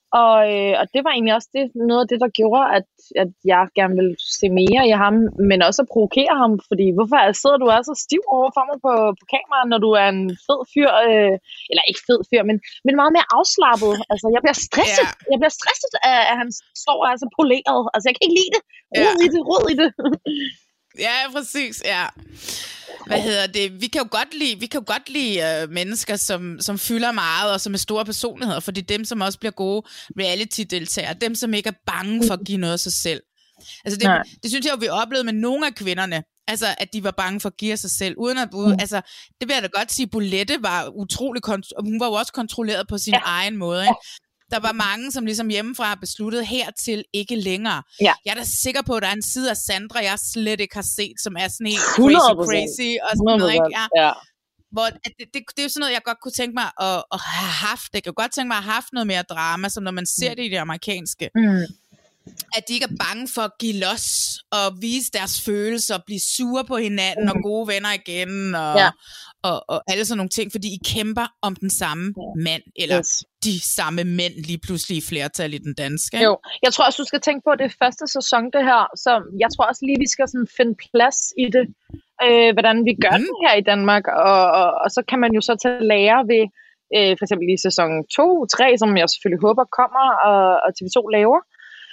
Og det var egentlig også noget af det, der gjorde, at jeg gerne ville se mere i ham, men også at provokere ham, fordi hvorfor sidder du så stiv overfor mig på kameraet, når du er en fed fyr, eller ikke fed fyr, men meget mere afslappet. Altså, jeg bliver stresset. Yeah. Jeg bliver stresset af, at han står så poleret. Altså, jeg kan ikke lide det. Rod i det. Ja, præcis, ja. Hvad hedder det? Vi kan jo godt lide mennesker, som fylder meget, og som er store personligheder, for det er dem, som også bliver gode reality-deltagere. Dem, som ikke er bange for at give noget af sig selv. Altså det synes jeg jo, vi oplevede med nogle af kvinderne. Altså, at de var bange for at give sig selv, uden at altså, det vil jeg da godt sige, Bolette var utrolig, hun var jo også kontrolleret på sin egen måde, ikke? Der var mange, som ligesom hjemmefra besluttede hertil ikke længere. Ja. Jeg er da sikker på, at der er en side af Sandra, jeg slet ikke har set, som er sådan helt crazy og sådan noget, ikke? Ja. Hvor det er jo sådan noget, jeg godt kunne tænke mig at have haft. Jeg kan godt tænke mig at have haft noget mere drama, som når man ser det i det amerikanske. At de ikke er bange for at give los og vise deres følelser og blive sure på hinanden og gode venner igen og alle sådan nogle ting, fordi I kæmper om den samme mand, eller de samme mænd lige pludselig i flertal i den danske. Jo, jeg tror også, du skal tænke på, det første sæson, det her, så jeg tror også lige, vi skal sådan finde plads i det, hvordan vi gør det her i Danmark, og så kan man jo så tage lære ved for eksempel i sæson 2, 3, som jeg selvfølgelig håber kommer, og TV2 laver,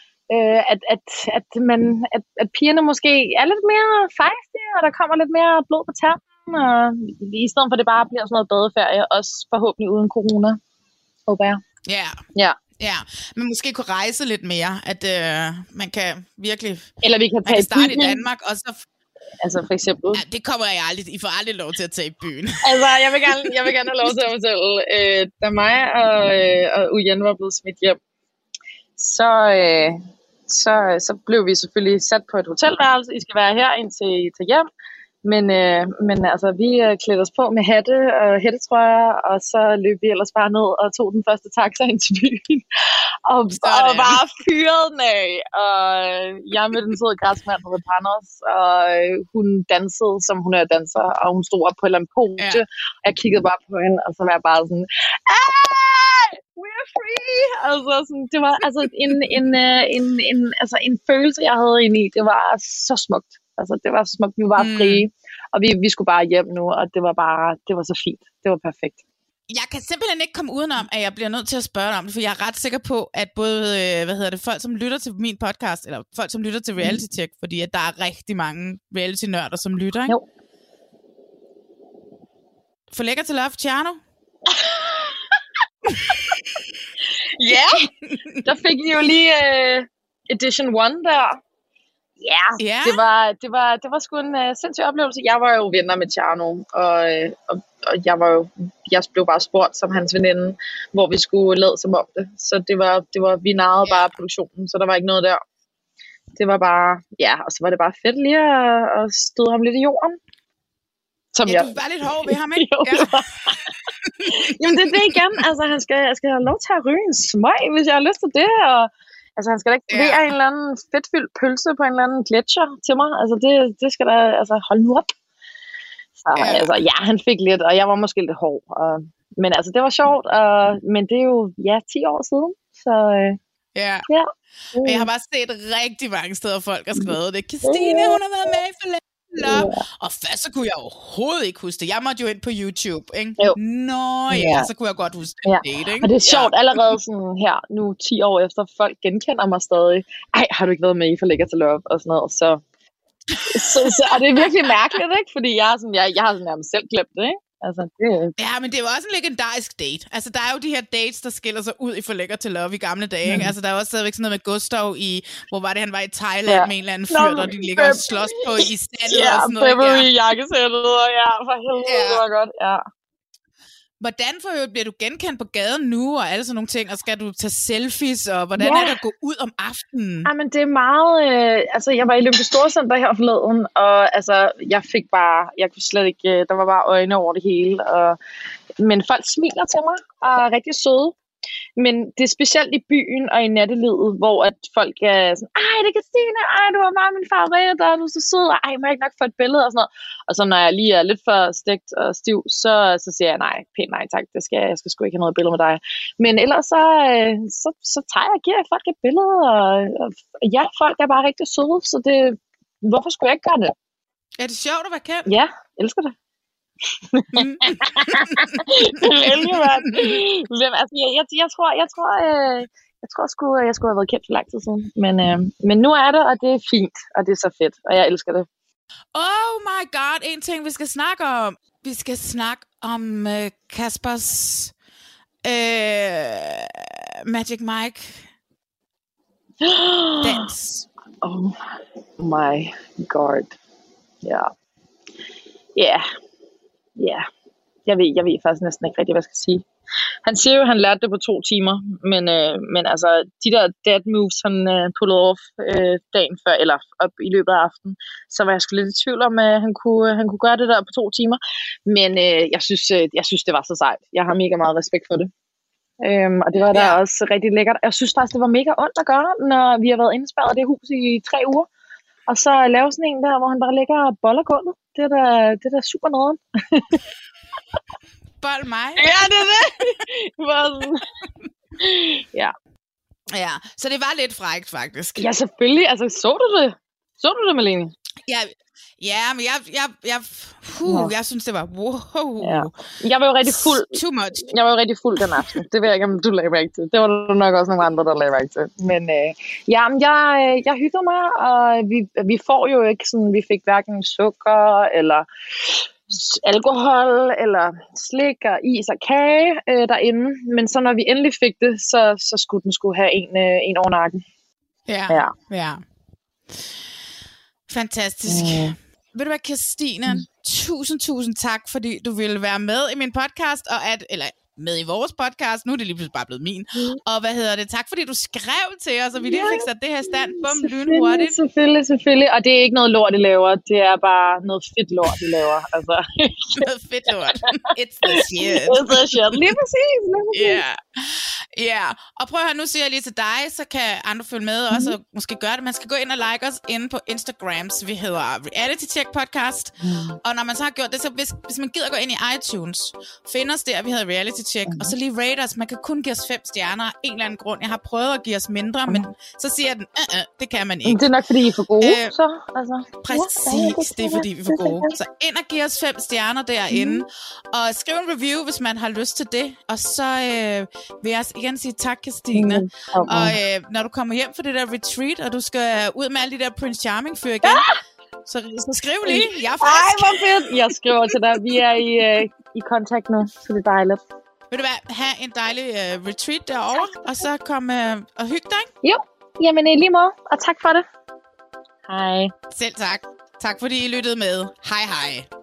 at pigerne måske er lidt mere fejstige, og der kommer lidt mere blod på tanden, og i stedet for det bare bliver sådan noget badeferie, også forhåbentlig uden corona, håber jeg. Ja, men måske kunne rejse lidt mere, at man kan virkelig... Eller vi kan tage starte i Danmark, og så... Altså for eksempel... Ja, det kommer jeg aldrig... I får aldrig lov til at tage i byen. Altså, jeg vil gerne have lov til at fortælle, da mig og Uyen var blevet smidt hjem, så blev vi selvfølgelig sat på et hotelværelse. I skal være her indtil I tager hjem. Men altså, vi klædte os på med hatte og hættetrøjer, og så løb vi ellers bare ned og tog den første taxa ind til byen. Og bare fyrede den af. Og jeg mødte en sød græsmand ved Randers, og hun dansede, som hun er danser, og hun stod op på et eller andet podie. Og jeg kiggede bare på hende, og så var jeg bare sådan, hey, we're free! Altså, sådan, det var altså en følelse, jeg havde inde i. Det var så smukt. Altså, det var så smukt. Vi var bare frie, og vi skulle bare hjem nu, og det var så fint. Det var perfekt. Jeg kan simpelthen ikke komme udenom, at jeg bliver nødt til at spørge dig om det, for jeg er ret sikker på, at både, folk, som lytter til min podcast, eller folk, som lytter til Reality Check, fordi at der er rigtig mange reality-nørder, som lytter, ikke? Jo. For lækker til love, Tjerno? Ja, der fik vi jo lige edition 1 der. Ja, det var sgu en sindssyg oplevelse. Jeg var jo venner med Tjerno, og jeg blev bare spurgt som hans veninde, hvor vi skulle lade som om det. Så vi narrede bare produktionen, så der var ikke noget der. Det var bare, og så var det bare fedt lige at støde ham lidt i jorden. Du var lidt hård ved ham, ikke? Jo, jamen det er det igen, altså han skal have lov til at ryge en smøg, hvis jeg har lyst til det, og altså, han skal da ikke servere en eller anden fedtfyldt pølse på en eller anden gletscher til mig. Altså, det skal da... Altså, hold nu op. Så, altså, han fik lidt, og jeg var måske lidt hård. Men altså, det var sjovt. Men det er jo, 10 år siden. Så, ja. Men jeg har bare set rigtig mange steder, folk har skrevet det. Christine, hun har været med i for og først så kunne jeg overhovedet ikke huske det. Jeg måtte jo ind på YouTube, ikke? Jo. Så kunne jeg godt huske det. Ikke? Og det er sjovt allerede sådan her, nu 10 år efter, folk genkender mig stadig. Ej, har du ikke været med i For Lækker til Love? Og sådan noget, så og det er virkelig mærkeligt, ikke? Fordi jeg har sådan nærmest selv glemt det, ikke? Altså, Ja, men det er jo også en legendarisk date. Altså, der er jo de her dates, der skiller sig ud i For Lækker til Love i gamle dage, ikke? Altså, der er også stadigvæk sådan noget med Gustav i, hvor var det, han var i Thailand med en eller anden fyr, der de ligger og slås på i sandet og sådan noget. February jakkesættet, og for helvede, det var godt, Hvordan bliver du genkendt på gaden nu, og alle sådan nogle ting, og skal du tage selfies, og hvordan er det at gå ud om aftenen? Jamen, det er meget... altså, jeg var i Olympisk Storcenter her forleden, og altså, jeg kunne slet ikke... Der var bare øjne over det hele, men folk smiler til mig, og er rigtig søde. Men det er specielt i byen og i nattelivet, hvor at folk er sådan, ej, det er Christine, ej, du var bare min favorit, og du er så sød, ej, må jeg ikke nok få et billede og sådan noget. Og så når jeg lige er lidt for stegt og stiv, så siger jeg nej, pænt nej tak, jeg skal sgu ikke have noget billede med dig. Men ellers så giver jeg folk et billede, og ja, folk er bare rigtig søde, så hvorfor skulle jeg ikke gøre det? Er det sjovt at være kendt? Ja, elsker det. Jeg tror sgu, jeg skulle have været kendt for lang tid siden. Men nu er det, og det er fint, og det er så fedt, og jeg elsker det. Oh my god, en ting vi skal snakke om. Vi skal snakke om Kaspers Magic Mike dans. Oh my god. Ja. Ja. Ja. Jeg ved faktisk næsten ikke rigtig, hvad jeg skal sige. Han siger jo, at han lærte det på 2 timer, men altså, de der dead moves, han pullede off dagen før, eller op i løbet af aftenen, så var jeg sgu lidt i tvivl om, at han kunne gøre det der på 2 timer. Men jeg synes, det var så sejt. Jeg har mega meget respekt for det. Og det var da også rigtig lækkert. Jeg synes faktisk, det var mega ondt at gøre, når vi har været indespærret i det hus i 3 uger. Og så lave sådan en der, hvor han bare ligger og boller gulvet. Det er da super noget. Bold mig. Ja, det er det. Ja. Ja, så det var lidt frækt, faktisk. Ja, selvfølgelig. Altså, så du det? Så du det, Malene? Ja, men jeg synes, det var wow. Ja. Jeg var jo rigtig fuld. Too much. Jeg var jo rigtig fuld den aften. Det ved jeg ikke, om du lagde mærke til. Det var der nok også nogle andre, der lagde mærke til. Men jeg hyggede mig, og vi får jo ikke sådan, vi fik hverken sukker eller alkohol eller slik og is og kage derinde. Men så når vi endelig fik det, så skulle den have en over nakken. Ja. Fantastisk. Ved du hvad, Christine? Tusind tak, fordi du ville være med i min podcast, med i vores podcast. Nu er det lige pludselig bare blevet min. Og tak fordi du skrev til os, og vi lige fik sat det her stand. Bum, lynhurtigt. Selvfølgelig. Og det er ikke noget lort, de laver. Det er bare noget fedt lort, de laver. Altså. Noget fedt lort. It's the shit. It's the shit. Lige præcis. Ja. Og prøv at høre, nu siger jeg lige til dig, så kan andre følge med også, og måske gøre det. Man skal gå ind og like os inde på Instagrams. Vi hedder Reality Check Podcast. Og når man så har gjort det, så hvis man gider gå ind i iTunes, find os der, vi hedder Reality Check, og så lige rate os. Man kan kun give os 5 stjerner af en eller anden grund. Jeg har prøvet at give os mindre, men så siger den, det kan man ikke. Det er nok, fordi I er for gode, så. Altså. Præcis, det er fordi vi er for gode. Så ind og giv os 5 stjerner derinde, og skriv en review, hvis man har lyst til det. Og så vil jeg igen sige tak, Christine. Og når du kommer hjem fra det der retreat, og du skal ud med alle de der Prince Charming-fyr igen, så skriv lige. Jeg er frisk. Ej, hvor fedt. Jeg skriver til dig. Vi er i kontakt nu, så det er dejligt. Vil du have en dejlig retreat derovre, og så kom og hygge dig? Jo, jamen lige måde, og tak for det. Hej. Selv tak. Tak fordi I lyttede med. Hej hej.